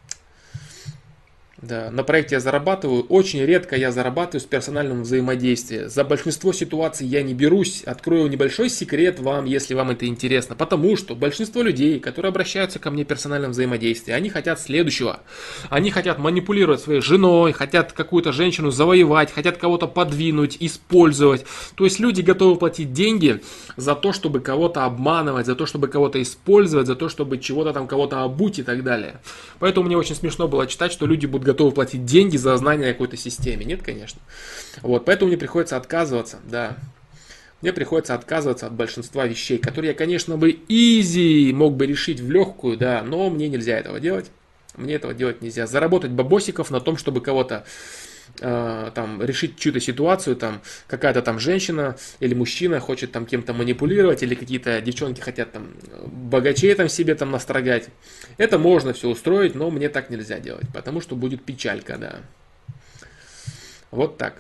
Да, на проекте я зарабатываю. Очень редко я зарабатываю с персональным взаимодействием. За большинство ситуаций я не берусь. Открою небольшой секрет вам, если вам это интересно. Потому что большинство людей, которые обращаются ко мне в персональном взаимодействии, они хотят следующего. Они хотят манипулировать своей женой, хотят какую-то женщину завоевать, хотят кого-то подвинуть, использовать. То есть люди готовы платить деньги за то, чтобы кого-то обманывать, за то, чтобы кого-то использовать, за то, чтобы чего-то там кого-то обуть и так далее. Поэтому мне очень смешно было читать, что люди будут готовы платить деньги за знание о какой-то системе. Нет, конечно. Вот, поэтому мне приходится отказываться, да. Мне приходится отказываться от большинства вещей, которые я, конечно, бы easy мог бы решить в легкую, да, но мне нельзя этого делать. Мне этого делать нельзя. Заработать бабосиков на том, чтобы кого-то там решить чью-то ситуацию, там какая-то там женщина или мужчина хочет там кем-то манипулировать, или какие-то девчонки хотят там богачей там себе там настрогать. Это можно все устроить, но мне так нельзя делать, потому что будет печалька, да. Вот так.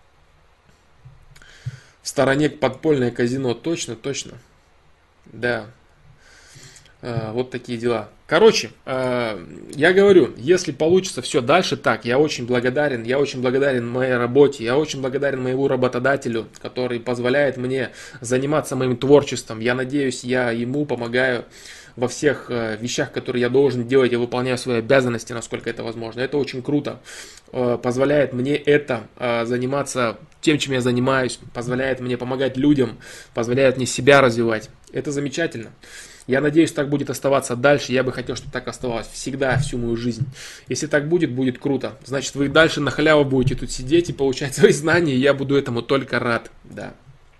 В стороне подпольное казино, точно. Да. Вот такие дела. Короче, я говорю, если получится все дальше так, я очень благодарен моей работе, я очень благодарен моему работодателю, который позволяет мне заниматься моим творчеством. Я надеюсь, я ему помогаю во всех вещах, которые я должен делать, я выполняю свои обязанности, насколько это возможно. Это очень круто. Позволяет мне это заниматься тем, чем я занимаюсь, позволяет мне помогать людям, позволяет мне себя развивать. Это замечательно. Я надеюсь, так будет оставаться дальше. Я бы хотел, чтобы так оставалось всегда, всю мою жизнь. Если так будет, будет круто. Значит, вы дальше на халяву будете тут сидеть и получать свои знания, и я буду этому только рад. Да.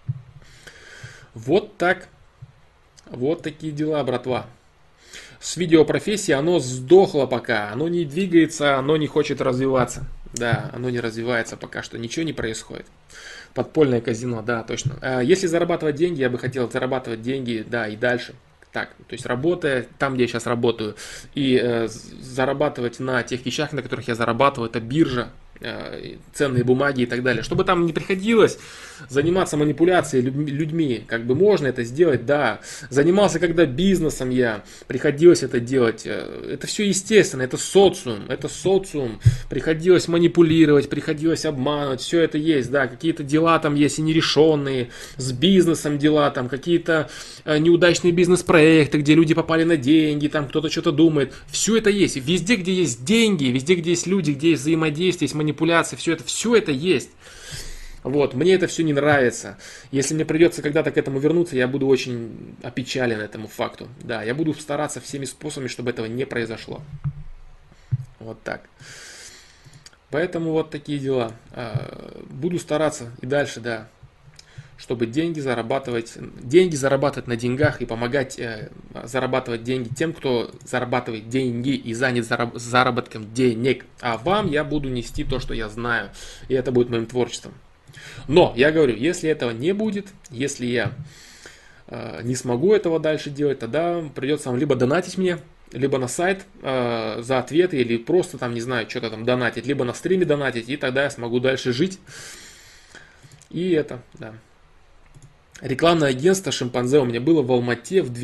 Вот так. Вот такие дела, братва. С видеопрофессией оно сдохло пока. Оно не двигается, оно не хочет развиваться. Да, оно не развивается пока что. Ничего не происходит. Подпольное казино, да, точно. Если зарабатывать деньги, я бы хотел зарабатывать деньги, да, и дальше. Так, то есть работая там, где я сейчас работаю, и зарабатывать на тех вещах, на которых я зарабатываю, это биржа, ценные бумаги и так далее. Чтобы там не приходилось заниматься манипуляцией людьми, как бы можно это сделать, да. Занимался когда бизнесом я, приходилось это делать. Это все естественно, это социум. Приходилось манипулировать, приходилось обманывать, все это есть, да. Какие-то дела там есть и нерешенные, с бизнесом дела, там какие-то неудачные бизнес-проекты, где люди попали на деньги, там кто-то что-то думает. Все это есть. Везде, где есть деньги, везде, где есть люди, где есть взаимодействие, есть манипуляции, все это есть. Вот, мне это все не нравится. Если мне придется когда-то к этому вернуться, я буду очень опечален этому факту. Да, я буду стараться всеми способами, чтобы этого не произошло. Вот так. Поэтому вот такие дела. Буду стараться и дальше, да, чтобы деньги зарабатывать на деньгах и помогать зарабатывать деньги тем, кто зарабатывает деньги и занят заработком денег. А вам я буду нести то, что я знаю, и это будет моим творчеством. Но, я говорю, если этого не будет, если я не смогу этого дальше делать, тогда придется вам либо донатить мне, либо на сайт за ответы, или просто там, не знаю, что-то там донатить, либо на стриме донатить, и тогда я смогу дальше жить. И это, да. Рекламное агентство «Шимпанзе» у меня было в Алмате в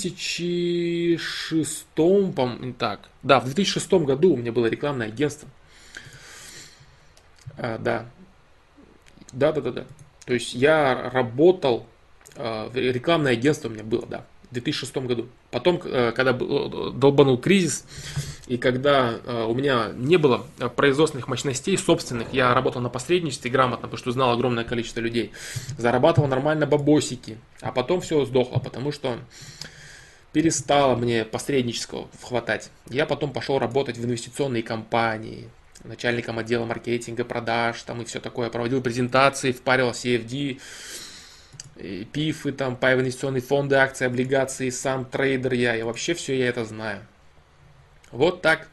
2006, по-моему, так. Да, в 2006 году у меня было рекламное агентство. Да. Да. То есть я работал, рекламное агентство у меня было, да, в 2006 году. Потом, когда долбанул кризис, И когда у меня не было производственных мощностей собственных, я работал на посредничестве грамотно, потому что знал огромное количество людей, зарабатывал нормально бабосики, а потом все сдохло, потому что перестало мне посреднического хватать. Я потом пошел работать в инвестиционные компании, начальником отдела маркетинга, продаж, там и все такое, проводил презентации, впаривал CFD, пифы, там, по инвестиционные фонды, акции, облигации, сам трейдер я, и вообще все я это знаю. Вот так.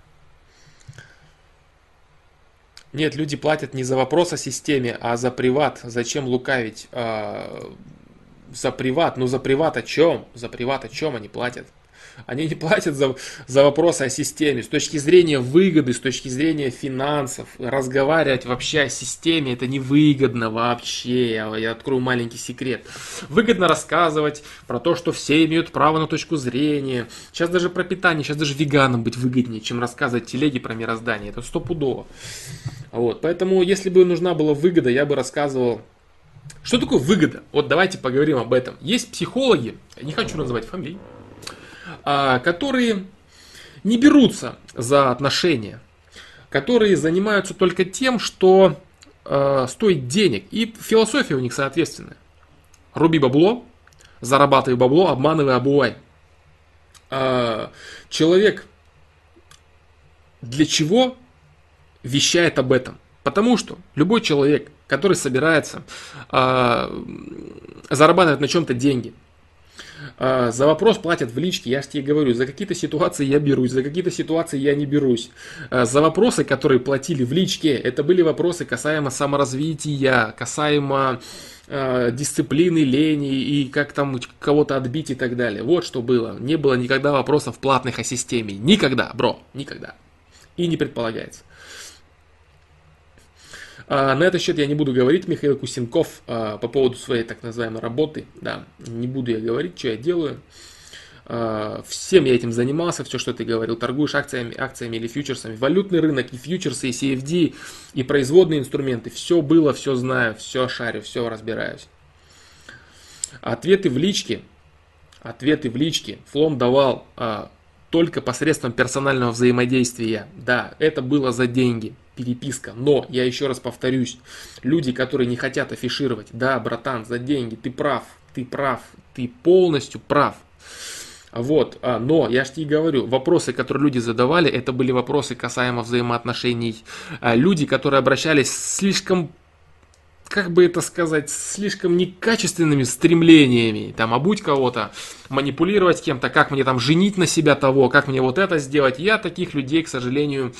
Нет, люди платят не за вопрос о системе, а за приват. Зачем лукавить? За приват. Ну за приват о чем? За приват о чем они платят? Они не платят за вопросы о системе. С точки зрения выгоды, с точки зрения финансов, разговаривать вообще о системе это невыгодно вообще. Я открою маленький секрет. Выгодно рассказывать про то, что все имеют право на точку зрения. Сейчас даже про питание, сейчас даже веганом быть выгоднее, чем рассказывать телеги про мироздание. Это стопудово. Вот. Поэтому, если бы нужна была выгода, я бы рассказывал. Что такое выгода? Вот давайте поговорим об этом. Есть психологи, не хочу называть фамилии, которые не берутся за отношения, которые занимаются только тем, что стоит денег. И философия у них соответственная. Руби бабло, зарабатывай бабло, обманывай, обувай. Человек для чего вещает об этом? Потому что любой человек, который собирается зарабатывать на чем-то деньги, за вопрос платят в личке, я же тебе говорю, за какие-то ситуации я берусь, за какие-то ситуации я не берусь. За вопросы, которые платили в личке, это были вопросы касаемо саморазвития, касаемо дисциплины, лени и как там кого-то отбить и так далее. Вот что было. Не было никогда вопросов платных о системе. Никогда, бро, никогда. И не предполагается. На этот счет я не буду говорить, Михаил Кусенков, по поводу своей так называемой работы. Да, не буду я говорить, что я делаю. Всем я этим занимался, все, что ты говорил. Торгуешь акциями или фьючерсами. Валютный рынок, и фьючерсы, и CFD, и производные инструменты. Все было, все знаю, все шарю, все разбираюсь. Ответы в личке. Флом давал только посредством персонального взаимодействия. Да, это было за деньги. Переписка. Но, я еще раз повторюсь, люди, которые не хотят афишировать, да, братан, за деньги, ты прав, ты полностью прав. Вот, но я же тебе говорю, вопросы, которые люди задавали, это были вопросы касаемо взаимоотношений. Люди, которые обращались слишком, как бы это сказать, слишком некачественными стремлениями, там, обуть кого-то, манипулировать кем-то, как мне там женить на себя того, как мне вот это сделать. Я таких людей, к сожалению,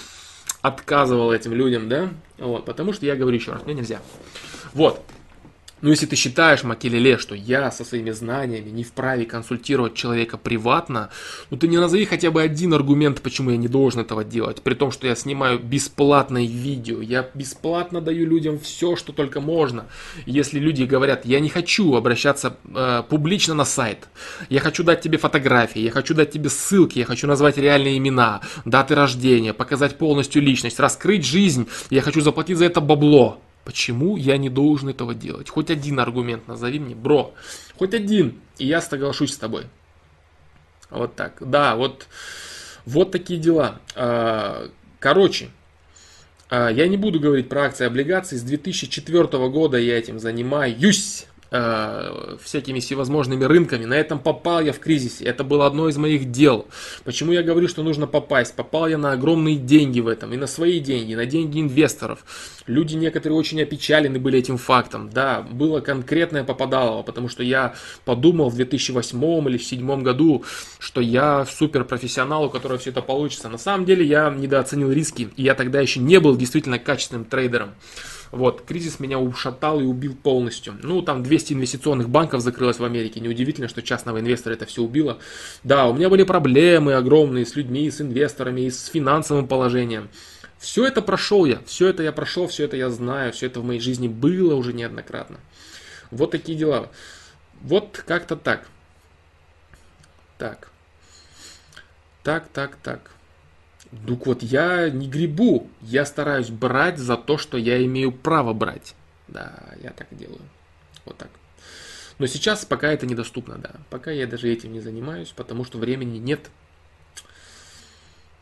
отказывал этим людям, да, вот, потому что я говорю еще раз, мне нельзя. Вот. Но если ты считаешь, Макелеле, что я со своими знаниями не вправе консультировать человека приватно, ну ты не назови хотя бы один аргумент, почему я не должен этого делать. При том, что я снимаю бесплатное видео, я бесплатно даю людям все, что только можно. Если люди говорят, я не хочу обращаться публично на сайт, я хочу дать тебе фотографии, я хочу дать тебе ссылки, я хочу назвать реальные имена, даты рождения, показать полностью личность, раскрыть жизнь, я хочу заплатить за это бабло. Почему я не должен этого делать? Хоть один аргумент назови мне, бро. Хоть один, и я соглашусь с тобой. Вот так. Да, вот такие дела. Короче, я не буду говорить про акции и облигации. С 2004 года я этим занимаюсь. Всякими всевозможными рынками. На этом попал я в кризисе. Это было одно из моих дел. Почему я говорю, что нужно попасть? Попал я на огромные деньги в этом. И на свои деньги, на деньги инвесторов. Люди некоторые очень опечалены были этим фактом. Да, было конкретное попадалово, потому что я подумал в 2008 или 2007 году, что я суперпрофессионал, у которого все это получится. На самом деле я недооценил риски. И я тогда еще не был действительно качественным трейдером. Вот, кризис меня ушатал и убил полностью. Ну, там 200 инвестиционных банков закрылось в Америке. Неудивительно, что частного инвестора это все убило. Да, у меня были проблемы огромные с людьми, с инвесторами, и с финансовым положением. Все это прошел я, все это я прошел, все это я знаю, все это в моей жизни было уже неоднократно. Вот такие дела. Вот как-то так. Так. Так вот, я не гребу, я стараюсь брать за то, что я имею право брать. Да, я так делаю. Вот так. Но сейчас пока это недоступно, да. Пока я даже этим не занимаюсь, потому что времени нет.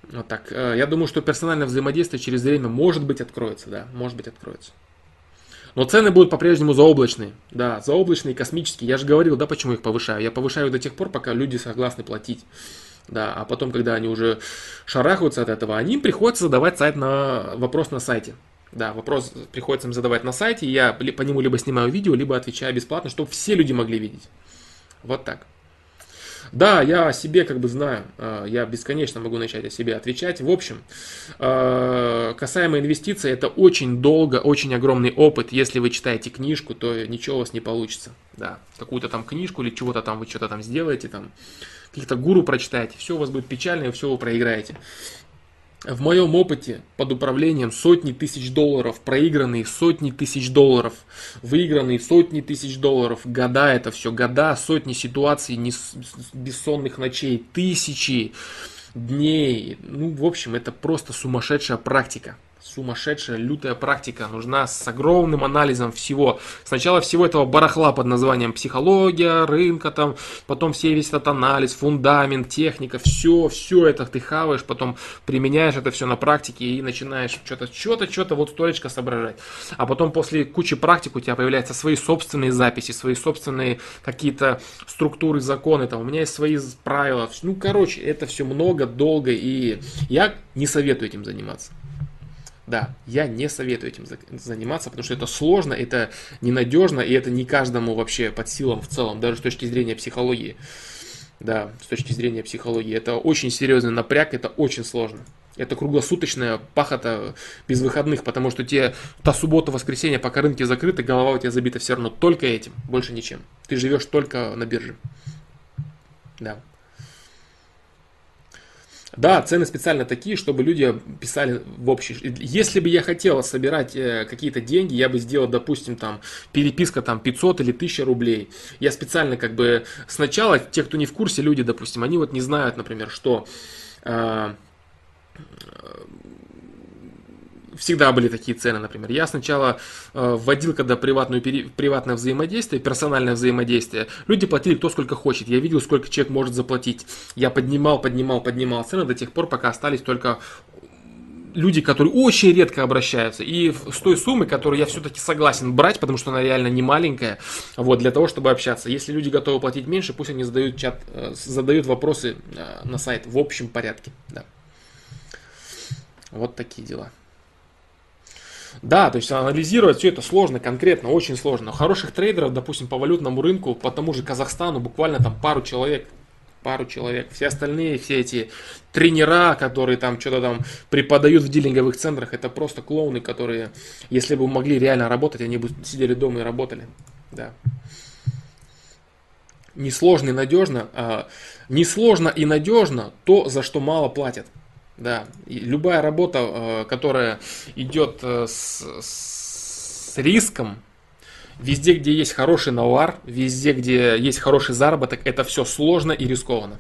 Вот так. Я думаю, что персональное взаимодействие через время, может быть, откроется, да, может быть, откроется. Но цены будут по-прежнему заоблачные. Да, заоблачные, космические. Я же говорил, да, почему их повышаю. Я повышаю до тех пор, пока люди согласны платить. Да, а потом, когда они уже шарахаются от этого, им приходится задавать вопрос на сайте. Да, вопрос приходится им задавать на сайте, я по нему либо снимаю видео, либо отвечаю бесплатно, чтобы все люди могли видеть. Вот так. Да, я о себе как бы знаю, я бесконечно могу начать о себе отвечать. В общем, касаемо инвестиций, это очень долго, очень огромный опыт. Если вы читаете книжку, то ничего у вас не получится. Да, какую-то там книжку или чего-то там вы что-то там сделаете, там каких-то гуру прочитаете, все у вас будет печально и все вы проиграете. В моем опыте под управлением сотни тысяч долларов, проигранные сотни тысяч долларов, выигранные сотни тысяч долларов, года это все, года, сотни ситуаций, бессонных ночей, тысячи дней. Ну, в общем, это просто сумасшедшая практика. Сумасшедшая, лютая практика нужна с огромным анализом всего. Сначала всего этого барахла под названием психология, рынка, там, потом весь этот анализ, фундамент, техника, все это ты хаваешь, потом применяешь это все на практике и начинаешь что-то вот столечко соображать. А потом после кучи практик у тебя появляются свои собственные записи, свои собственные какие-то структуры, законы, там, у меня есть свои правила. Ну, короче, это все много, долго, и я не советую этим заниматься. Да, я не советую этим заниматься, потому что это сложно, это ненадежно, и это не каждому вообще под силам в целом, даже с точки зрения психологии. Да, с точки зрения психологии. Это очень серьезный напряг, это очень сложно. Это круглосуточная пахота без выходных, потому что та суббота, воскресенье, пока рынки закрыты, голова у тебя забита все равно только этим, больше ничем. Ты живешь только на бирже. Да. Да, цены специально такие, чтобы люди писали в общий. Если бы я хотел собирать какие-то деньги, я бы сделал, допустим, там переписка там 500 или 1000 рублей. Я специально как бы сначала, те, кто не в курсе, люди, допустим, они вот не знают, например, что всегда были такие цены, например. Я сначала вводил, когда приватное взаимодействие, персональное взаимодействие, люди платили кто сколько хочет. Я видел, сколько человек может заплатить. Я поднимал цены до тех пор, пока остались только люди, которые очень редко обращаются. И с той суммы, которую я все-таки согласен брать, потому что она реально не маленькая, вот, для того, чтобы общаться. Если люди готовы платить меньше, пусть они задают вопросы на сайт в общем порядке. Да. Вот такие дела. Да, то есть анализировать все это сложно, конкретно, очень сложно. Хороших трейдеров, допустим, по валютному рынку, по тому же Казахстану, буквально там пару человек. Все остальные, все эти тренера, которые там что-то там преподают в дилинговых центрах, это просто клоуны, которые, если бы могли реально работать, они бы сидели дома и работали. Да. Несложно и надежно то, за что мало платят. Да, и любая работа, которая идет с риском, везде, где есть хороший навар, везде, где есть хороший заработок, это все сложно и рискованно.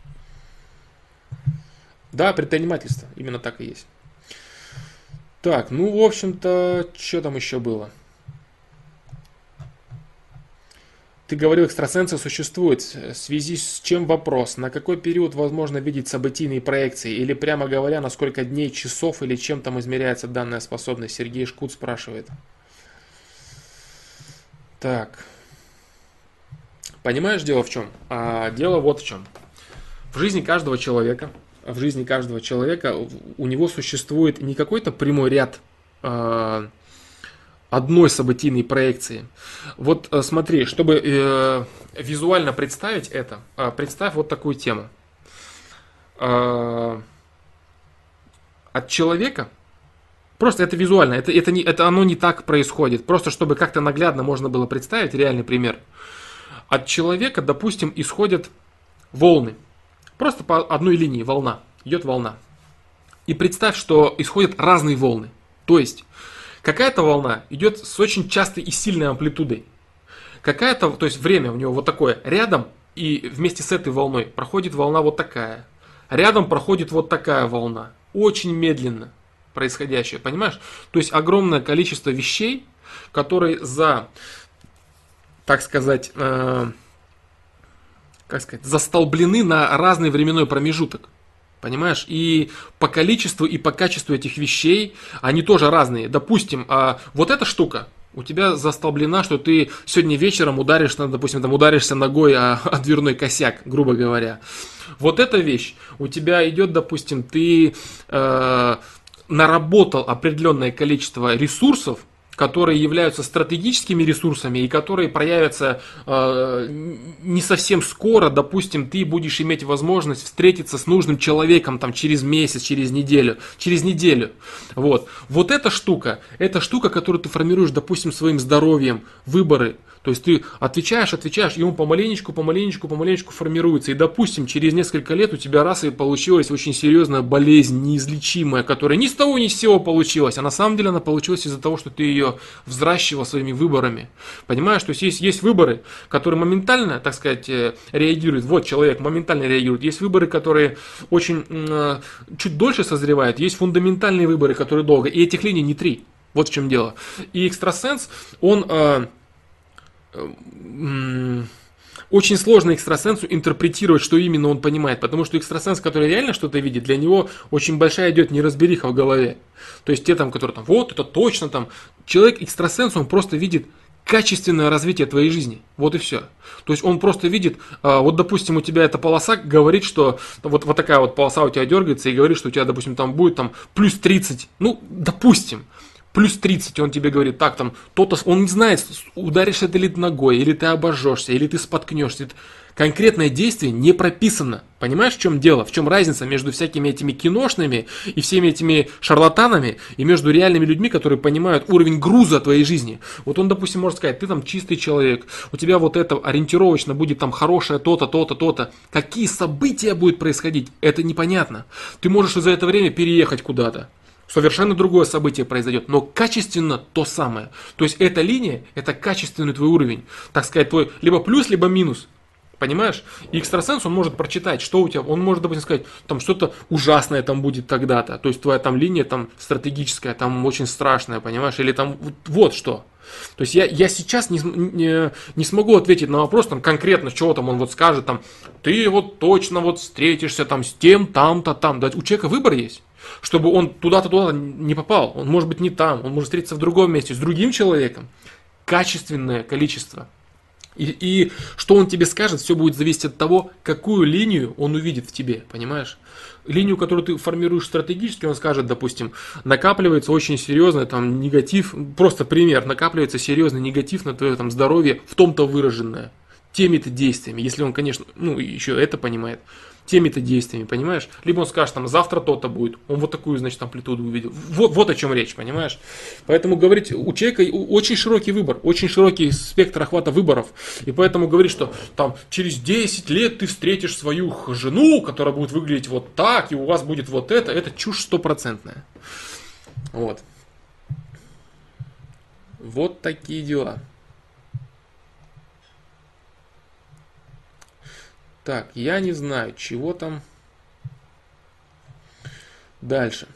Да, предпринимательство, именно так и есть. Так, ну, в общем-то, что там еще было? Ты говорил, экстрасенсы существуют. В связи с чем вопрос? На какой период возможно видеть событийные проекции? Или, прямо говоря, на сколько дней, часов или чем там измеряется данная способность? Сергей Шкут спрашивает. Так. Понимаешь, дело в чем? Дело вот в чем. В жизни каждого человека у него существует не какой-то прямой ряд одной событийной проекции. Вот смотри, чтобы визуально представить это, представь вот такую тему. От человека, просто это визуально, это оно не так происходит, просто чтобы как-то наглядно можно было представить реальный пример. От человека, допустим, исходят волны. Просто по одной линии идет волна. И представь, что исходят разные волны. То есть какая-то волна идет с очень частой и сильной амплитудой. То есть время у него вот такое. Рядом и вместе с этой волной проходит волна вот такая. Рядом проходит вот такая волна. Очень медленно происходящая, понимаешь? То есть огромное количество вещей, которые застолблены на разный временной промежуток. Понимаешь? И по количеству, и по качеству этих вещей они тоже разные. Допустим, вот эта штука у тебя застолблена, что ты сегодня вечером ударишься, допустим, там ударишься ногой о дверной косяк, грубо говоря. Вот эта вещь у тебя идет, допустим, ты наработал определенное количество ресурсов, которые являются стратегическими ресурсами и которые проявятся не совсем скоро. Допустим, ты будешь иметь возможность встретиться с нужным человеком там, через месяц, через неделю. Через неделю. Вот эта штука, которую ты формируешь, допустим, своим здоровьем, выборы. То есть ты отвечаешь, и он помаленечку формируется. И, допустим, через несколько лет у тебя раз и получилась очень серьезная болезнь, неизлечимая, которая ни с того ни с сего получилась. А на самом деле она получилась из-за того, что ты ее взращивал своими выборами. Понимаешь? То есть есть выборы, которые моментально, так сказать, реагируют. Вот человек моментально реагирует. Есть выборы, которые очень чуть дольше созревают. Есть фундаментальные выборы, которые долго. И этих линий не 3. Вот в чем дело. И экстрасенс, он... очень сложно экстрасенсу интерпретировать, что именно он понимает, потому что экстрасенс, который реально что-то видит, для него очень большая идет неразбериха в голове. То есть те там, которые там, вот это точно там, человек экстрасенс, он просто видит качественное развитие твоей жизни. Вот и все. То есть он просто видит, вот допустим, у тебя эта полоса говорит, что вот такая вот полоса у тебя дергается и говорит, что у тебя, допустим, там будет там плюс 30, ну, допустим. Плюс 30, он тебе говорит, так, там, то-то, он не знает, ударишься ты ли ногой, или ты обожжешься, или ты споткнешься. Конкретное действие не прописано. Понимаешь, в чем дело? В чем разница между всякими этими киношными и всеми этими шарлатанами и между реальными людьми, которые понимают уровень груза твоей жизни? Вот он, допустим, может сказать, ты там чистый человек, у тебя вот это ориентировочно будет там хорошее то-то, то-то, то-то. Какие события будут происходить, это непонятно. Ты можешь за это время переехать куда-то. Совершенно другое событие произойдет, но качественно то самое. То есть эта линия, это качественный твой уровень. Так сказать, твой либо плюс, либо минус. Понимаешь? И экстрасенс, он может прочитать, что у тебя, он может, допустим, сказать, там что-то ужасное там будет тогда-то. То есть твоя там линия там стратегическая, там очень страшная, понимаешь? Или там вот что. То есть я сейчас не смогу ответить на вопрос там конкретно, чего там он вот скажет, там, ты вот точно вот встретишься там с тем, там-то, там. Да, у человека выбор есть. Чтобы он туда не попал. Он может быть не там, он может встретиться в другом месте, с другим человеком. Качественное количество. И что он тебе скажет, все будет зависеть от того, какую линию он увидит в тебе, понимаешь? Линию, которую ты формируешь стратегически, он скажет, допустим, накапливается очень серьезный там негатив, просто пример, накапливается серьезный негатив на твое там здоровье, в том-то выраженное, теми-то действиями, если он, конечно, ну, еще это понимает, теми-то действиями, понимаешь? Либо он скажет, там, завтра то-то будет, он вот такую, значит, амплитуду увидел. Вот о чем речь, понимаешь? Поэтому говорить, у человека очень широкий выбор, очень широкий спектр охвата выборов. И поэтому говорить, что там через 10 лет ты встретишь свою жену, которая будет выглядеть вот так, и у вас будет вот это чушь стопроцентная. Вот. Вот такие дела. Так, я не знаю, чего там дальше.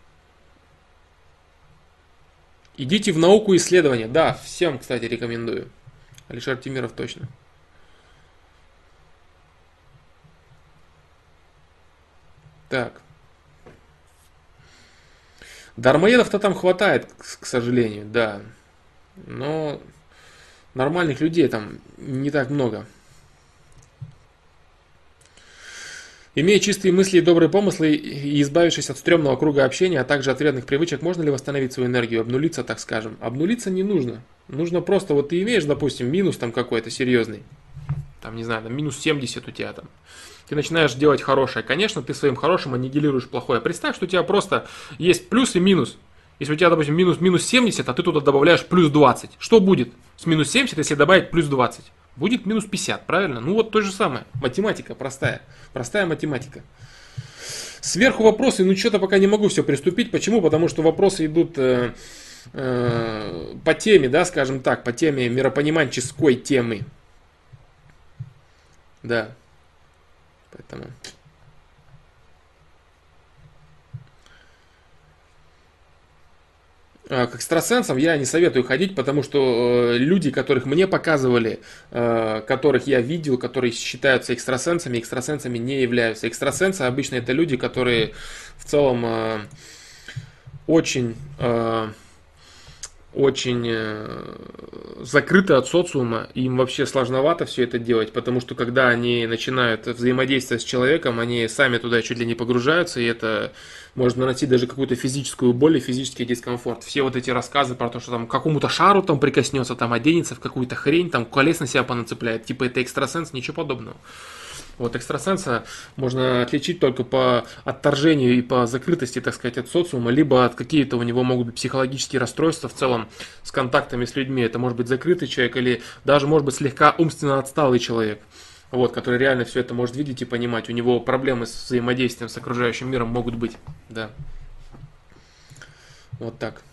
Идите в науку и исследования. Да, всем, кстати, рекомендую. Алишер Тимиров точно. Так. Дармоедов-то там хватает, к сожалению, да. Но нормальных людей там не так много. Имея чистые мысли и добрые помыслы и избавившись от стрёмного круга общения, а также от вредных привычек, можно ли восстановить свою энергию, обнулиться, так скажем? Обнулиться не нужно. Нужно просто, вот ты имеешь, допустим, минус там какой-то серьезный, там, не знаю, там, минус 70 у тебя там. Ты начинаешь делать хорошее. Конечно, ты своим хорошим аннигилируешь плохое. Представь, что у тебя просто есть плюс и минус. Если у тебя, допустим, минус 70, а ты туда добавляешь плюс 20. Что будет с минус 70, если добавить плюс 20? Будет минус 50, правильно? Ну вот то же самое. Математика простая. Простая математика. Сверху вопросы, ну что-то пока не могу все приступить. Почему? Потому что вопросы идут по теме, да, скажем так, по теме миропониманческой темы. Да. Поэтому... К экстрасенсам я не советую ходить, потому что люди, которых мне показывали, которых я видел, которые считаются экстрасенсами, экстрасенсами не являются. Экстрасенсы обычно это люди, которые в целом очень очень закрыты от социума, им вообще сложновато все это делать, потому что когда они начинают взаимодействовать с человеком, они сами туда чуть ли не погружаются, и это может наносить даже какую-то физическую боль и физический дискомфорт. Все вот эти рассказы про то, что там к какому-то шару там прикоснется, там оденется в какую-то хрень, там колес на себя понацепляет, типа это экстрасенс, ничего подобного. Вот экстрасенса можно отличить только по отторжению и по закрытости, так сказать, от социума, либо от какие-то у него могут быть психологические расстройства в целом с контактами с людьми. Это может быть закрытый человек или даже может быть слегка умственно отсталый человек, вот, который реально все это может видеть и понимать. У него проблемы с взаимодействием с окружающим миром могут быть, да. Вот так.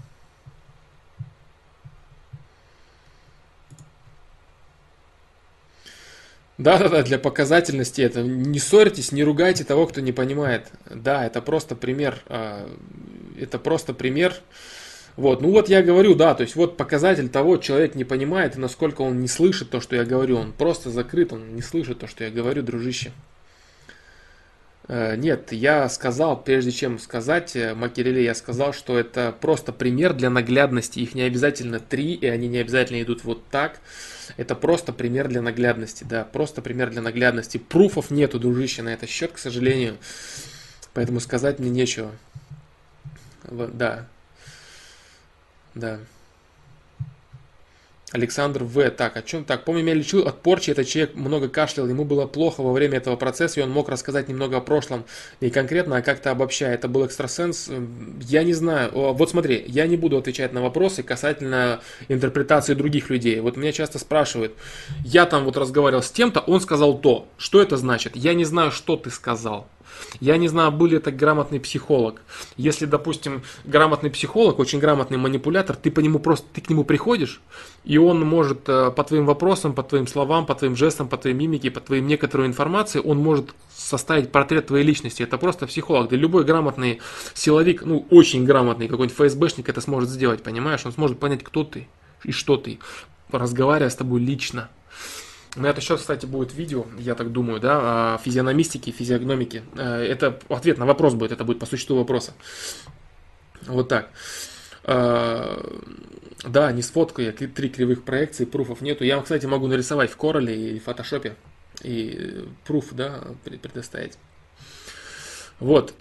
Да-да-да, для показательности это. Не ссорьтесь, не ругайте того, кто не понимает. Да, это просто пример. Это просто пример. Вот, ну вот я говорю, да, то есть вот показатель того, человек не понимает, и насколько он не слышит то, что я говорю. Он просто закрыт, он не слышит то, что я говорю, дружище. Нет, я сказал, прежде чем сказать Макереле, я сказал, что это просто пример для наглядности. Их не обязательно три, и они не обязательно идут вот так. Это просто пример для наглядности, да, просто пример для наглядности. Пруфов нету, дружище, на этот счет, к сожалению. Поэтому сказать мне нечего. Да, да. Александр В. Так, о чем так? Помню, меня лечил от порчи, этот человек много кашлял, ему было плохо во время этого процесса, и он мог рассказать немного о прошлом, не конкретно, а как-то обобщая. Это был экстрасенс? Я не знаю. Вот смотри, я не буду отвечать на вопросы касательно интерпретации других людей. Вот меня часто спрашивают, я там вот разговаривал с тем-то, он сказал то. Что это значит? Я не знаю, что ты сказал. Я не знаю, был ли это грамотный психолог. Если, допустим, грамотный психолог, очень грамотный манипулятор, ты по нему просто, ты к нему приходишь, и он может по твоим вопросам, по твоим словам, по твоим жестам, по твоей мимике, по твоей некоторой информации, он может составить портрет твоей личности. Это просто психолог. Да любой грамотный силовик, ну очень грамотный какой-нибудь ФСБшник это сможет сделать, понимаешь? Он сможет понять, кто ты и что ты, разговаривая с тобой лично. На это счет, кстати, будет видео, я так думаю, да, о физиономистике, физиогномике. Это ответ на вопрос будет, это будет по существу вопроса. Вот так. Да, не сфоткаю я 3 кривых проекции, пруфов нету. Я вам, кстати, могу нарисовать в Corel и в Photoshop и пруф, да, предоставить. Вот.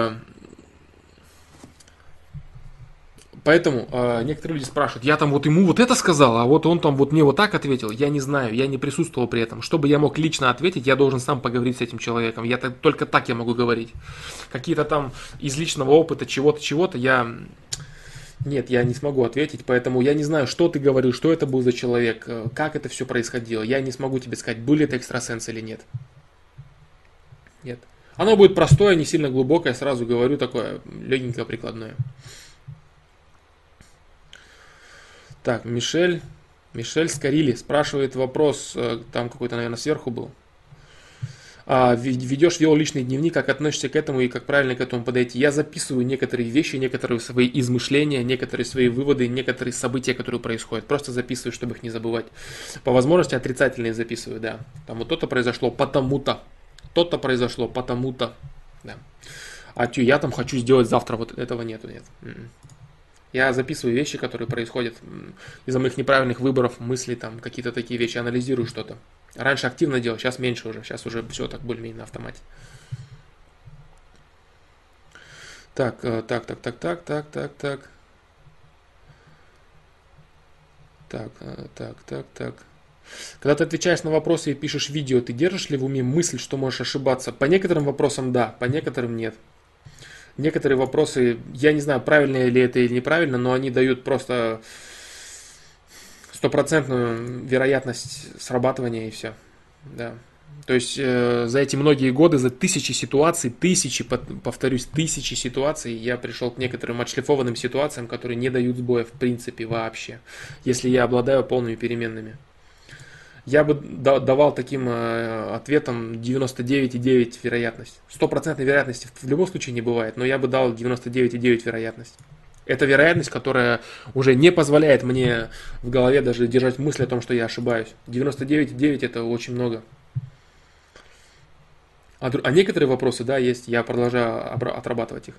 Поэтому некоторые люди спрашивают, я там вот ему вот это сказал, а вот он там вот мне вот так ответил. Я не знаю, я не присутствовал при этом. Чтобы я мог лично ответить, я должен сам поговорить с этим человеком. Только так я могу говорить. Какие-то там из личного опыта чего-то, Нет, я не смогу ответить, поэтому я не знаю, что ты говорил, что это был за человек, как это все происходило. Я не смогу тебе сказать, был ли это экстрасенс или нет. Нет. Оно будет простое, не сильно глубокое, сразу говорю, такое легенькое, прикладное. Так, Мишель Скорили спрашивает вопрос, там какой-то, наверное, сверху был. Вел личный дневник, как относишься к этому и как правильно к этому подойти. Я записываю некоторые вещи, некоторые свои измышления, некоторые свои выводы, некоторые события, которые происходят. Просто записываю, чтобы их не забывать. По возможности отрицательные записываю, да. Там вот то-то произошло потому-то. То-то произошло потому-то. Да. Я там хочу сделать завтра, вот этого нет. Я записываю вещи, которые происходят из-за моих неправильных выборов, мыслей, там какие-то такие вещи, анализирую что-то. Раньше активно делал, сейчас меньше уже, сейчас уже все так более-менее на автомате. Так. Когда ты отвечаешь на вопросы и пишешь видео, ты держишь ли в уме мысль, что можешь ошибаться? По некоторым вопросам да, по некоторым нет. Некоторые вопросы, я не знаю, правильно ли это или неправильно, но они дают просто стопроцентную вероятность срабатывания и все. Да. То есть за эти многие годы, за тысячи ситуаций, повторюсь, тысячи ситуаций, я пришел к некоторым отшлифованным ситуациям, которые не дают сбоя в принципе вообще, если я обладаю полными переменными. Я бы давал таким ответом 99,9 вероятность. Стопроцентной вероятности в любом случае не бывает, но я бы дал 99,9 вероятность. Это вероятность, которая уже не позволяет мне в голове даже держать мысль о том, что я ошибаюсь. 99,9 это очень много. А некоторые вопросы, да, есть. Я продолжаю отрабатывать их.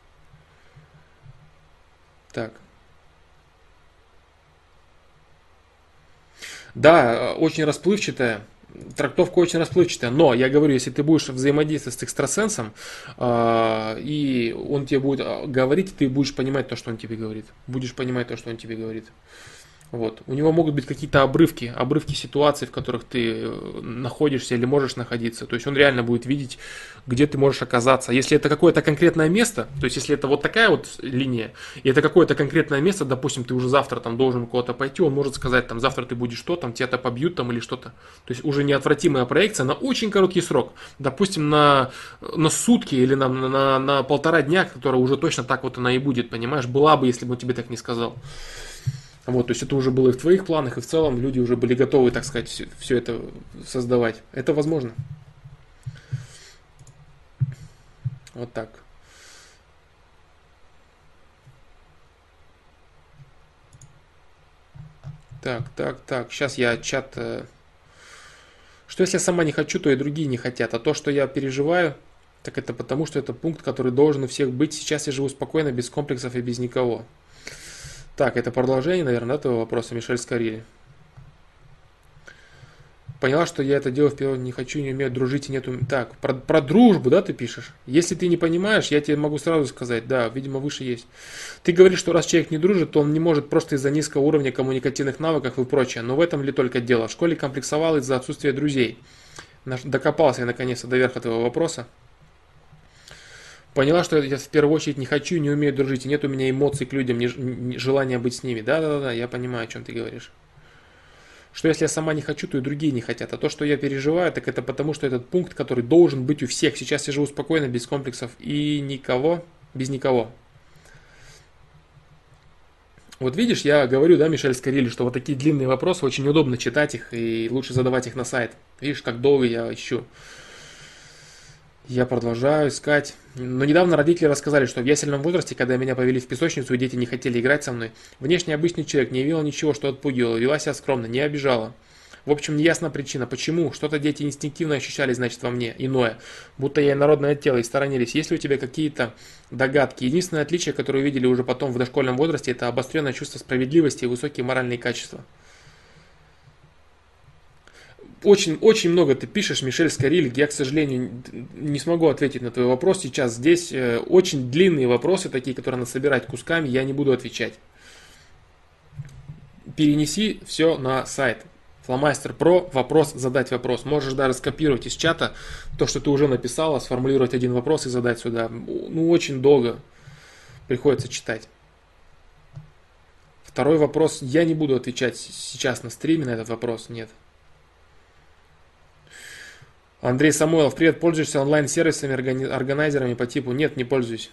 Так. Да, очень расплывчатая. Трактовка очень расплывчатая, но я говорю, если ты будешь взаимодействовать с экстрасенсом, и он тебе будет говорить, ты будешь понимать то, что он тебе говорит. Будешь понимать то, что он тебе говорит. Вот. У него могут быть какие-то обрывки ситуаций, в которых ты находишься или можешь находиться. То есть он реально будет видеть, где ты можешь оказаться. Если это какое-то конкретное место, то есть если это вот такая вот линия, и это какое-то конкретное место, допустим, ты уже завтра там должен куда-то пойти, он может сказать, там, завтра ты будешь что, там, тебя-то побьют там или что-то. То есть уже неотвратимая проекция на очень короткий срок. Допустим, на сутки или на полтора дня, которая уже точно так вот она и будет, понимаешь, была бы, если бы он тебе так не сказал. Вот, то есть это уже было и в твоих планах, и в целом люди уже были готовы, так сказать, все это создавать. Это возможно. Вот так. Так. Сейчас я чат... Что если я сама не хочу, то и другие не хотят. А то, что я переживаю, так это потому, что это пункт, который должен у всех быть. Сейчас я живу спокойно, без комплексов и без никого. Так, это продолжение, наверное, этого вопроса Мишель Скорили. Поняла, что я это делаю в первую, не хочу, не умею дружить и нету... Так, про дружбу, да, ты пишешь? Если ты не понимаешь, я тебе могу сразу сказать, да, видимо, выше есть. Ты говоришь, что раз человек не дружит, то он не может просто из-за низкого уровня коммуникативных навыков и прочее. Но в этом ли только дело? В школе комплексовал из-за отсутствия друзей. Докопался я наконец-то до верха твоего вопроса. Поняла, что я в первую очередь не хочу, не умею дружить, и нет у меня эмоций к людям, желания быть с ними. Да, я понимаю, о чем ты говоришь. Что если я сама не хочу, то и другие не хотят. А то, что я переживаю, так это потому, что этот пункт, который должен быть у всех. Сейчас я живу спокойно, без комплексов и никого, без никого. Вот видишь, я говорю, да, Мишель Скорили, что вот такие длинные вопросы, очень удобно читать их и лучше задавать их на сайт. Видишь, как долго я ищу. Я продолжаю искать. Но недавно родители рассказали, что в ясельном возрасте, когда меня повели в песочницу, и дети не хотели играть со мной, внешне обычный человек, не видел ничего, что отпугивало, вела себя скромно, не обижала. В общем, неясна причина, почему. Что-то дети инстинктивно ощущали, значит, во мне иное. Будто я инородное тело и сторонились. Есть ли у тебя какие-то догадки? Единственное отличие, которое увидели уже потом в дошкольном возрасте, это обостренное чувство справедливости и высокие моральные качества. Очень много ты пишешь, Мишель Скорили. Я, к сожалению, не смогу ответить на твой вопрос сейчас. Здесь очень длинные вопросы, такие, которые надо собирать кусками, я не буду отвечать. Перенеси все на сайт. Flowmaster Pro, вопрос, задать вопрос. Можешь даже скопировать из чата то, что ты уже написала, сформулировать один вопрос и задать сюда. Ну, очень долго приходится читать. Второй вопрос. Я не буду отвечать сейчас на стриме на этот вопрос, нет. Андрей Самойлов, привет, пользуешься онлайн-сервисами, органайзерами по типу нет, не пользуюсь.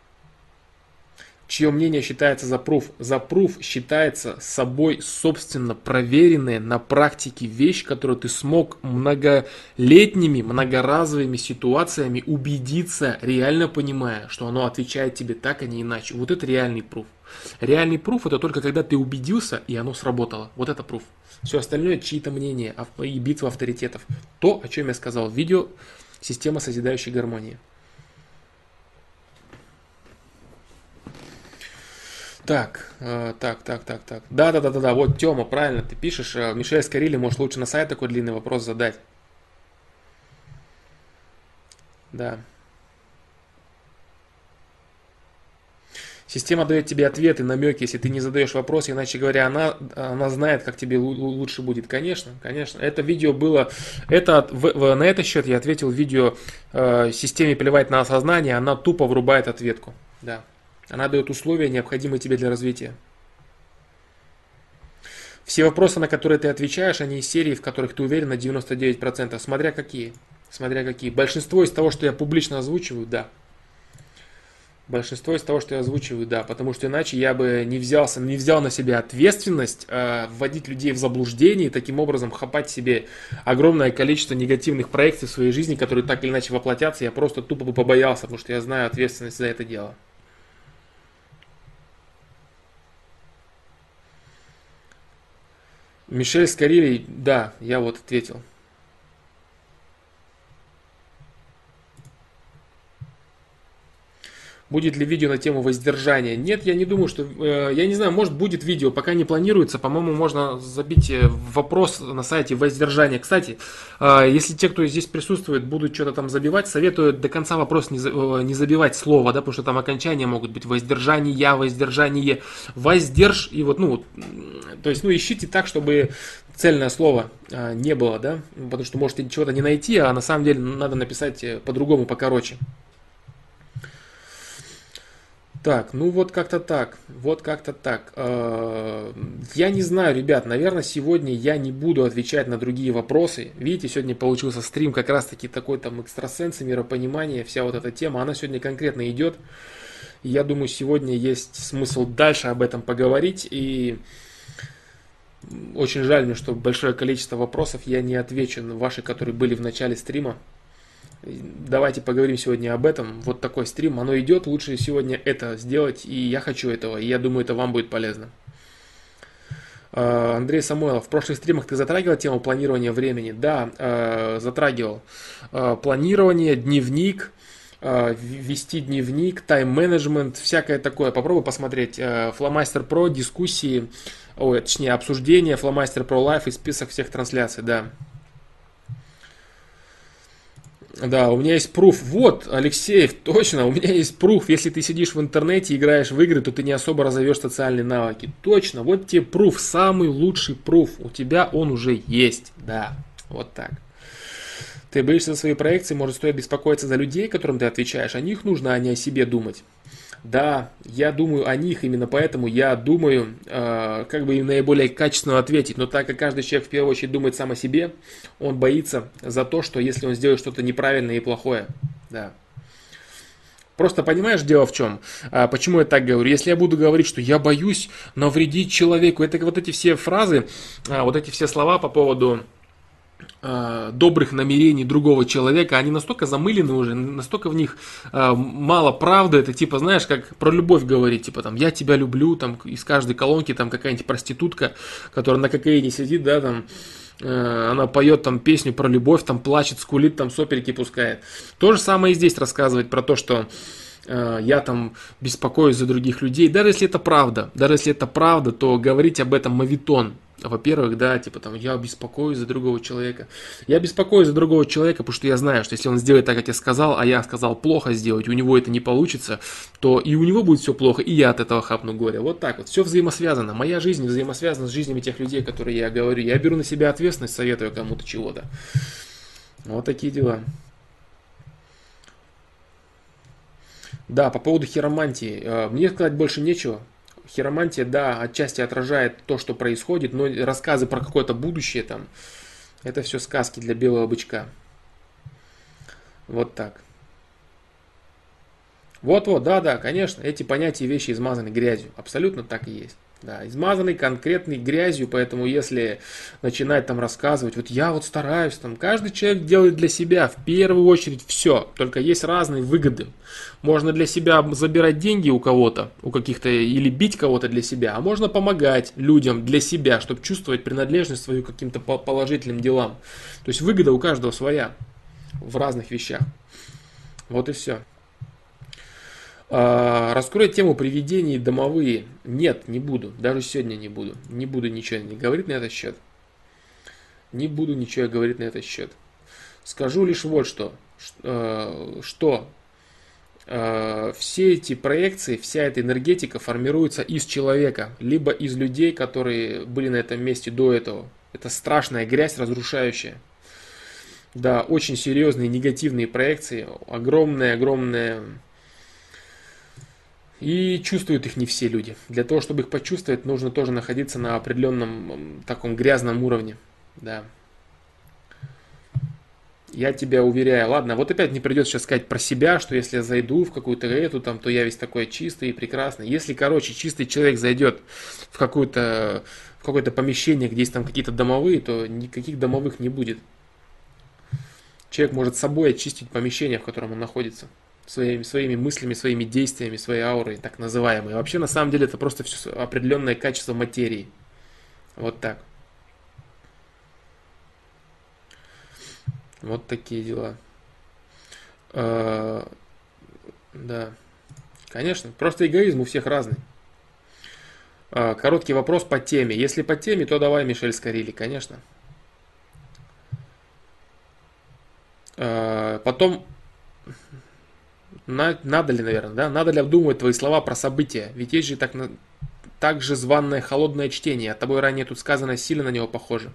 Чье мнение считается за пруф? За пруф считается собой собственно проверенная на практике вещь, которую ты смог многолетними, многоразовыми ситуациями убедиться, реально понимая, что оно отвечает тебе так, а не иначе. Вот это реальный пруф. Реальный пруф это только когда ты убедился и оно сработало. Вот это пруф. Все остальное чьи-то мнения и битва авторитетов. То, о чем я сказал в видео, система созидающей гармонии. Так. Да. Вот, Тёма, правильно ты пишешь. Мишель Скорили, может, лучше на сайт такой длинный вопрос задать. Да. Система дает тебе ответы, намеки, если ты не задаешь вопрос, иначе говоря, она знает, как тебе лучше будет. Конечно. Это видео было, на этот счет я ответил в видео системе плевать на осознание, она тупо врубает ответку. Да. Она дает условия, необходимые тебе для развития. Все вопросы, на которые ты отвечаешь, они из серии, в которых ты уверен на 99%. Смотря какие. Большинство из того, что я публично озвучиваю, да. Большинство из того, что я озвучиваю, да, потому что иначе я бы не взял на себя ответственность вводить людей в заблуждение и таким образом хапать себе огромное количество негативных проекций в своей жизни, которые так или иначе воплотятся. Я просто тупо бы побоялся, потому что я знаю ответственность за это дело. Мишель Скорилей, да, я вот ответил. Будет ли видео на тему воздержания? Нет, я не думаю, что... я не знаю, может будет видео, пока не планируется. По-моему, можно забить вопрос на сайте воздержания. Кстати, если те, кто здесь присутствует, будут что-то там забивать, советую до конца вопрос не забивать слово, да, потому что там окончания могут быть воздержание, воздержание, воздерж. И вот, ну, то есть, ну, ищите так, чтобы цельное слово не было, да, потому что можете чего-то не найти, а на самом деле надо написать по-другому, покороче. Так, ну вот как-то так, вот как-то так. Я не знаю, ребят, наверное, сегодня я не буду отвечать на другие вопросы. Видите, сегодня получился стрим как раз-таки такой там экстрасенсы, миропонимание, вся вот эта тема, она сегодня конкретно идет. И я думаю, сегодня есть смысл дальше об этом поговорить. И очень жаль мне, что большое количество вопросов я не отвечу на ваши, которые были в начале стрима. Давайте поговорим сегодня об этом. Вот такой стрим, оно идет, лучше сегодня это сделать, и я хочу этого, и я думаю, это вам будет полезно. Андрей Самойлов, в прошлых стримах ты затрагивал тему планирования времени? Да, затрагивал. Планирование, дневник, вести дневник, тайм-менеджмент, всякое такое. Попробуй посмотреть. Flowmaster Pro, дискуссии, точнее обсуждения, Flowmaster Pro Live и список всех трансляций, да. Да, у меня есть пруф. Вот, Алексеев, точно, у меня есть пруф. Если ты сидишь в интернете, играешь в игры, то ты не особо разовьешь социальные навыки. Точно, вот тебе пруф, самый лучший пруф. У тебя он уже есть. Да, вот так. Ты боишься своей проекции, может стоит беспокоиться за людей, которым ты отвечаешь. О них нужно, а не о себе думать. Да, я думаю о них, именно поэтому я думаю, как бы им наиболее качественно ответить. Но так как каждый человек в первую очередь думает сам о себе, он боится за то, что если он сделает что-то неправильное и плохое. Да. Просто понимаешь, дело в чем? Почему я так говорю? Если я буду говорить, что я боюсь навредить человеку, это вот эти все фразы, вот эти все слова по поводу добрых намерений другого человека, они настолько замылены уже, настолько в них мало правды, это типа, знаешь, как про любовь говорить, типа там, я тебя люблю, там, из каждой колонки там какая-нибудь проститутка, которая на кокаине сидит, да, там, она поет там песню про любовь, там плачет, скулит, там сопельки пускает. То же самое и здесь рассказывать про то, что я там беспокоюсь за других людей, даже если это правда, то говорить об этом мавитон. Во-первых, да, типа там, я беспокоюсь за другого человека. Я беспокоюсь за другого человека, потому что я знаю, что если он сделает так, как я сказал, а я сказал плохо сделать, у него это не получится, то и у него будет все плохо, и я от этого хапну горя. Вот так вот, все взаимосвязано. Моя жизнь взаимосвязана с жизнями тех людей, которые я говорю. Я беру на себя ответственность, советую кому-то чего-то. Вот такие дела. Да, по поводу хиромантии. Мне сказать больше нечего. Хиромантия, да, отчасти отражает то, что происходит, но рассказы про какое-то будущее там, это все сказки для белого бычка. Вот так. Вот-вот, да, конечно, эти понятия и вещи измазаны грязью. Абсолютно так и есть. Да, измазанный конкретной грязью, поэтому если начинать там рассказывать, вот я вот стараюсь, там, каждый человек делает для себя в первую очередь все, только есть разные выгоды. Можно для себя забирать деньги у кого-то, у каких-то, или бить кого-то для себя, а можно помогать людям для себя, чтобы чувствовать принадлежность свою к каким-то положительным делам. То есть выгода у каждого своя в разных вещах. Вот и все. Раскрой тему привидений домовые. Нет, не буду. Даже сегодня не буду. Не буду ничего не говорить на этот счет. Не буду ничего говорить на этот счет. Скажу лишь вот что. Что все эти проекции, вся эта энергетика формируется из человека, либо из людей, которые были на этом месте до этого. Это страшная грязь, разрушающая. Да, очень серьезные негативные проекции. Огромные. И чувствуют их не все люди. Для того, чтобы их почувствовать, нужно тоже находиться на определенном таком грязном уровне. Да. Я тебя уверяю. Ладно, вот опять не придется сейчас сказать про себя, что если я зайду в какую-то эту, там, то я весь такой чистый и прекрасный. Если, короче, чистый человек зайдет в какое-то помещение, где есть там какие-то домовые, то никаких домовых не будет. Человек может собой очистить помещение, в котором он находится. Своими мыслями, своими действиями, своей аурой, так называемой. Вообще, на самом деле, это просто все определенное качество материи. Вот так. Вот такие дела. Да, конечно. Просто эгоизм у всех разный. Короткий вопрос по теме. Если по теме, то давай, Мишель Скорили, конечно. Потом, надо ли, наверное, да? Надо ли обдумывать твои слова про события? Ведь есть же так же званное холодное чтение. От тобой ранее тут сказано сильно на него похоже.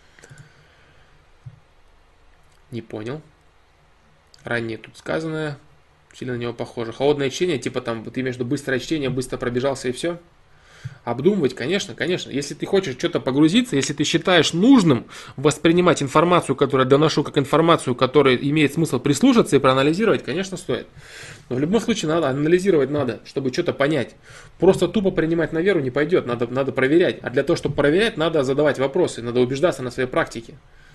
Не понял. Ранее тут сказанное сильно на него похоже. Холодное чтение, типа там, ты между быстрое чтение, быстро пробежался и все? Обдумывать, конечно, конечно. Если ты хочешь что-то погрузиться, если ты считаешь нужным воспринимать информацию, которую я доношу, как информацию, которая имеет смысл прислушаться и проанализировать, конечно, стоит. Но в любом случае надо анализировать, чтобы что-то понять. Просто тупо принимать на веру не пойдет, надо проверять. А для того, чтобы проверять, надо задавать вопросы, надо убеждаться на своей практике.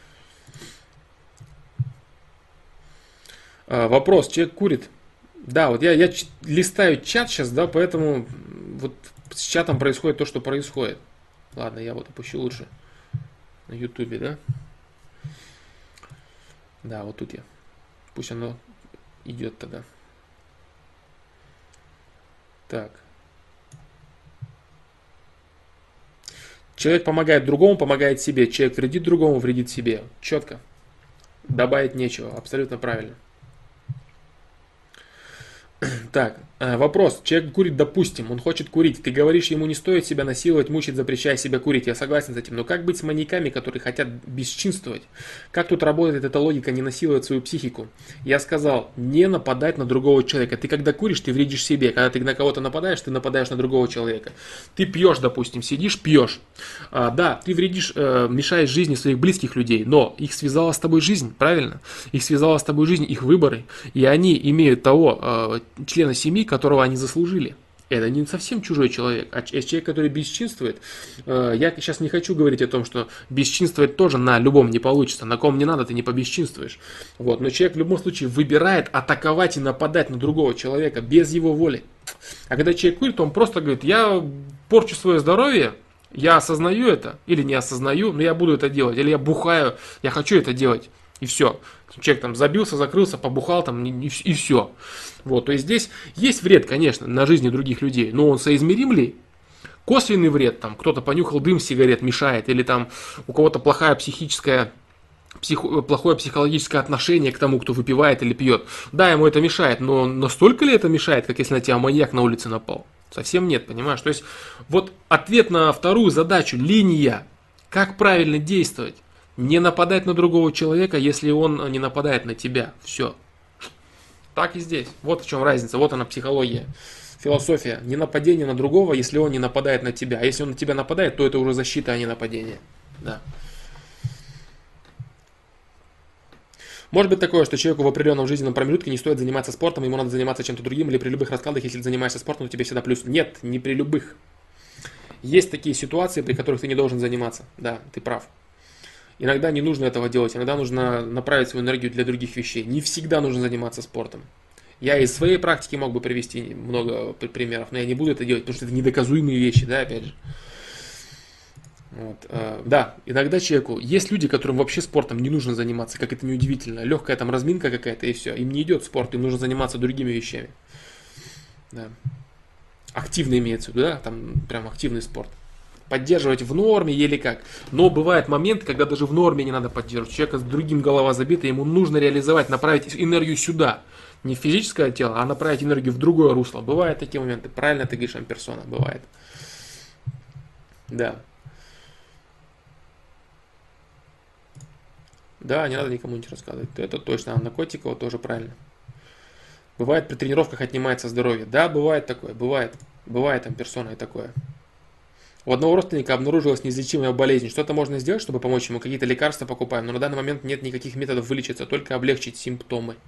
Вопрос, человек курит. Да, вот я листаю чат сейчас, да, поэтому вот с чатом происходит то, что происходит. Ладно, я вот опущу лучше на ютубе, да? Да, вот тут я. Пусть оно идет тогда. Так. Человек помогает другому, помогает себе. Человек вредит другому, вредит себе. Четко. Добавить нечего. Абсолютно правильно. Так, вопрос. Человек курит, допустим, он хочет курить. Ты говоришь, ему не стоит себя насиловать, мучить, запрещая себя курить. Я согласен с этим. Но как быть с маньяками, которые хотят бесчинствовать? Как тут работает эта логика не насиловать свою психику? Я сказал, не нападать на другого человека. Ты когда куришь, ты вредишь себе. Когда ты на кого-то нападаешь, ты нападаешь на другого человека. Ты пьешь, допустим, сидишь, пьешь. Да, ты вредишь, мешаешь жизни своих близких людей, но их связала с тобой жизнь, правильно? Их связала с тобой жизнь, их выборы. И они имеют того члена семьи, которого они заслужили. Это не совсем чужой человек, а человек, который бесчинствует. Я сейчас не хочу говорить о том, что бесчинствовать тоже на любом не получится. На ком не надо, ты не побесчинствуешь. Вот. Но человек в любом случае выбирает атаковать и нападать на другого человека без его воли. А когда человек курит, он просто говорит, я порчу свое здоровье, я осознаю это, или не осознаю, но я буду это делать. Или я бухаю, я хочу это делать. И все. Человек там забился, закрылся, побухал там и все. Вот, то есть здесь есть вред, конечно, на жизни других людей, но он соизмерим ли? Косвенный вред, там кто-то понюхал дым сигарет, мешает, или там у кого-то плохое психологическое отношение к тому, кто выпивает или пьет. Да, ему это мешает, но настолько ли это мешает, как если на тебя маньяк на улице напал? Совсем нет, понимаешь? То есть вот ответ на вторую задачу, линия, как правильно действовать. Не нападать на другого человека, если он не нападает на тебя. Все. Так и здесь. Вот в чем разница. Вот она психология. Философия. Не нападение на другого, если он не нападает на тебя. А если он на тебя нападает, то это уже защита, а не нападение. Да. Может быть такое, что человеку в определенном жизненном промежутке не стоит заниматься спортом, ему надо заниматься чем-то другим, или при любых раскладах, если ты занимаешься спортом, то тебе всегда плюс. Нет, не при любых. Есть такие ситуации, при которых ты не должен заниматься. Да, ты прав. Иногда не нужно этого делать, иногда нужно направить свою энергию для других вещей. Не всегда нужно заниматься спортом. Я из своей практики мог бы привести много примеров, но я не буду это делать, потому что это недоказуемые вещи, да, опять же. Вот, да, иногда человеку, есть люди, которым вообще спортом не нужно заниматься, как это неудивительно, легкая там разминка какая-то и все, им не идет спорт, им нужно заниматься другими вещами. Да. Активно имеется в виду, да, там прям активный спорт. Поддерживать в норме еле как. Но бывают моменты, когда даже в норме не надо поддерживать. У человека с другим голова забита, ему нужно реализовать, направить энергию сюда. Не в физическое тело, а направить энергию в другое русло. Бывают такие моменты. Правильно ты говоришь, амперсона, бывает. Да. Да, не надо никому ничего рассказывать. Это точно. Анна Котикова тоже правильно. Бывает, при тренировках отнимается здоровье. Да, бывает такое, бывает. Бывает амперсона и такое. У одного родственника обнаружилась неизлечимая болезнь. Что-то можно сделать, чтобы помочь ему? Какие-то лекарства покупаем, но на данный момент нет никаких методов вылечиться, только облегчить симптомы.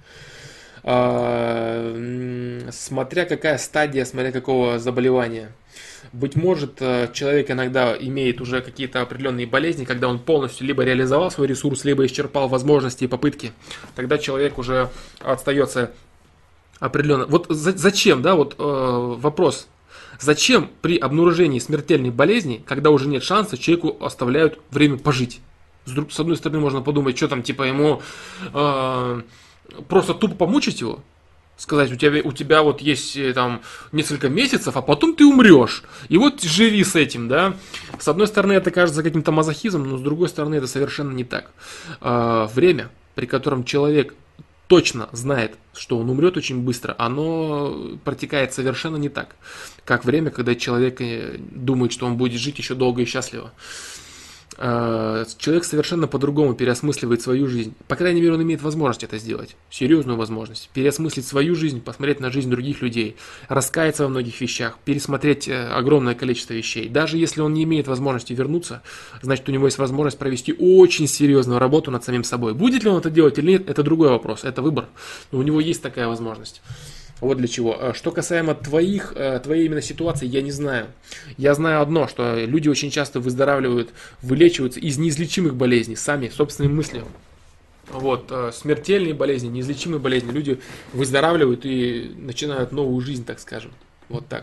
Смотря какая стадия, смотря какого заболевания. Быть может, человек иногда имеет уже какие-то определенные болезни, когда он полностью либо реализовал свой ресурс, либо исчерпал возможности и попытки. Тогда человек уже остается определенно. Вот зачем, да, вот вопрос. Зачем при обнаружении смертельной болезни, когда уже нет шанса, человеку оставляют время пожить? С одной стороны, можно подумать, что там, типа, ему просто тупо помучить его, сказать, у тебя вот есть там несколько месяцев, а потом ты умрешь. И вот живи с этим, да. С одной стороны, это кажется каким-то мазохизмом, но с другой стороны, это совершенно не так. Время, при котором человек точно знает, что он умрет очень быстро, оно протекает совершенно не так, как время, когда человек думает, что он будет жить еще долго и счастливо. Человек совершенно по-другому переосмысливает свою жизнь. По крайней мере, он имеет возможность это сделать. Серьезную возможность. Переосмыслить свою жизнь, посмотреть на жизнь других людей, раскаяться во многих вещах, пересмотреть огромное количество вещей. Даже если он не имеет возможности вернуться, значит, у него есть возможность провести очень серьезную работу над самим собой. Будет ли он это делать или нет, это другой вопрос. Это выбор. Но у него есть такая возможность. Вот для чего. Что касаемо твоей именно ситуации, я не знаю. Я знаю одно, что люди очень часто выздоравливают, вылечиваются из неизлечимых болезней сами, собственными мыслями. Вот, смертельные болезни, неизлечимые болезни. Люди выздоравливают и начинают новую жизнь, так скажем. Вот так.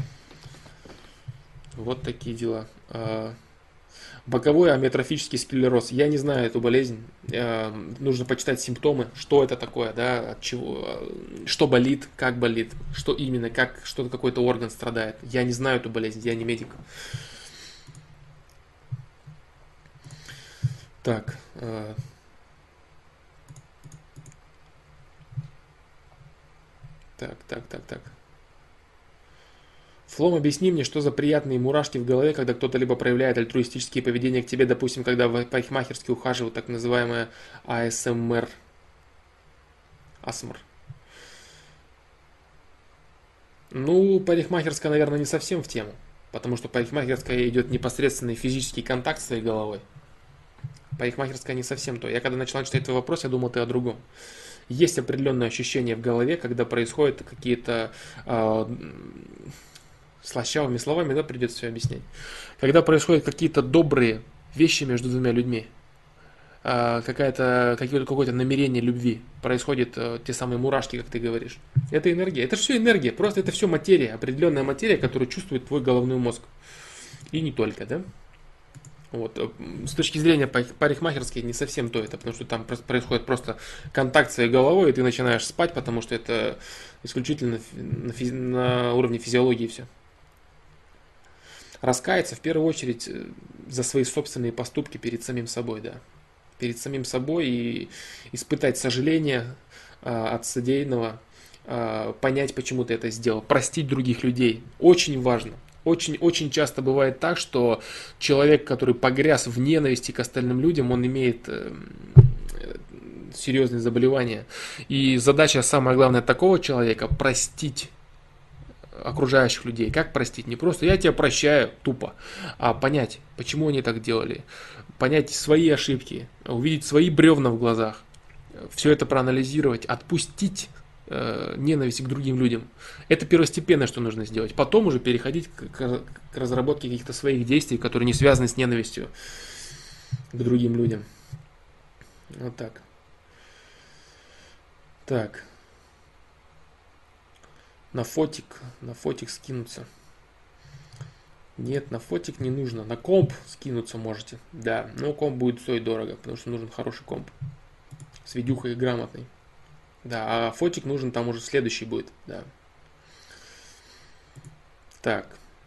Вот такие дела. Боковой амиотрофический склероз. Я не знаю эту болезнь. Нужно почитать симптомы, что это такое, да, от чего, что болит, что именно, как что какой-то орган страдает. Я не знаю эту болезнь, я не медик. Так. Так. Флом, объясни мне, что за приятные мурашки в голове, когда кто-то либо проявляет альтруистические поведения к тебе, допустим, когда в парикмахерске ухаживают, так называемая АСМР. АСМР. Ну, парикмахерская, наверное, не совсем в тему, потому что парикмахерская идет непосредственный физический контакт с твоей головой. Парикмахерская не совсем то. Я когда начал читать твой вопрос, я думал, ты о другом. Есть определенное ощущение в голове, когда происходят какие-то... слащавыми словами, да, придется все объяснять. Когда происходят какие-то добрые вещи между двумя людьми, какое-то намерение любви, происходят те самые мурашки, как ты говоришь. Это энергия. Это же все энергия, просто это все материя, определенная материя, которую чувствует твой головной мозг. И не только, да? Вот. С точки зрения парикмахерской не совсем то это, потому что там происходит просто контакт с своей головой, и ты начинаешь спать, потому что это исключительно на уровне физиологии все. Раскаяться в первую очередь за свои собственные поступки перед самим собой, да. Перед самим собой и испытать сожаление от содеянного, понять, почему ты это сделал, простить других людей. Очень важно. Очень часто бывает так, что человек, который погряз в ненависти к остальным людям, он имеет серьезные заболевания. И задача, самая главная, такого человека – простить окружающих людей. Как простить? Не просто я тебя прощаю тупо, а понять, почему они так делали, понять свои ошибки, увидеть свои бревна в глазах, все это проанализировать, отпустить ненависть к другим людям. Это первостепенное, что нужно сделать. Потом уже переходить к разработке каких-то своих действий, которые не связаны с ненавистью к другим людям. Вот так. Так. На фотик скинуться. Нет, на фотик не нужно. На комп скинуться можете. Да, но комп будет стоить дорого, потому что нужен хороший комп. С видюхой грамотной. Да, а фотик нужен там уже следующий будет. Да. Так.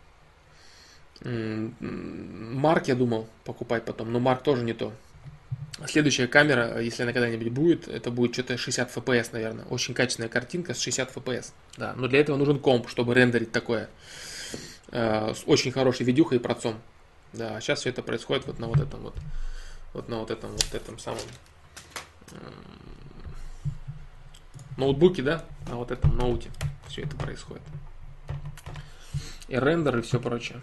Марк я думал покупать потом, но Марк тоже не то. Следующая камера, если она когда-нибудь будет, это будет что-то 60 FPS, наверное. Очень качественная картинка с 60 FPS. Да, но для этого нужен комп, чтобы рендерить такое. С очень хорошей видюхой и процом. Да, сейчас все это происходит вот на вот этом вот. Вот на вот этом самом ноутбуке, да? На вот этом ноуте все это происходит. И рендер, и все прочее.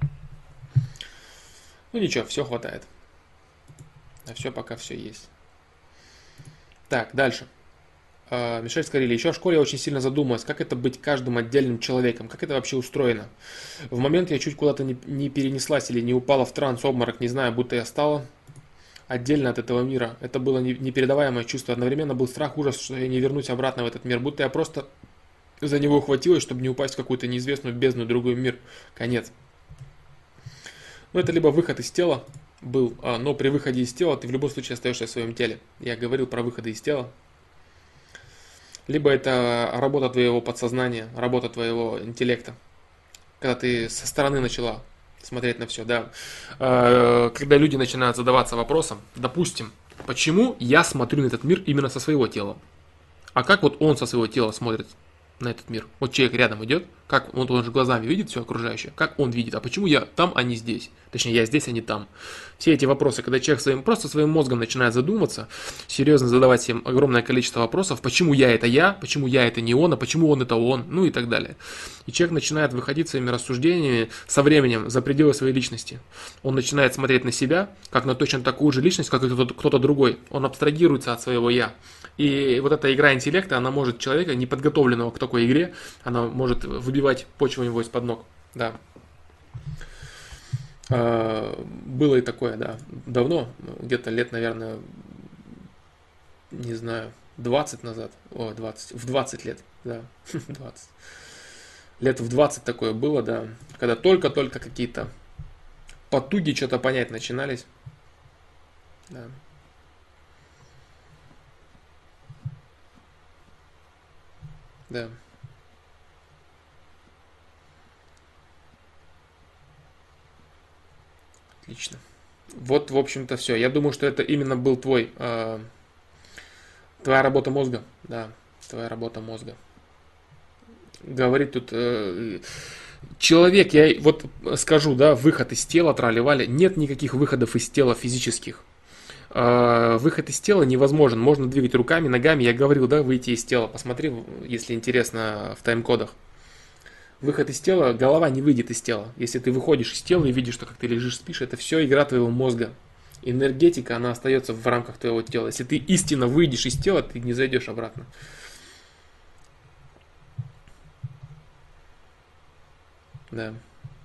Ну ничего, все хватает. А все пока все есть. Так, дальше. Мишель Скорили. Еще в школе я очень сильно задумалась, как это быть каждым отдельным человеком, как это вообще устроено. В момент я чуть куда-то не перенеслась или не упала в транс, обморок, не знаю, будто я стала отдельно от этого мира. Это было непередаваемое чувство. Одновременно был страх, ужас, что я не вернусь обратно в этот мир, будто я просто за него ухватилась, чтобы не упасть в какую-то неизвестную бездну, другой мир. Конец. Ну, это либо выход из тела, был, но при выходе из тела ты в любом случае остаешься в своем теле. Я говорил про выходы из тела. Либо это работа твоего подсознания, работа твоего интеллекта, когда ты со стороны начала смотреть на все, да. Когда люди начинают задаваться вопросом, допустим, почему я смотрю на этот мир именно со своего тела? А как вот он со своего тела смотрит на этот мир? Вот человек рядом идет, как вот он же глазами видит все окружающее, как он видит, а почему я там, а не здесь? Точнее, я здесь, а не там. Все эти вопросы, когда человек просто своим мозгом начинает задуматься, серьезно задавать им огромное количество вопросов, почему я, почему я это не он, а почему он это он, ну и так далее. И человек начинает выходить своими рассуждениями со временем за пределы своей личности. Он начинает смотреть на себя, как на точно такую же личность, как и кто-то другой. Он абстрагируется от своего я. И вот эта игра интеллекта, она может человека, неподготовленного к такой игре, она может выбивать почву у него из-под ног. Да. Было и такое, да. Давно, где-то лет, наверное, не знаю, 20 назад. О, 20. В 20 лет, да. 20. Лет в 20 такое было, да. Когда только-только какие-то потуги что-то понять начинались. Да. Да. Отлично. Вот, в общем-то, все. Я думаю, что это именно был твоя работа мозга. Да, твоя работа мозга. Говорит тут человек, я вот скажу, да, выход из тела, трали-вали. Нет никаких выходов из тела физических. Выход из тела невозможен. Можно двигать руками, ногами. Я говорил, да, выйти из тела. Посмотри, если интересно, в тайм-кодах. Выход из тела, голова не выйдет из тела. Если ты выходишь из тела и видишь, что как ты лежишь, спишь, это все игра твоего мозга. Энергетика, она остается в рамках твоего тела. Если ты истинно выйдешь из тела, ты не зайдешь обратно. Да.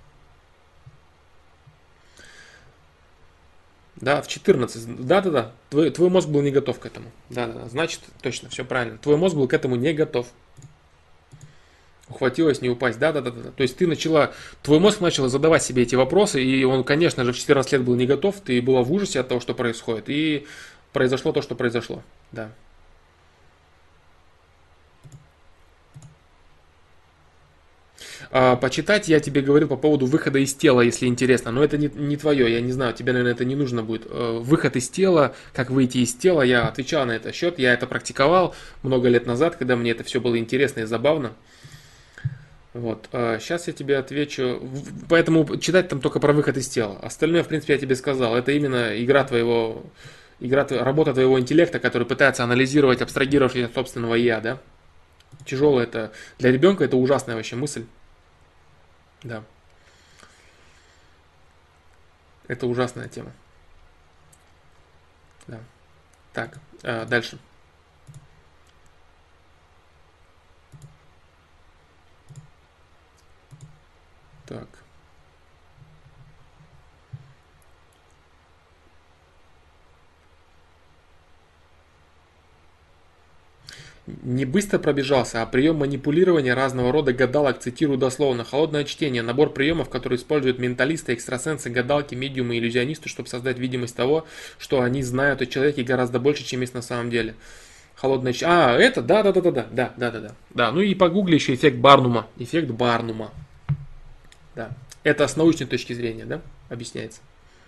Да, в 14. Да-да-да. Твой мозг был не готов к этому. Да-да-да. Значит, точно, все правильно. Твой мозг был к этому не готов. Ухватилась не упасть. Да-да-да. То есть твой мозг начал задавать себе эти вопросы, и он, конечно же, в 14 лет был не готов, ты была в ужасе от того, что происходит, и произошло то, что произошло. Да. Почитать я тебе говорю по поводу выхода из тела, если интересно, но это не твое, я не знаю, тебе, наверное, это не нужно будет. Выход из тела, как выйти из тела, я отвечал на этот счет, я это практиковал много лет назад, когда мне это все было интересно и забавно. Вот, сейчас я тебе отвечу, поэтому читать там только про выход из тела. Остальное, в принципе, я тебе сказал, это именно работа твоего интеллекта, который пытается анализировать, абстрагировать от собственного я, да. Тяжело это, для ребенка это ужасная вообще мысль. Да. Это ужасная тема. Да. Так, дальше. Так. Не быстро пробежался, а прием манипулирования разного рода гадалок, цитирую дословно. Холодное чтение, набор приемов, которые используют менталисты, экстрасенсы, гадалки, медиумы, иллюзионисты, чтобы создать видимость того, что они знают о человеке гораздо больше, чем есть на самом деле. Холодное чтение. Это? Да. Да, ну и погугли еще эффект Барнума. Эффект Барнума. Да. Это с научной точки зрения, да, объясняется.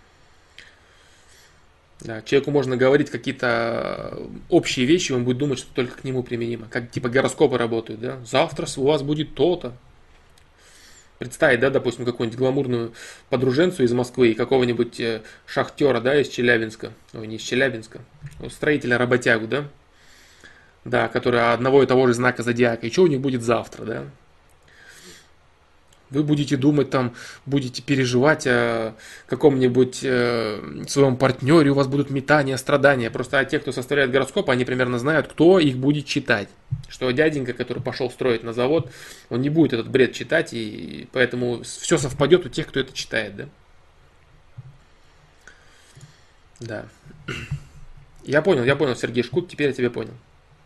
Да, человеку можно говорить какие-то общие вещи, он будет думать, что только к нему применимо. Как типа гороскопы работают, да? Завтра у вас будет то-то. Представить, да, допустим, какую-нибудь гламурную подруженцу из Москвы и какого-нибудь шахтера, да, из Челябинска. Ой, не из Челябинска. Строителя-работягу, да? Да, который одного и того же знака зодиака. И что у них будет завтра, да? Вы будете думать там, будете переживать о каком-нибудь своем партнере, у вас будут метания, страдания. Просто те, кто составляет гороскоп, они примерно знают, кто их будет читать. Что дяденька, который пошел строить на завод, он не будет этот бред читать, и поэтому все совпадет у тех, кто это читает, да? Да. Я понял, Сергей Шкут, теперь я тебя понял.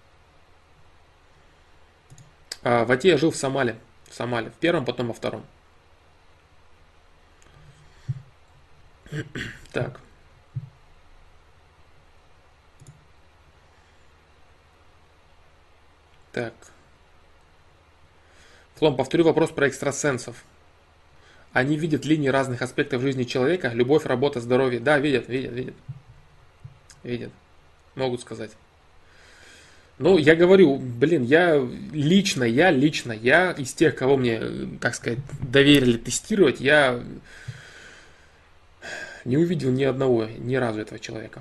Вати я жил в Самале. В первом, потом во втором. Так, Так. Флом, повторю вопрос про экстрасенсов. Они видят линии разных аспектов жизни человека, любовь, работа, здоровье. Да, видят. Видят. Могут сказать. Ну, я говорю, блин, я лично, я из тех, кого мне, так сказать, доверили тестировать, я не увидел ни одного, ни разу этого человека.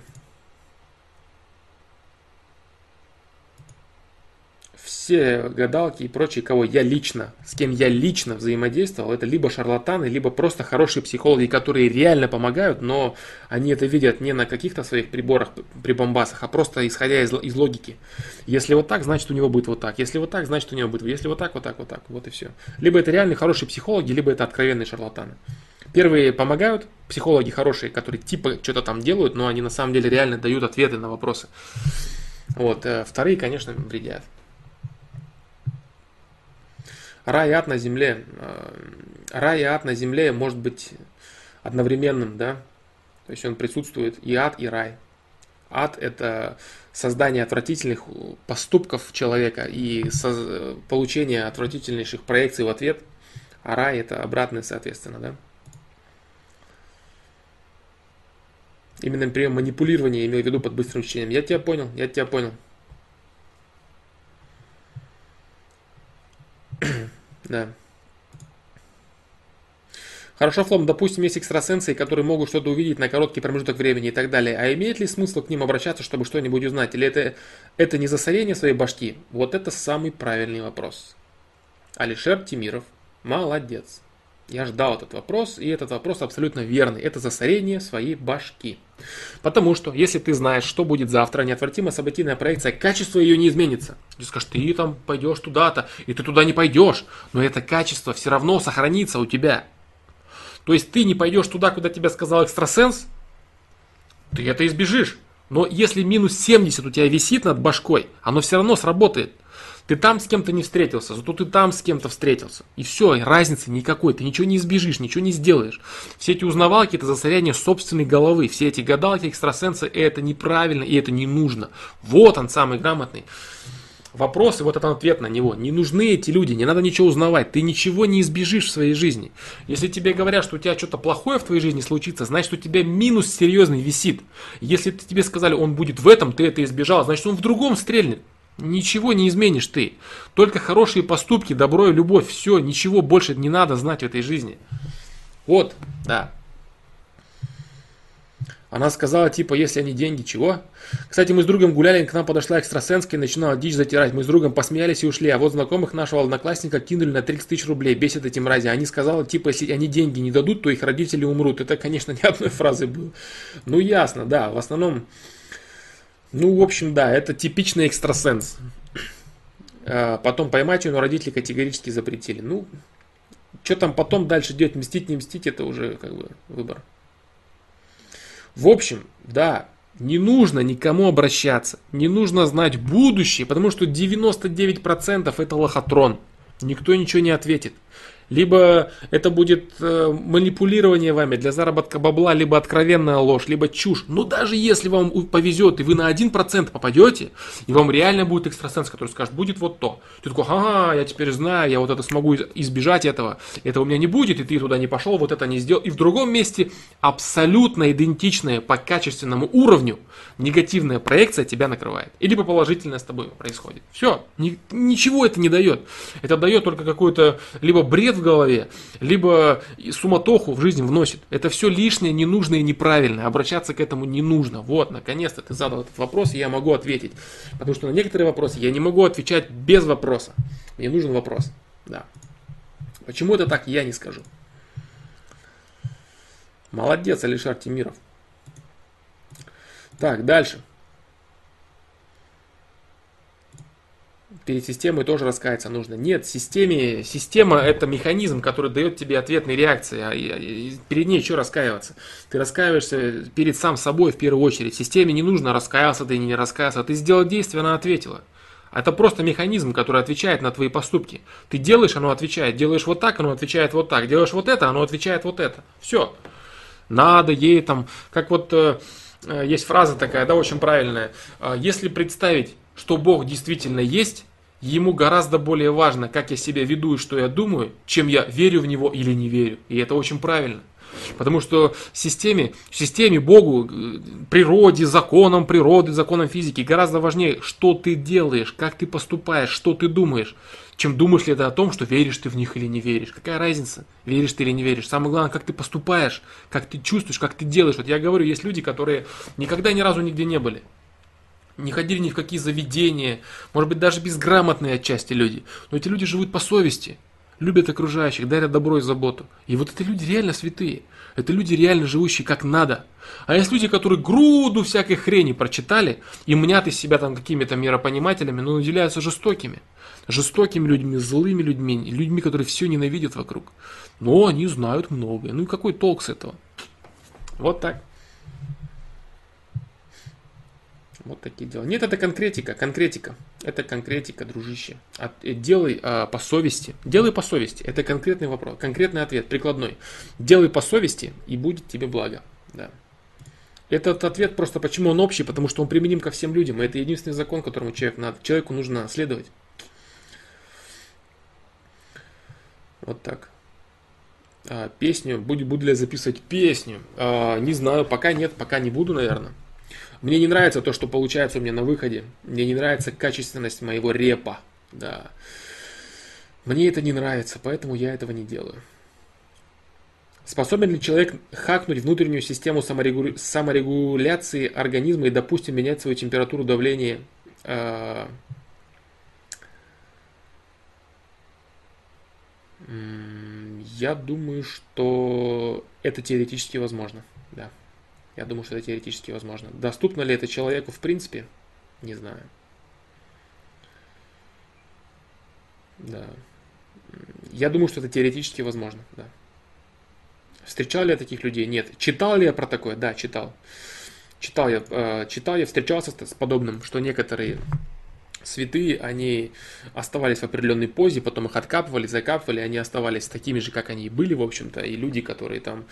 Все гадалки и прочие, с кем я лично взаимодействовал, это либо шарлатаны, либо просто хорошие психологи, которые реально помогают, но они это видят не на каких-то своих приборах, прибамбасах, а просто исходя из логики. Если вот так, значит у него будет вот так. Если вот так, значит у него будет. Если вот так. Вот и все. Либо это реально хорошие психологи, либо это откровенные шарлатаны. Первые помогают, психологи хорошие, которые типа что-то там делают, но они на самом деле реально дают ответы на вопросы. Вот. Вторые, конечно, вредят. Рай и ад на земле. Рай и ад на земле может быть одновременным, да? То есть он присутствует и ад, и рай. Ад – это создание отвратительных поступков человека и получение отвратительнейших проекций в ответ. А рай – это обратное, соответственно, да? Именно прием манипулирования я имел в виду под быстрым чтением. Я тебя понял. Да. Хорошо, Флом, допустим, есть экстрасенсы, которые могут что-то увидеть на короткий промежуток времени и так далее. А имеет ли смысл к ним обращаться, чтобы что-нибудь узнать? Или это не засорение своей башки? Вот это самый правильный вопрос. Алишер Тимиров. Молодец. Я ждал этот вопрос, и этот вопрос абсолютно верный. Это засорение своей башки. Потому что, если ты знаешь, что будет завтра, неотвратимая событийная проекция, качество ее не изменится. Ты скажешь, ты там пойдешь туда-то, и ты туда не пойдешь. Но это качество все равно сохранится у тебя. То есть ты не пойдешь туда, куда тебе сказал экстрасенс, ты это избежишь. Но если минус 70 у тебя висит над башкой, оно все равно сработает. Ты там с кем-то не встретился, зато ты там с кем-то встретился. И все, разницы никакой, ты ничего не избежишь, ничего не сделаешь. Все эти узнавалки – это засорение собственной головы. Все эти гадалки, экстрасенсы – это неправильно и это не нужно. Вот он самый грамотный. Вопрос и вот этот ответ на него. Не нужны эти люди, не надо ничего узнавать. Ты ничего не избежишь в своей жизни. Если тебе говорят, что у тебя что-то плохое в твоей жизни случится, значит у тебя минус серьезный висит. Если тебе сказали, он будет в этом, ты это избежал, значит он в другом стрельнет. Ничего не изменишь ты. Только хорошие поступки, добро и любовь. Все, ничего больше не надо знать в этой жизни. Вот, да. Она сказала, типа, если они деньги, чего? Кстати, мы с другом гуляли, к нам подошла экстрасенска и начинала дичь затирать. Мы с другом посмеялись и ушли. А вот знакомых нашего одноклассника кинули на 30 тысяч рублей. Бесит эти мрази. Они сказали, типа, если они деньги не дадут, то их родители умрут. Это, конечно, не одной фразы было. Ну, ясно, да. В основном... Ну, в общем, да, это типичный экстрасенс. Потом поймать ее, но родители категорически запретили. Ну, что там потом дальше делать, мстить, не мстить, это уже как бы выбор. В общем, да, не нужно никому обращаться, не нужно знать будущее, потому что 99% это лохотрон. Никто ничего не ответит. Либо это будет манипулирование вами для заработка бабла, либо откровенная ложь, либо чушь. Но даже если вам повезет, и вы на 1% попадете, и вам реально будет экстрасенс, который скажет, будет вот то. Ты такой, ага, я теперь знаю, я вот это смогу избежать этого. Этого у меня не будет, и ты туда не пошел, вот это не сделал. И в другом месте абсолютно идентичная по качественному уровню негативная проекция тебя накрывает. И либо положительная с тобой происходит. Все, ничего это не дает. Это дает только какой-то либо бред в голове, либо суматоху в жизнь вносит. Это все лишнее, ненужное и неправильное. Обращаться к этому не нужно. Вот, наконец-то ты задал этот вопрос, и я могу ответить. Потому что на некоторые вопросы я не могу отвечать без вопроса. Мне нужен вопрос. Да. Почему это так, я не скажу. Молодец, Алишер Тимиров. Так, дальше. Перед системой тоже раскаяться нужно. Нет, система это механизм, который дает тебе ответные реакции. А перед ней что раскаиваться? Ты раскаиваешься перед сам собой в первую очередь. Системе не нужно раскаялся ты, не раскаялся. Ты сделал действие, она ответила. Это просто механизм, который отвечает на твои поступки. Ты делаешь, оно отвечает. Делаешь вот так, оно отвечает вот так. Делаешь вот это, оно отвечает вот это. Все. Надо ей там, как вот есть фраза такая, да, очень правильная. Если представить, что Бог действительно есть, Ему гораздо более важно, как я себя веду и что я думаю, чем я верю в него или не верю. И это очень правильно. Потому что системе, Богу, природе, законам природы, законам физики гораздо важнее, что ты делаешь, как ты поступаешь, что ты думаешь, чем думаешь ли ты о том, что веришь ты в них или не веришь. Какая разница, веришь ты или не веришь. Самое главное, как ты поступаешь, как ты чувствуешь, как ты делаешь. Вот я говорю, есть люди, которые никогда ни разу нигде не были. Не ходили ни в какие заведения, может быть, даже безграмотные отчасти люди. Но эти люди живут по совести, любят окружающих, дарят добро и заботу. И вот эти люди реально святые. Это люди, реально живущие как надо. А есть люди, которые груду всякой хрени прочитали и мнят из себя там какими-то миропонимателями, но наделяются жестокими. Жестокими людьми, злыми людьми, людьми, которые все ненавидят вокруг. Но они знают многое. Ну и какой толк с этого? Вот так. Вот такие дела. Нет, это конкретика. Это конкретика, дружище. Делай по совести. Делай по совести. Это конкретный вопрос, конкретный ответ, прикладной. Делай по совести, и будет тебе благо. Да. Этот ответ просто почему он общий, потому что он применим ко всем людям. И это единственный закон, которому человеку нужно следовать. Вот так. Песню. Буду ли я записывать песню? Не знаю, пока нет, пока не буду, наверное. Мне не нравится то, что получается у меня на выходе. Мне не нравится качественность моего репа. Да. Мне это не нравится, поэтому я этого не делаю. Способен ли человек хакнуть внутреннюю систему саморегуляции организма и, допустим, менять свою температуру, давление? Я думаю, что это теоретически возможно. Да. Я думаю, что это теоретически возможно. Доступно ли это человеку в принципе? Не знаю. Да. Я думаю, что это теоретически возможно. Да. Встречал ли я таких людей? Нет. Читал ли я про такое? Да, читал. Читал я, встречался с подобным, что некоторые святые, они оставались в определенной позе, потом их откапывали, закапывали, они оставались такими же, как они и были, в общем-то, и люди, которые там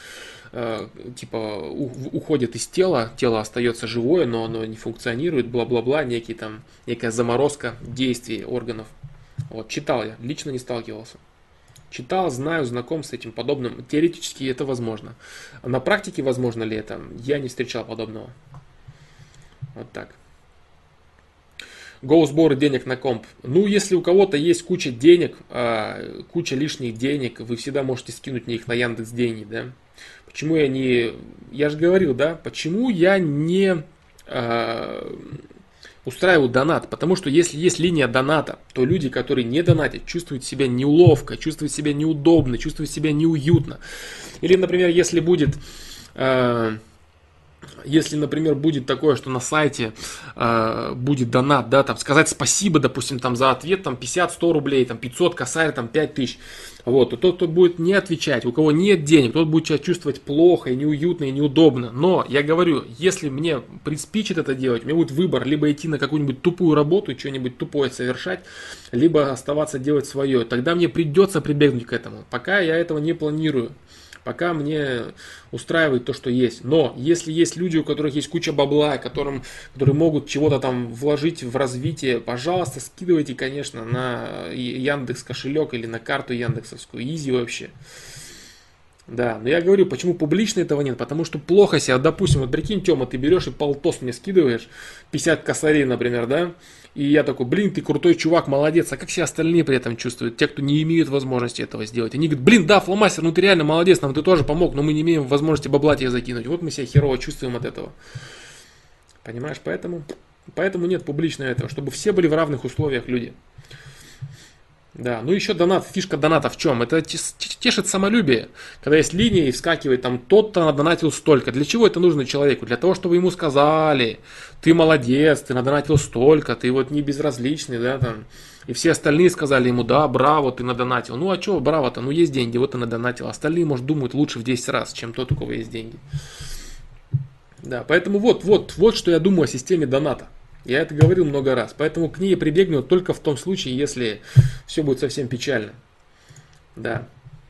уходят из тела, тело остается живое, но оно не функционирует, бла-бла-бла, некая заморозка действий органов. Вот, читал я, лично не сталкивался. Читал, знаю, знаком с этим подобным. Теоретически это возможно. На практике возможно ли это? Я не встречал подобного. Вот так. Сборы денег на комп. Ну, если у кого-то есть куча денег, куча лишних денег, вы всегда можете скинуть мне их на Яндекс.Деньги, да? Почему я не... Я же говорил, да? Почему я не устраиваю донат? Потому что если есть линия доната, то люди, которые не донатят, чувствуют себя неловко, чувствуют себя неудобно, чувствуют себя неуютно. Или, например, если будет... Если, например, будет такое, что на сайте будет донат, да, там сказать спасибо, допустим, там за ответ там 50-100 рублей, там 500, косарь, там 5000, вот, то тот, кто будет не отвечать, у кого нет денег, тот будет себя чувствовать плохо и неуютно и неудобно. Но я говорю, если мне приспичит это делать, у меня будет выбор, либо идти на какую-нибудь тупую работу, что-нибудь тупое совершать, либо оставаться делать свое. Тогда мне придется прибегнуть к этому. Пока я этого не планирую. Пока мне устраивает то, что есть. Но если есть люди, у которых есть куча бабла, которые могут чего-то там вложить в развитие, пожалуйста, скидывайте, конечно, на Яндекс кошелек или на карту яндексовскую. Изи вообще. Да, но я говорю, почему публично этого нет? Потому что плохо себя, допустим, вот прикинь, Тёма, ты берешь и полтос мне скидываешь, 50 косарей, например, да? И я такой, блин, ты крутой чувак, молодец. А как все остальные при этом чувствуют? Те, кто не имеют возможности этого сделать. Они говорят, блин, да, фломастер, ну ты реально молодец, нам ты тоже помог, но мы не имеем возможности бабла тебе закинуть. Вот мы себя херово чувствуем от этого. Понимаешь, поэтому нет публично этого, чтобы все были в равных условиях люди. Да, ну еще донат, фишка доната в чем? Это тешит самолюбие. Когда есть линия и вскакивает там, тот-то надонатил столько. Для чего это нужно человеку? Для того, чтобы ему сказали, ты молодец, ты надонатил столько, ты вот не безразличный, да, там. И все остальные сказали ему, да, браво, ты надонатил. Ну а что браво-то? Ну есть деньги, вот ты надонатил. Остальные, может, думают лучше в 10 раз, чем тот, у кого есть деньги. Да, поэтому вот что я думаю о системе доната. Я это говорил много раз, поэтому к ней прибегну только в том случае, если все будет совсем печально. Да.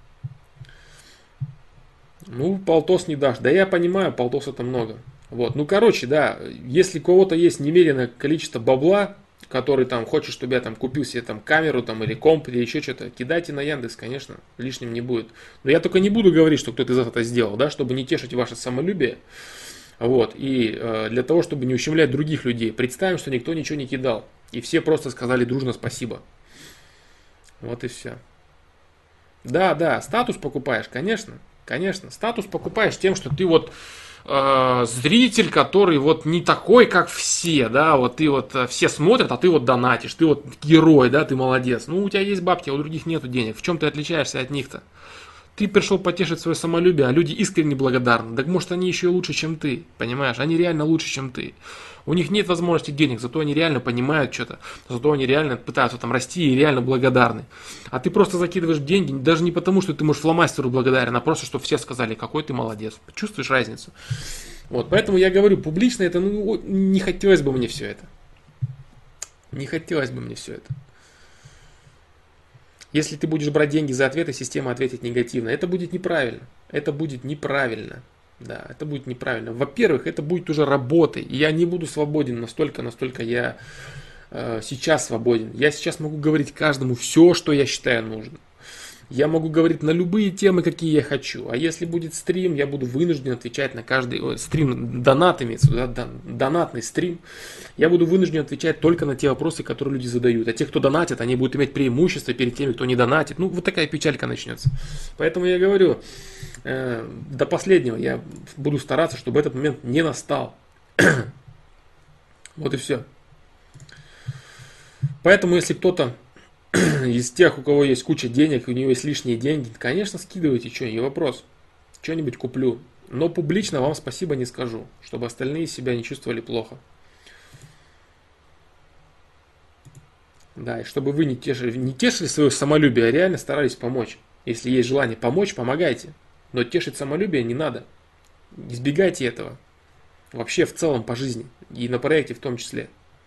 Ну, полтос не дашь. Да я понимаю, полтос это много. Вот. Ну, короче, да, если у кого-то есть немеренное количество бабла, который там хочет, чтобы я там купил себе там камеру там или комп или еще что-то, кидайте на Яндекс, конечно, лишним не будет. Но я только не буду говорить, что кто-то из этого сделал, да, чтобы не тешить ваше самолюбие. Вот, и для того, чтобы не ущемлять других людей, представим, что никто ничего не кидал. И все просто сказали дружно спасибо. Вот и все. Да, статус покупаешь, конечно. Конечно, статус покупаешь тем, что ты вот зритель, который вот не такой, как все, да, вот ты вот все смотрят, а ты вот донатишь, ты вот герой, да, ты молодец. Ну, у тебя есть бабки, а у других нету денег. В чем ты отличаешься от них-то? Ты пришел потешить свое самолюбие, а люди искренне благодарны. Так может они еще и лучше, чем ты, понимаешь? Они реально лучше, чем ты. У них нет возможности денег, зато они реально понимают что-то, зато они реально пытаются там расти и реально благодарны. А ты просто закидываешь деньги, даже не потому, что ты, можешь фломастеру благодарен, а просто, чтобы все сказали, какой ты молодец. Чувствуешь разницу? Вот, поэтому я говорю, публично это, ну, не хотелось бы мне все это. Не хотелось бы мне все это. Если ты будешь брать деньги за ответы, система ответит негативно. Это будет неправильно. Это будет неправильно. Да, это будет неправильно. Во-первых, это будет уже работой. И я не буду свободен настолько, насколько я сейчас свободен. Я сейчас могу говорить каждому все, что я считаю нужным. Я могу говорить на любые темы, какие я хочу. А если будет стрим, я буду вынужден отвечать на каждый стрим, донат имеется, да, донатный стрим. Я буду вынужден отвечать только на те вопросы, которые люди задают. А те, кто донатит, они будут иметь преимущество перед теми, кто не донатит. Ну, вот такая печалька начнется. Поэтому я говорю, до последнего я буду стараться, чтобы этот момент не настал. Вот и все. Поэтому, если кто-то из тех, у кого есть куча денег, у него есть лишние деньги, конечно, скидывайте, что, не вопрос. Что-нибудь куплю. Но публично вам спасибо не скажу, чтобы остальные себя не чувствовали плохо. Да, и чтобы вы не тешили свое самолюбие, а реально старались помочь. Если есть желание помочь, помогайте. Но тешить самолюбие не надо. Избегайте этого. Вообще в целом по жизни. И на проекте в том числе.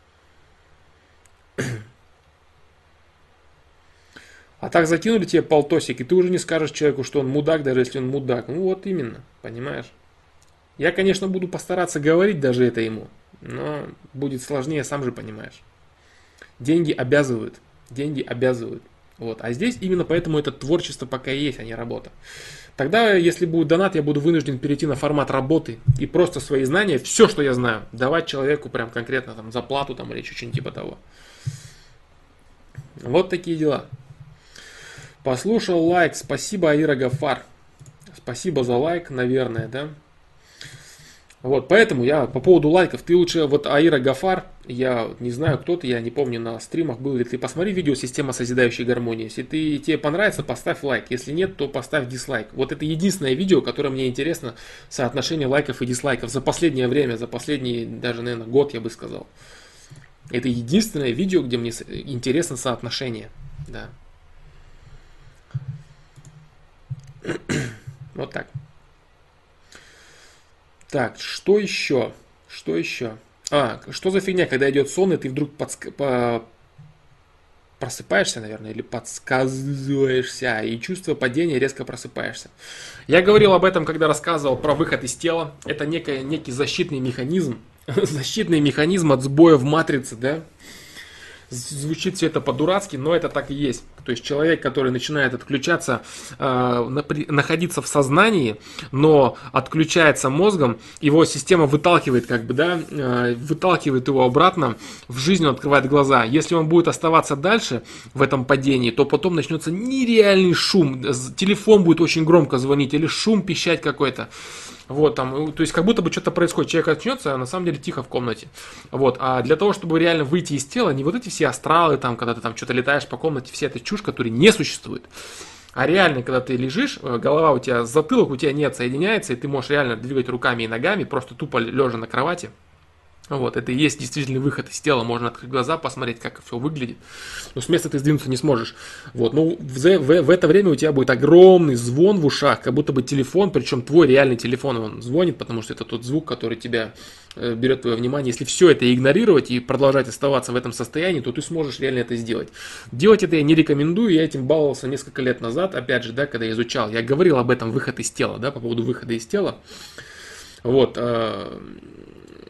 А так закинули тебе полтосик, и ты уже не скажешь человеку, что он мудак, даже если он мудак. Ну вот именно, понимаешь? Я, конечно, буду постараться говорить даже это ему, но будет сложнее, сам же понимаешь. Деньги обязывают. Деньги обязывают. Вот. А здесь именно поэтому это творчество пока и есть, а не работа. Тогда, если будет донат, я буду вынужден перейти на формат работы и просто свои знания, все, что я знаю, давать человеку прям конкретно там, за плату там, или что-нибудь типа того. Вот такие дела. Послушал, лайк. Спасибо, Аира Гафар. Спасибо за лайк, наверное, да? Вот, поэтому я по поводу лайков, ты лучше, вот Аира Гафар, я не знаю, кто ты, я не помню на стримах был ли ты, посмотри видео «Система созидающей гармонии». Если тебе понравится, поставь лайк, если нет, то поставь дизлайк. Вот это единственное видео, которое мне интересно, соотношение лайков и дизлайков за последнее время, за последний, даже, наверное, год, я бы сказал. Это единственное видео, где мне интересно соотношение, да. Вот так. Так, что еще? Что еще? Что за фигня, когда идет сон, и ты вдруг просыпаешься, наверное, или подсказываешься, и чувство падения резко просыпаешься. Я говорил об этом, когда рассказывал про выход из тела. Это некий защитный механизм. Защитный механизм от сбоя в матрице, да? Звучит все это по-дурацки, но это так и есть. То есть человек, который начинает отключаться, находиться в сознании, но отключается мозгом, его система выталкивает, выталкивает его обратно в жизнь, он открывает глаза. Если он будет оставаться дальше в этом падении, то потом начнется нереальный шум. Телефон будет очень громко звонить или шум пищать какой-то. Вот, там, то есть как будто бы что-то происходит. Человек очнется, а на самом деле тихо в комнате. Вот, а для того, чтобы реально выйти из тела, не вот эти все астралы, там, когда ты там что-то летаешь по комнате, вся эта чушь, которая не существует. А реально, когда ты лежишь, голова у тебя, затылок у тебя не отсоединяется, и ты можешь реально двигать руками и ногами, просто тупо лежа на кровати. Вот, это и есть действительно выход из тела. Можно открыть глаза, посмотреть, как все выглядит. Но с места ты сдвинуться не сможешь. Вот, ну, в это время у тебя будет огромный звон в ушах, как будто бы телефон, причем твой реальный телефон, он звонит, потому что это тот звук, который тебя берет твое внимание. Если все это игнорировать и продолжать оставаться в этом состоянии, то ты сможешь реально это сделать. Делать это я не рекомендую, я этим баловался несколько лет назад, опять же, да, когда я изучал. Я говорил об этом выход из тела, да, по поводу выхода из тела. Вот,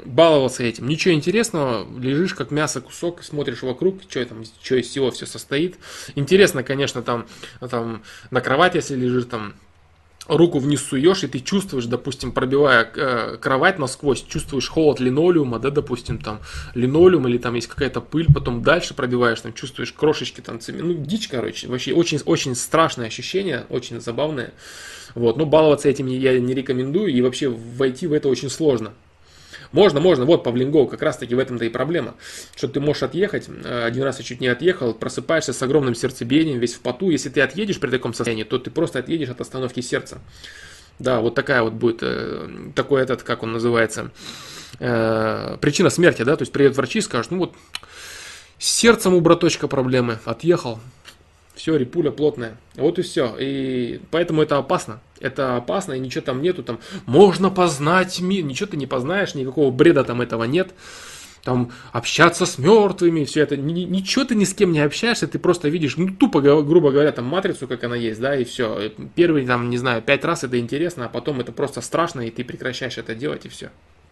баловаться этим. Ничего интересного, лежишь как мясо кусок, смотришь вокруг, что там, что из всего все состоит. Интересно, конечно, там на кровати, если лежишь, там руку вниз суешь, и ты чувствуешь, допустим, пробивая кровать насквозь, чувствуешь холод линолеума, да, допустим, там линолеум или там есть какая-то пыль, потом дальше пробиваешь, там чувствуешь крошечки, там ну, дичь, короче, вообще очень, очень страшное ощущение, очень забавное. Вот, но баловаться этим я не рекомендую, и вообще войти в это очень сложно. Можно, вот Pavling Go, как раз таки в этом-то и проблема, что ты можешь отъехать, один раз я чуть не отъехал, просыпаешься с огромным сердцебиением, весь в поту, если ты отъедешь при таком состоянии, то ты просто отъедешь от остановки сердца. Да, вот такая вот будет, такой этот, как он называется, причина смерти, да, то есть приедут врачи и скажут, ну вот, с сердцем у браточка проблемы, отъехал. Все, репуля плотная. Вот и все. И поэтому это опасно. Это опасно, и ничего там нету. Там можно познать мир. Ничего ты не познаешь, никакого бреда там этого нет. Там общаться с мертвыми, все это. Ничего ты ни с кем не общаешься, ты просто видишь, ну тупо, грубо говоря, там матрицу, как она есть, да, и все. Первый, там, не знаю, 5 раз это интересно, а потом это просто страшно, и ты прекращаешь это делать, и все.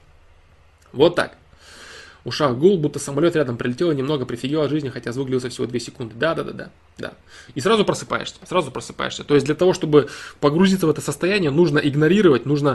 Вот так. В ушах гул, будто самолет рядом прилетел и немного прифигел от жизни, хотя звук длился всего 2 секунды. Да. И сразу просыпаешься. То есть для того, чтобы погрузиться в это состояние, нужно игнорировать, нужно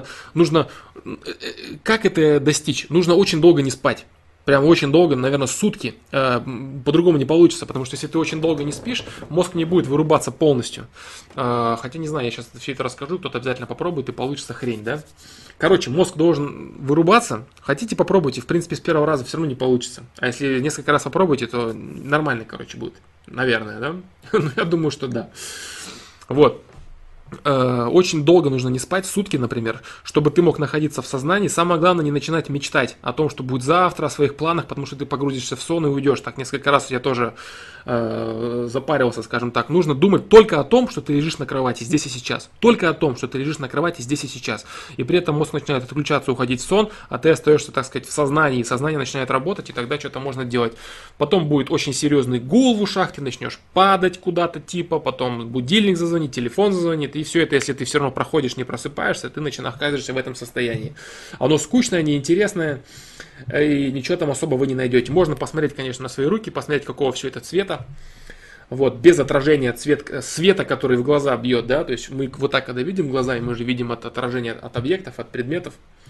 как это достичь? Нужно очень долго не спать. Прям очень долго, наверное, сутки. По-другому не получится, потому что если ты очень долго не спишь, мозг не будет вырубаться полностью. Хотя не знаю, я сейчас все это расскажу, кто-то обязательно попробует и получится хрень, да? Короче, мозг должен вырубаться. Хотите, попробуйте. В принципе, с первого раза все равно не получится. А если несколько раз попробуйте, то нормально, короче, будет. Наверное, да? Ну, я думаю, что да. Вот. Очень долго нужно не спать, сутки, например, чтобы ты мог находиться в сознании. Самое главное, не начинать мечтать о том, что будет завтра, о своих планах, потому что ты погрузишься в сон и уйдешь. Так несколько раз я тоже запаривался, скажем так. Нужно думать только о том, что ты лежишь на кровати здесь и сейчас. Только о том, что ты лежишь на кровати здесь и сейчас. И при этом мозг начинает отключаться, уходить в сон, а ты остаешься, так сказать, в сознании, и сознание начинает работать, и тогда что-то можно делать. Потом будет очень серьезный гул в ушах, ты начнешь падать куда-то типа, потом будильник зазвонит, телефон зазвонит, и все это, если ты все равно проходишь, не просыпаешься, ты оказываешься в этом состоянии. Оно скучное, неинтересное, и ничего там особо вы не найдете. Можно посмотреть, конечно, на свои руки, посмотреть, какого все это цвета. Вот, без отражения света, который в глаза бьет, да, то есть мы вот так, когда видим глаза, и мы же видим от отражения от объектов, от предметов.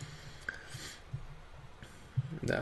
Да.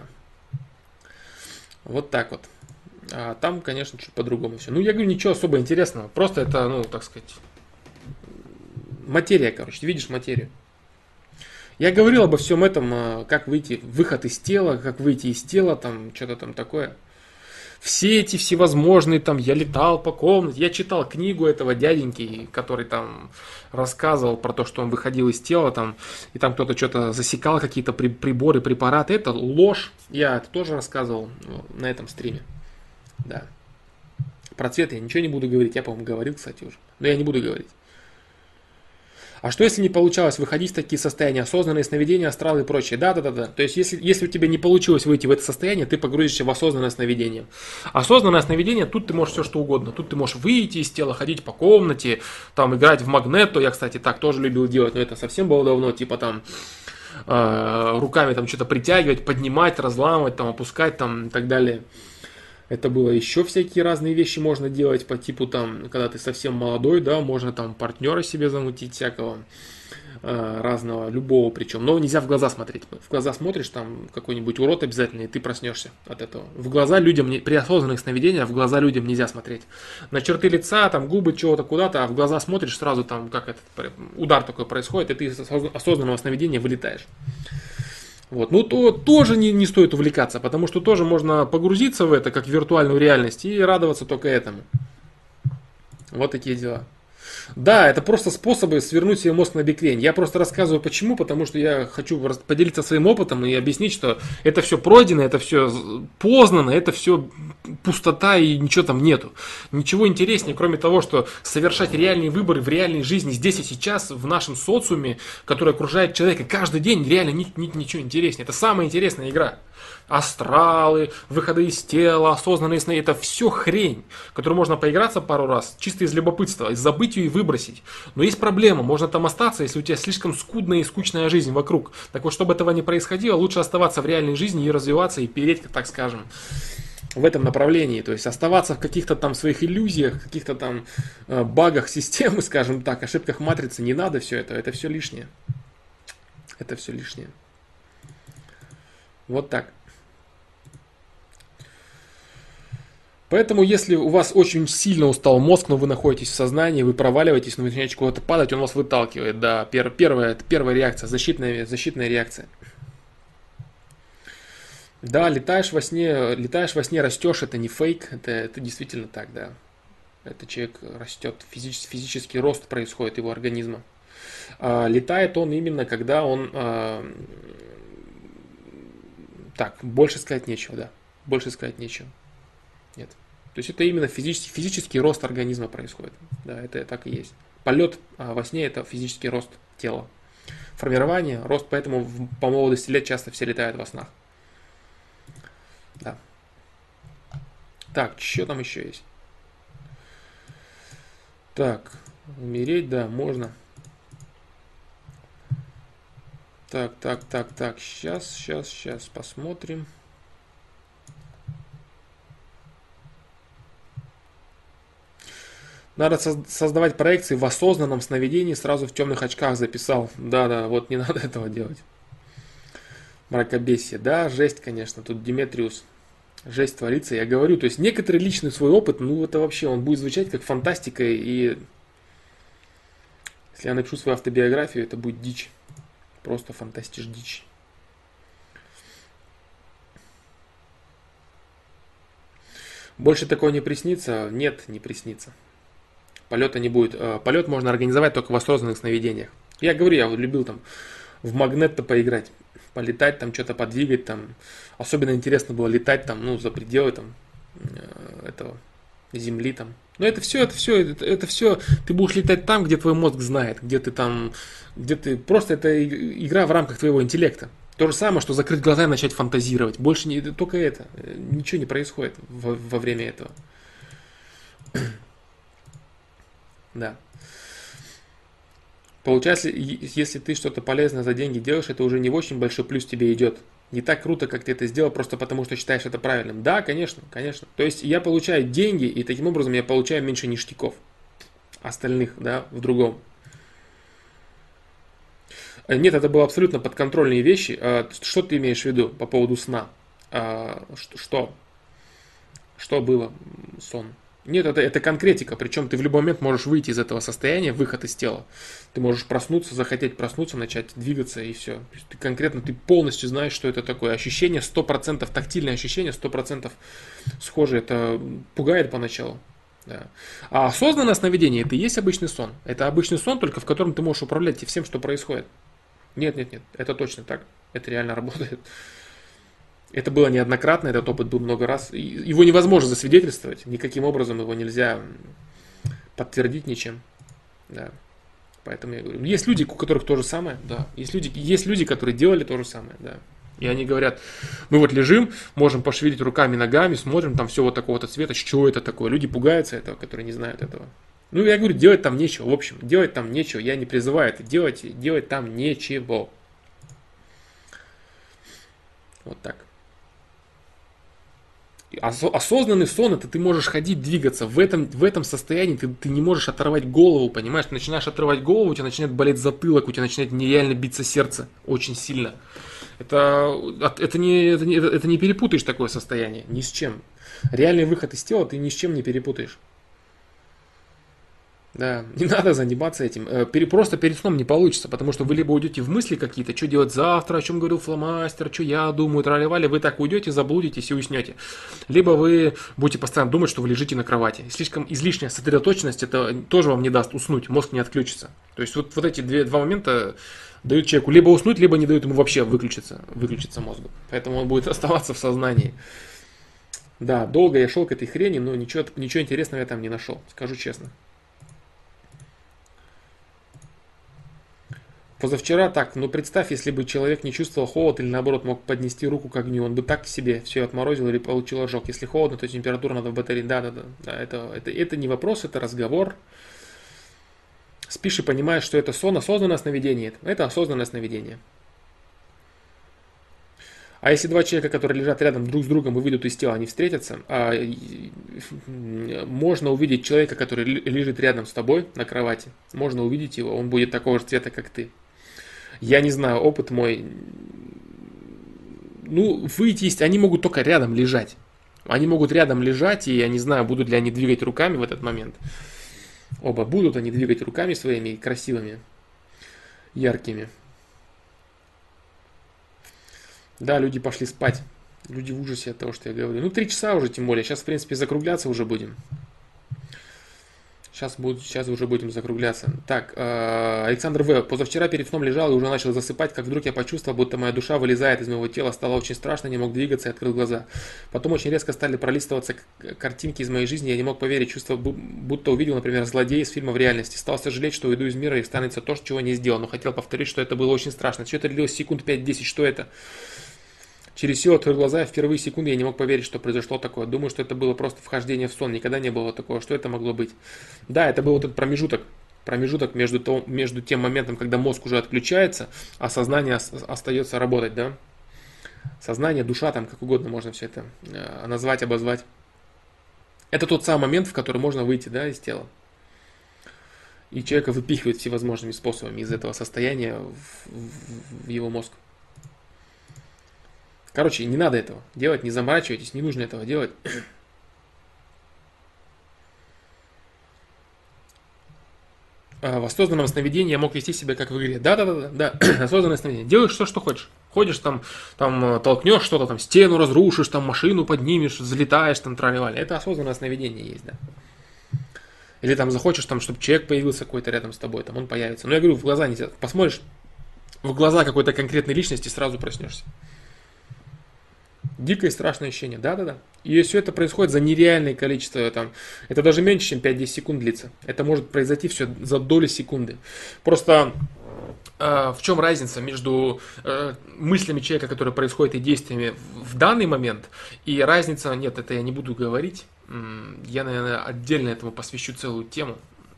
Вот так вот. А там, конечно, чуть по-другому все. Ну, я говорю, ничего особо интересного. Просто это, ну, так сказать, материя, короче. Ты видишь материю. Я говорил обо всем этом, как выход из тела, как выйти из тела, там, что-то там такое. Все эти всевозможные, там, я летал по комнате, я читал книгу этого дяденьки, который там рассказывал про то, что он выходил из тела, там, и там кто-то что-то засекал, какие-то приборы, препараты. Это ложь. Я это тоже рассказывал на этом стриме. Да. Про цвет я ничего не буду говорить, я, по-моему, говорил, кстати, уже. Но я не буду говорить. А что если не получалось выходить в такие состояния, осознанные сновидения, астралы и прочее? Да. То есть, если у тебя не получилось выйти в это состояние, ты погрузишься в осознанное сновидение. Осознанное сновидение, тут ты можешь все что угодно. Тут ты можешь выйти из тела, ходить по комнате, там играть в магнето. Я, кстати, так тоже любил делать, но это совсем было давно. Типа там руками там что-то притягивать, поднимать, разламывать, там опускать там и так далее. Это было еще всякие разные вещи можно делать по типу там, когда ты совсем молодой, да, можно там партнера себе замутить всякого разного, любого причем. Но нельзя в глаза смотреть. В глаза смотришь, там какой-нибудь урод обязательно, и ты проснешься от этого. В глаза людям, при осознанных сновидениях, в глаза людям нельзя смотреть. На черты лица, там губы чего-то куда-то, а в глаза смотришь, сразу там как этот удар такой происходит, и ты из осознанного сновидения вылетаешь. Вот. Ну, то тоже не стоит увлекаться, потому что тоже можно погрузиться в это, как в виртуальную реальность, и радоваться только этому. Вот такие дела. Да, это просто способы свернуть себе мозг на бекрень. Я просто рассказываю почему, потому что я хочу поделиться своим опытом и объяснить, что это все пройдено, это все познано, это все пустота и ничего там нету. Ничего интереснее, кроме того, что совершать реальные выборы в реальной жизни здесь и сейчас, в нашем социуме, который окружает человека каждый день, реально ничего интереснее. Это самая интересная игра. Астралы, выходы из тела, осознанные сны, это все хрень, которую можно поиграться пару раз, чисто из любопытства, из забыть ее и выбросить. Но есть проблема, можно там остаться, если у тебя слишком скудная и скучная жизнь вокруг. Так вот, чтобы этого не происходило, лучше оставаться в реальной жизни и развиваться, и переть, так скажем, в этом направлении. То есть оставаться в каких-то там своих иллюзиях, каких-то там багах системы, скажем так, ошибках матрицы, не надо все это все лишнее. Это все лишнее. Вот так. Поэтому, если у вас очень сильно устал мозг, но вы находитесь в сознании, вы проваливаетесь, но вы начинаете куда-то падать, он вас выталкивает. Да, первая реакция, защитная реакция. Да, летаешь во сне, растешь, это не фейк, это действительно так, да. Это человек растет, физический рост происходит его организма. Летает он именно, когда он... Так, больше сказать нечего, да. Больше сказать нечего. Нет. То есть это именно физический рост организма происходит. Да, это так и есть. Полет во сне это физический рост тела. Формирование, рост, поэтому по молодости лет часто все летают во снах. Да. Так, что там еще есть? Так, умереть, да, можно. Так, сейчас посмотрим. Надо создавать проекции в осознанном сновидении, сразу в темных очках записал. Да, вот не надо этого делать. Мракобесие, да, жесть, конечно, тут Деметриус. Жесть творится, я говорю, то есть некоторый личный свой опыт, ну это вообще, он будет звучать как фантастика, и если я напишу свою автобиографию, это будет дичь. Просто фантастиш дичь. Больше такого не приснится? Нет, не приснится. Полета не будет. Полет можно организовать только в осознанных сновидениях. Я говорю, я любил там в Магнетто поиграть, полетать, там что-то подвигать, там. Особенно интересно было летать там, ну, за пределы там этого Земли там. Но это все, ты будешь летать там, где твой мозг знает, где ты просто это игра в рамках твоего интеллекта. То же самое, что закрыть глаза и начать фантазировать. Больше не только это. Ничего не происходит во время этого. Да. Получается, если ты что-то полезное за деньги делаешь, это уже не в очень большой плюс тебе идет. Не так круто, как ты это сделал, просто потому что считаешь это правильным. Да, конечно. То есть я получаю деньги, и таким образом я получаю меньше ништяков остальных, да, в другом. Нет, это было абсолютно подконтрольные вещи. Что ты имеешь в виду по поводу сна? Что было сон? Нет, это конкретика, причем ты в любой момент можешь выйти из этого состояния, выход из тела. Ты можешь проснуться, захотеть проснуться, начать двигаться и все. То есть ты полностью знаешь, что это такое. Ощущение 100%, тактильное ощущение 100% схоже. Это пугает поначалу. Да. А осознанное сновидение это и есть обычный сон. Это обычный сон, только в котором ты можешь управлять всем, что происходит. Нет, это точно так. Это реально работает. Это было неоднократно, этот опыт был много раз. Его невозможно засвидетельствовать, никаким образом его нельзя подтвердить ничем. Да. Поэтому я говорю, есть люди, у которых то же самое, да. Есть люди, которые делали то же самое, да. И они говорят, мы вот лежим, можем пошевелить руками, ногами, смотрим, там все вот такого-то цвета, что это такое. Люди пугаются этого, которые не знают этого. Ну, я говорю, делать там нечего. В общем, делать там нечего. Я не призываю это делать там нечего. Вот так. Осознанный сон, это ты можешь ходить, двигаться. В этом состоянии ты не можешь оторвать голову, понимаешь? Ты начинаешь отрывать голову, у тебя начинает болеть затылок, у тебя начинает нереально биться сердце очень сильно. Это не перепутаешь такое состояние ни с чем. Реальный выход из тела ты ни с чем не перепутаешь. Да, не надо заниматься этим. Просто перед сном не получится, потому что вы либо уйдете в мысли какие-то, что делать завтра, о чем говорил фломастер, что я думаю, тролливали, вы так уйдете, заблудитесь и уснете. Либо вы будете постоянно думать, что вы лежите на кровати. Слишком излишняя сосредоточенность, это тоже вам не даст уснуть, мозг не отключится. То есть вот эти два момента дают человеку либо уснуть, либо не дают ему вообще выключиться мозгу. Поэтому он будет оставаться в сознании. Да, долго я шел к этой хрени, но ничего интересного я там не нашел, скажу честно. Позавчера так, ну представь, если бы человек не чувствовал холод или наоборот мог поднести руку к огню, он бы так себе все отморозил или получил ожог. Если холодно, то температура надо в батарее. Да, это не вопрос, это разговор. Спишь и понимаешь, что это сон, осознанное сновидение. Это осознанное сновидение. А если два человека, которые лежат рядом друг с другом и выйдут из тела, они встретятся, можно увидеть человека, который лежит рядом с тобой на кровати. Можно увидеть его, он будет такого же цвета, как ты. Я не знаю, опыт мой. Ну, выйти есть, они могут только рядом лежать. Они могут рядом лежать, и я не знаю, будут ли они двигать руками в этот момент. Оба будут они двигать руками своими красивыми, яркими. Да, люди пошли спать. Люди в ужасе от того, что я говорю. Ну, 3 часа уже, тем более. Сейчас, в принципе, закругляться уже будем. Сейчас уже будем закругляться. Так, Александр В. Позавчера перед сном лежал и уже начал засыпать, как вдруг я почувствовал, будто моя душа вылезает из моего тела, стало очень страшно, не мог двигаться и открыл глаза. Потом очень резко стали пролистываться картинки из моей жизни, я не мог поверить, чувство, будто увидел, например, злодея из фильма в реальности. Стал сожалеть, что уйду из мира и станется то, чего не сделал, но хотел повторить, что это было очень страшно. Все это длилось секунд 5-10, что это? Через силу открыл глаза, и в первые секунды я не мог поверить, что произошло такое. Думаю, что это было просто вхождение в сон. Никогда не было такого. Что это могло быть? Да, это был вот этот промежуток между тем моментом, когда мозг уже отключается, а сознание остается работать, да? Сознание, душа, там как угодно можно все это назвать, обозвать. Это тот самый момент, в который можно выйти, да, из тела. И человека выпихивает всевозможными способами из этого состояния в его мозг. Короче, не надо этого делать, не заморачивайтесь, не нужно этого делать. В осознанном сновидении я мог вести себя как в игре. Да, осознанное сновидение. Делаешь все, что хочешь. Ходишь там толкнешь что-то, там стену разрушишь, там машину поднимешь, залетаешь, там тролливали. Это осознанное сновидение есть, да. Или там захочешь, там, чтобы человек появился какой-то рядом с тобой, там он появится. Но я говорю, в глаза нельзя. Посмотришь в глаза какой-то конкретной личности, сразу проснешься. Дикое страшное ощущение, да. И все это происходит за нереальное количество, это даже меньше, чем 5-10 секунд длится. Это может произойти все за доли секунды. Просто в чем разница между мыслями человека, которые происходят, и действиями в данный момент, и разница, нет, это я не буду говорить, я, наверное, отдельно этому посвящу целую тему.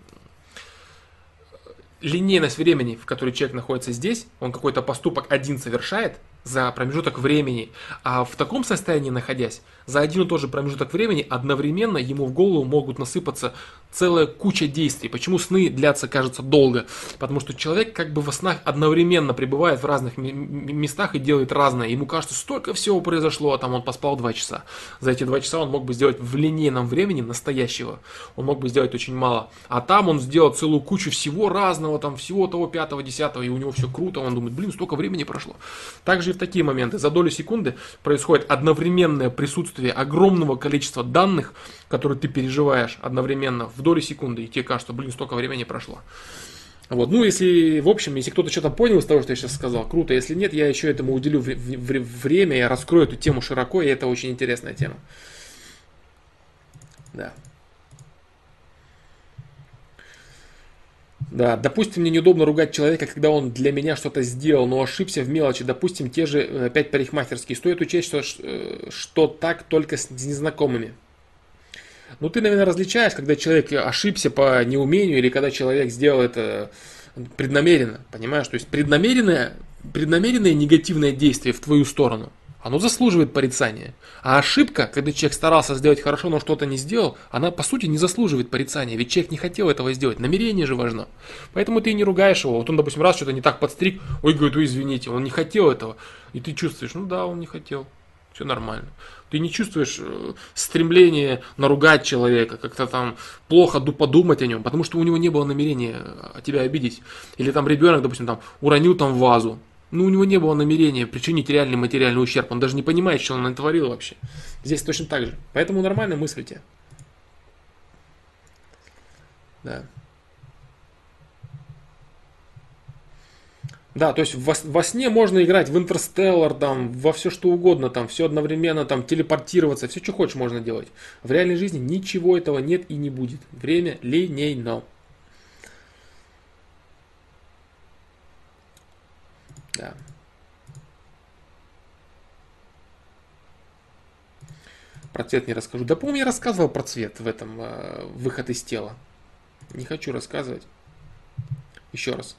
Линейность времени, в которой человек находится здесь, он какой-то поступок один совершает за промежуток времени, а в таком состоянии находясь, за один и тот же промежуток времени одновременно ему в голову могут насыпаться целая куча действий. Почему сны длятся, кажется, долго? Потому что человек как бы во снах одновременно пребывает в разных местах и делает разное. Ему кажется, столько всего произошло, а там он поспал 2 часа. За эти 2 часа он мог бы сделать в линейном времени настоящего, он мог бы сделать очень мало. А там он сделал целую кучу всего разного, там всего того 5-го, 10-го, и у него все круто, он думает, столько времени прошло. Также и в такие моменты за долю секунды происходит одновременное присутствие огромного количества данных, которые ты переживаешь одновременно в доли секунды, и тебе кажется, столько времени прошло. Вот. Ну, если, в общем, если кто-то что-то понял из того, что я сейчас сказал, круто. Если нет, я еще этому уделю время, я раскрою эту тему широко, и это очень интересная тема. Да. Да, допустим, мне неудобно ругать человека, когда он для меня что-то сделал, но ошибся в мелочи. Допустим, те же опять парикмахерские. Стоит учесть, что так только с незнакомыми. Ну, ты, наверное, различаешь, когда человек ошибся по неумению или когда человек сделал это преднамеренно. Понимаешь? То есть преднамеренное негативное действие в твою сторону, оно заслуживает порицания. А ошибка, когда человек старался сделать хорошо, но что-то не сделал, она по сути не заслуживает порицания. Ведь человек не хотел этого сделать. Намерение же важно. Поэтому ты и не ругаешь его. Вот он, допустим, раз что-то не так подстриг, говорит, извините, он не хотел этого. И ты чувствуешь, он не хотел. Все нормально. Ты не чувствуешь стремления наругать человека, как-то там плохо подумать о нем, потому что у него не было намерения тебя обидеть. Или там ребенок, допустим, там уронил там вазу. У него не было намерения причинить реальный материальный ущерб. Он даже не понимает, что он натворил вообще. Здесь точно так же. Поэтому нормально мыслите. Да. Да, то есть во сне можно играть в Интерстеллар, там, во все что угодно, там, все одновременно, там, телепортироваться, все, что хочешь, можно делать. В реальной жизни ничего этого нет и не будет. Время линейно. Да. Про цвет не расскажу. Да, по-моему, я рассказывал про цвет в этом выход из тела. Не хочу рассказывать. Еще раз.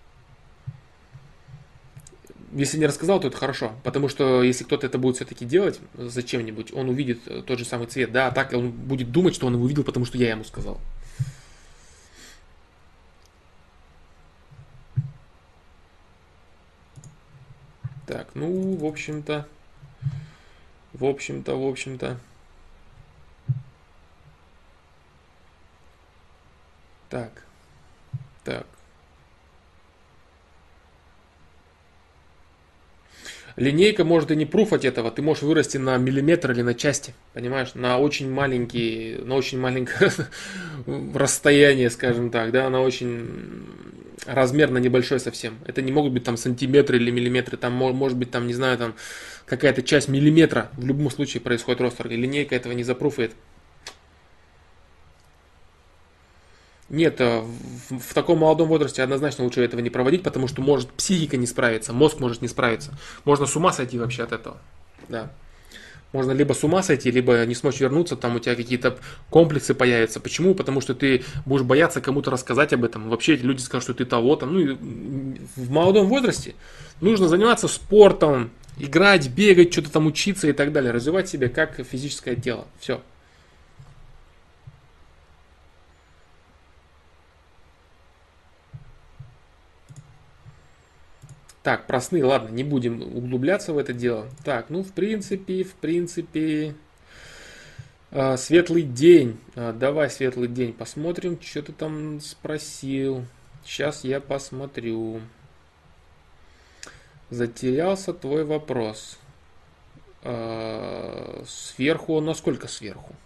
Если не рассказал, то это хорошо. Потому что если кто-то это будет все-таки делать зачем-нибудь, он увидит тот же самый цвет. Да, а так он будет думать, что он его увидел, потому что я ему сказал. Так, ну, в общем-то. В общем-то. Так, так. Линейка может и не пруфать этого, ты можешь вырасти на миллиметр или на части, понимаешь, на очень маленькое расстояние, скажем так, да, на очень размерно небольшой совсем. Это не могут быть там сантиметры или миллиметры, там может быть там, не знаю, там какая-то часть миллиметра, в любом случае происходит рост. Линейка этого не запруфает. Нет, в таком молодом возрасте однозначно лучше этого не проводить, потому что может психика не справиться, мозг может не справиться. Можно с ума сойти вообще от этого. Да. Можно либо с ума сойти, либо не смочь вернуться, там у тебя какие-то комплексы появятся. Почему? Потому что ты будешь бояться кому-то рассказать об этом. Вообще эти люди скажут, что ты того-то. Ну, и в молодом возрасте нужно заниматься спортом, играть, бегать, что-то там учиться и так далее. Развивать себя как физическое тело. Все. Так, про сны, ладно, не будем углубляться в это дело. Так, ну, в принципе, светлый день. Давай светлый день посмотрим, что ты там спросил. Сейчас я посмотрю. Затерялся твой вопрос. Сверху он насколько сверху?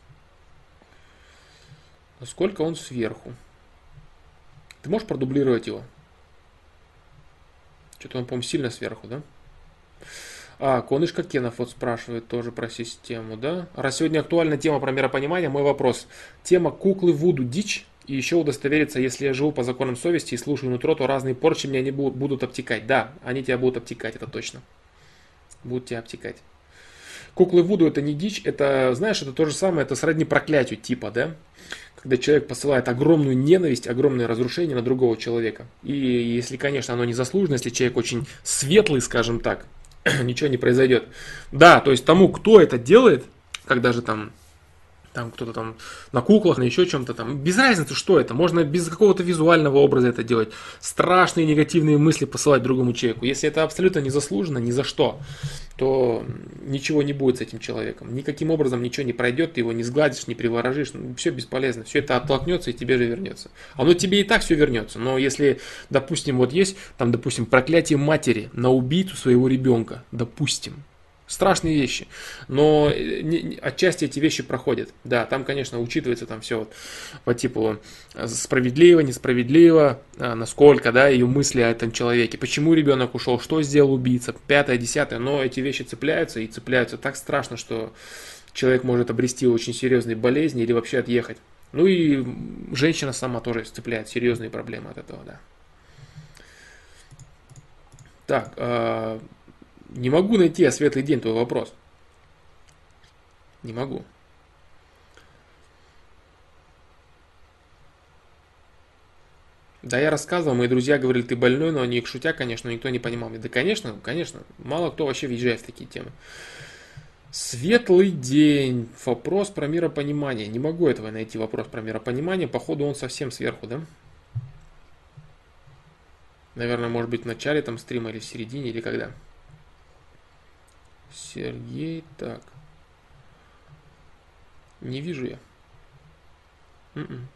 Насколько он сверху? Ты можешь продублировать его? Что-то он, по-моему, сильно сверху, да? Конышка Кенов вот спрашивает тоже про систему, да? Раз сегодня актуальна тема про миропонимание, мой вопрос. Тема куклы Вуду дичь? И еще удостовериться, если я живу по законам совести и слушаю нутро, то разные порчи меня не будут обтекать. Да, они тебя будут обтекать, это точно. Будут тебя обтекать. Куклы Вуду это не дичь, это, знаешь, это то же самое, это сродни проклятию типа, да? Когда человек посылает огромную ненависть, огромное разрушение на другого человека. И если, конечно, оно незаслуженно, если человек очень светлый, скажем так, ничего не произойдет. Да, то есть тому, кто это делает, когда же там кто-то там на куклах, на еще чем-то там. Без разницы, что это. Можно без какого-то визуального образа это делать. Страшные негативные мысли посылать другому человеку. Если это абсолютно незаслуженно, ни за что, то ничего не будет с этим человеком. Никаким образом ничего не пройдет, ты его не сгладишь, не приворожишь. Все бесполезно. Все это оттолкнется и тебе же вернется. Оно тебе и так все вернется. Но если, допустим, вот есть, там, допустим, проклятие матери на убийцу своего ребенка, допустим, страшные вещи, но отчасти эти вещи проходят. Да, там, конечно, учитывается там все вот по типу справедливо, несправедливо, насколько, да, ее мысли о этом человеке, почему ребенок ушел, что сделал убийца, пятое, десятое, но эти вещи цепляются и цепляются так страшно, что человек может обрести очень серьезные болезни или вообще отъехать. Ну и женщина сама тоже цепляет серьезные проблемы от этого, да. Так, не могу найти светлый день твой вопрос. Не могу. Да, я рассказывал, мои друзья говорили, ты больной, но они их шутя, конечно, никто не понимал. Да, конечно, конечно, мало кто вообще въезжает в такие темы. Светлый день. Вопрос про миропонимание. Не могу этого найти, вопрос про миропонимание. Походу он совсем сверху, да? Наверное, может быть в начале там стрима или в середине, или когда. Сергей, так. Не вижу я. М-м.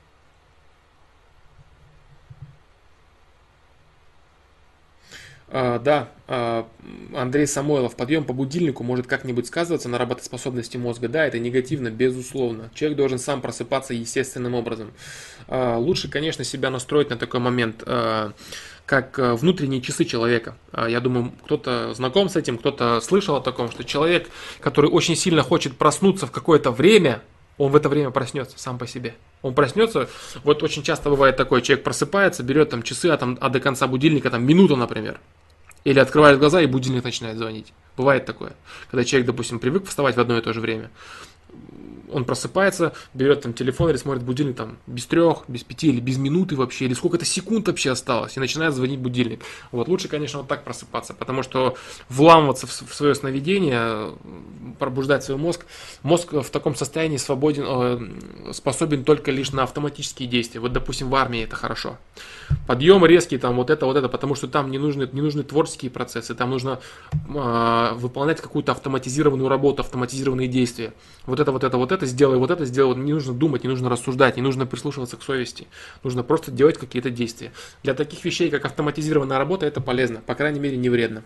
Да, Андрей Самойлов, подъем по будильнику может как-нибудь сказываться на работоспособности мозга. Да, это негативно, безусловно. Человек должен сам просыпаться естественным образом. Лучше, конечно, себя настроить на такой момент. как внутренние часы человека. Я думаю, кто-то знаком с этим, кто-то слышал о таком, что человек, который очень сильно хочет проснуться в какое-то время, он в это время проснется сам по себе. Он проснется, вот очень часто бывает такое, человек просыпается, берет там часы, а до конца будильника там минуту, например. Или открывает глаза, и будильник начинает звонить. Бывает такое. Когда человек, допустим, привык вставать в одно и то же время. Он просыпается, берет там телефон или смотрит будильник там без 3, без 5 или без минуты вообще, или сколько-то секунд вообще осталось, и начинает звонить будильник. Вот лучше, конечно, вот так просыпаться, потому что вламываться в свое сновидение, пробуждать свой мозг, мозг в таком состоянии способен только лишь на автоматические действия. Вот, допустим, в армии это хорошо. Подъем резкий, там вот это, потому что там не нужны творческие процессы, там нужно выполнять какую-то автоматизированную работу, автоматизированные действия. Вот это, сделай, не нужно думать, не нужно рассуждать, не нужно прислушиваться к совести, нужно просто делать какие-то действия. Для таких вещей, как автоматизированная работа, это полезно, по крайней мере, не вредно.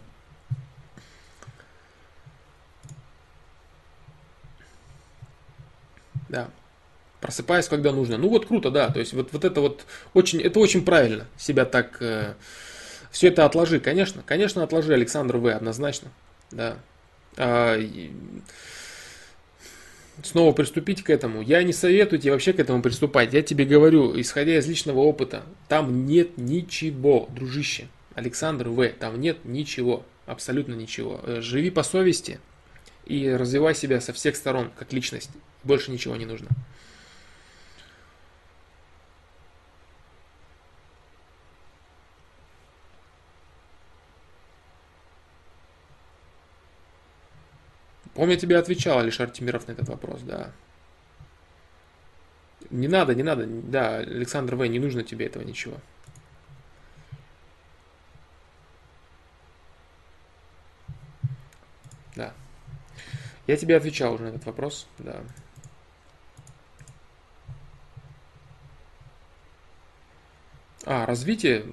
Да. Просыпаюсь, когда нужно. Ну вот круто, да. То есть вот это вот это очень правильно. Себя так все это отложи, конечно. Конечно, отложи, Александр В. Однозначно. Да. Снова приступить к этому. Я не советую тебе вообще к этому приступать. Я тебе говорю, исходя из личного опыта, там нет ничего, дружище. Александр В. Там нет ничего. Абсолютно ничего. Живи по совести и развивай себя со всех сторон, как личность. Больше ничего не нужно. Помню, я тебе отвечал, Алишер Тимиров, на этот вопрос, да. Не надо, да, Александр В., не нужно тебе этого ничего. Да. Я тебе отвечал уже на этот вопрос, да. Развитие.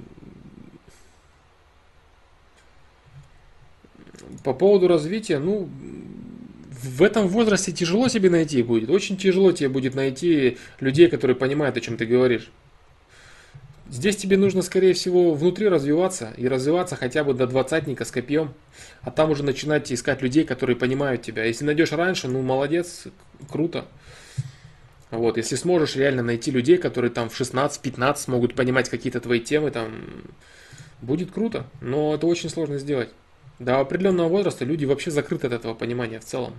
По поводу развития, в этом возрасте тяжело себе найти будет. Очень тяжело тебе будет найти людей, которые понимают, о чем ты говоришь. Здесь тебе нужно, скорее всего, внутри развиваться. И развиваться хотя бы до двадцатника с копьем. А там уже начинать искать людей, которые понимают тебя. Если найдешь раньше, молодец, круто. Вот, если сможешь реально найти людей, которые там в 16-15 могут понимать какие-то твои темы, там будет круто. Но это очень сложно сделать. До определенного возраста люди вообще закрыты от этого понимания в целом.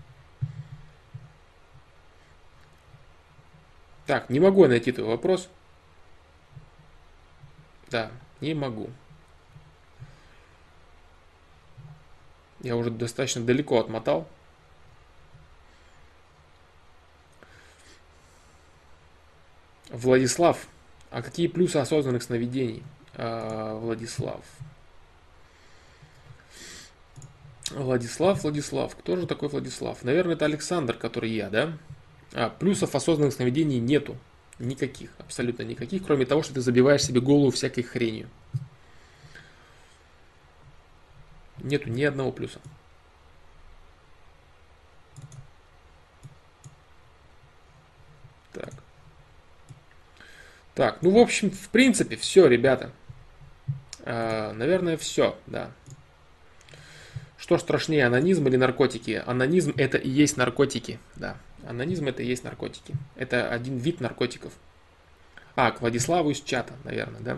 Так, не могу я найти твой вопрос. Да, не могу. Я уже достаточно далеко отмотал. Владислав, а какие плюсы осознанных сновидений? Владислав, кто же такой Владислав? Наверное, это Александр, который я, да? Плюсов осознанных сновидений нету. Никаких, абсолютно никаких, кроме того, что ты забиваешь себе голову всякой хренью. Нету ни одного плюса. Так, в общем, в принципе, все, ребята. Наверное, все, да. Что страшнее, анонизм или наркотики? Анонизм это и есть наркотики, да. Анонизм это и есть наркотики. Это один вид наркотиков. К Владиславу из чата, наверное,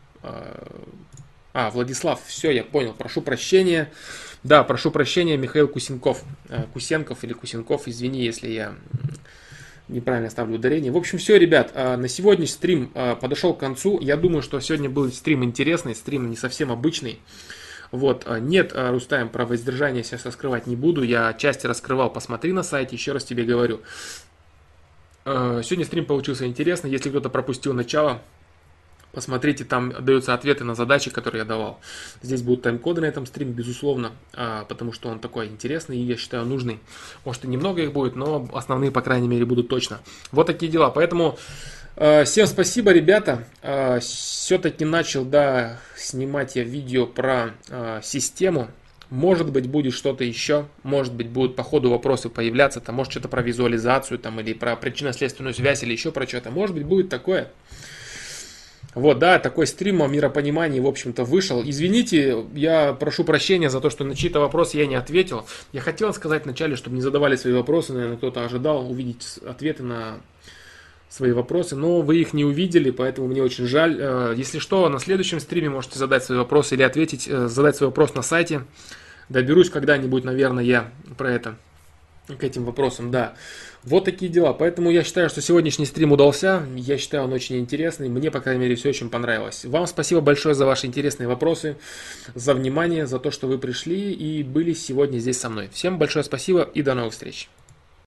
да? Владислав, все, я понял, прошу прощения. Да, прошу прощения, Михаил Кусенков. Кусенков или Кусенков, извини, если я неправильно ставлю ударение. В общем, все, ребят, на сегодня стрим подошел к концу. Я думаю, что сегодня был стрим интересный, стрим не совсем обычный. Вот, нет, Рустам, про воздержание сейчас раскрывать не буду. Я отчасти раскрывал, посмотри на сайте, еще раз тебе говорю. Сегодня стрим получился интересный. Если кто-то пропустил начало, посмотрите, там даются ответы на задачи, которые я давал. Здесь будут тайм-коды на этом стриме, безусловно, потому что он такой интересный и, я считаю, нужный. Может, и немного их будет, но основные, по крайней мере, будут точно. Вот такие дела. Поэтому всем спасибо, ребята. Все-таки начал, снимать я видео про систему. Может быть, будет что-то еще. Может быть, будут по ходу вопросы появляться. Там, может, что-то про визуализацию, там, или про причинно-следственную связь, или еще про что-то. Может быть, будет такое. Вот, да, такой стрим о миропонимании, в общем-то, вышел. Извините, я прошу прощения за то, что на чьи-то вопросы я не ответил. Я хотел сказать вначале, чтобы не задавали свои вопросы, наверное, кто-то ожидал увидеть ответы на свои вопросы, но вы их не увидели, поэтому мне очень жаль. Если что, на следующем стриме можете задать свои вопросы или ответить, задать свой вопрос на сайте. Доберусь когда-нибудь, наверное, я про это, к этим вопросам, да. Вот такие дела. Поэтому я считаю, что сегодняшний стрим удался. Я считаю, он очень интересный. Мне, по крайней мере, все очень понравилось. Вам спасибо большое за ваши интересные вопросы, за внимание, за то, что вы пришли и были сегодня здесь со мной. Всем большое спасибо и до новых встреч.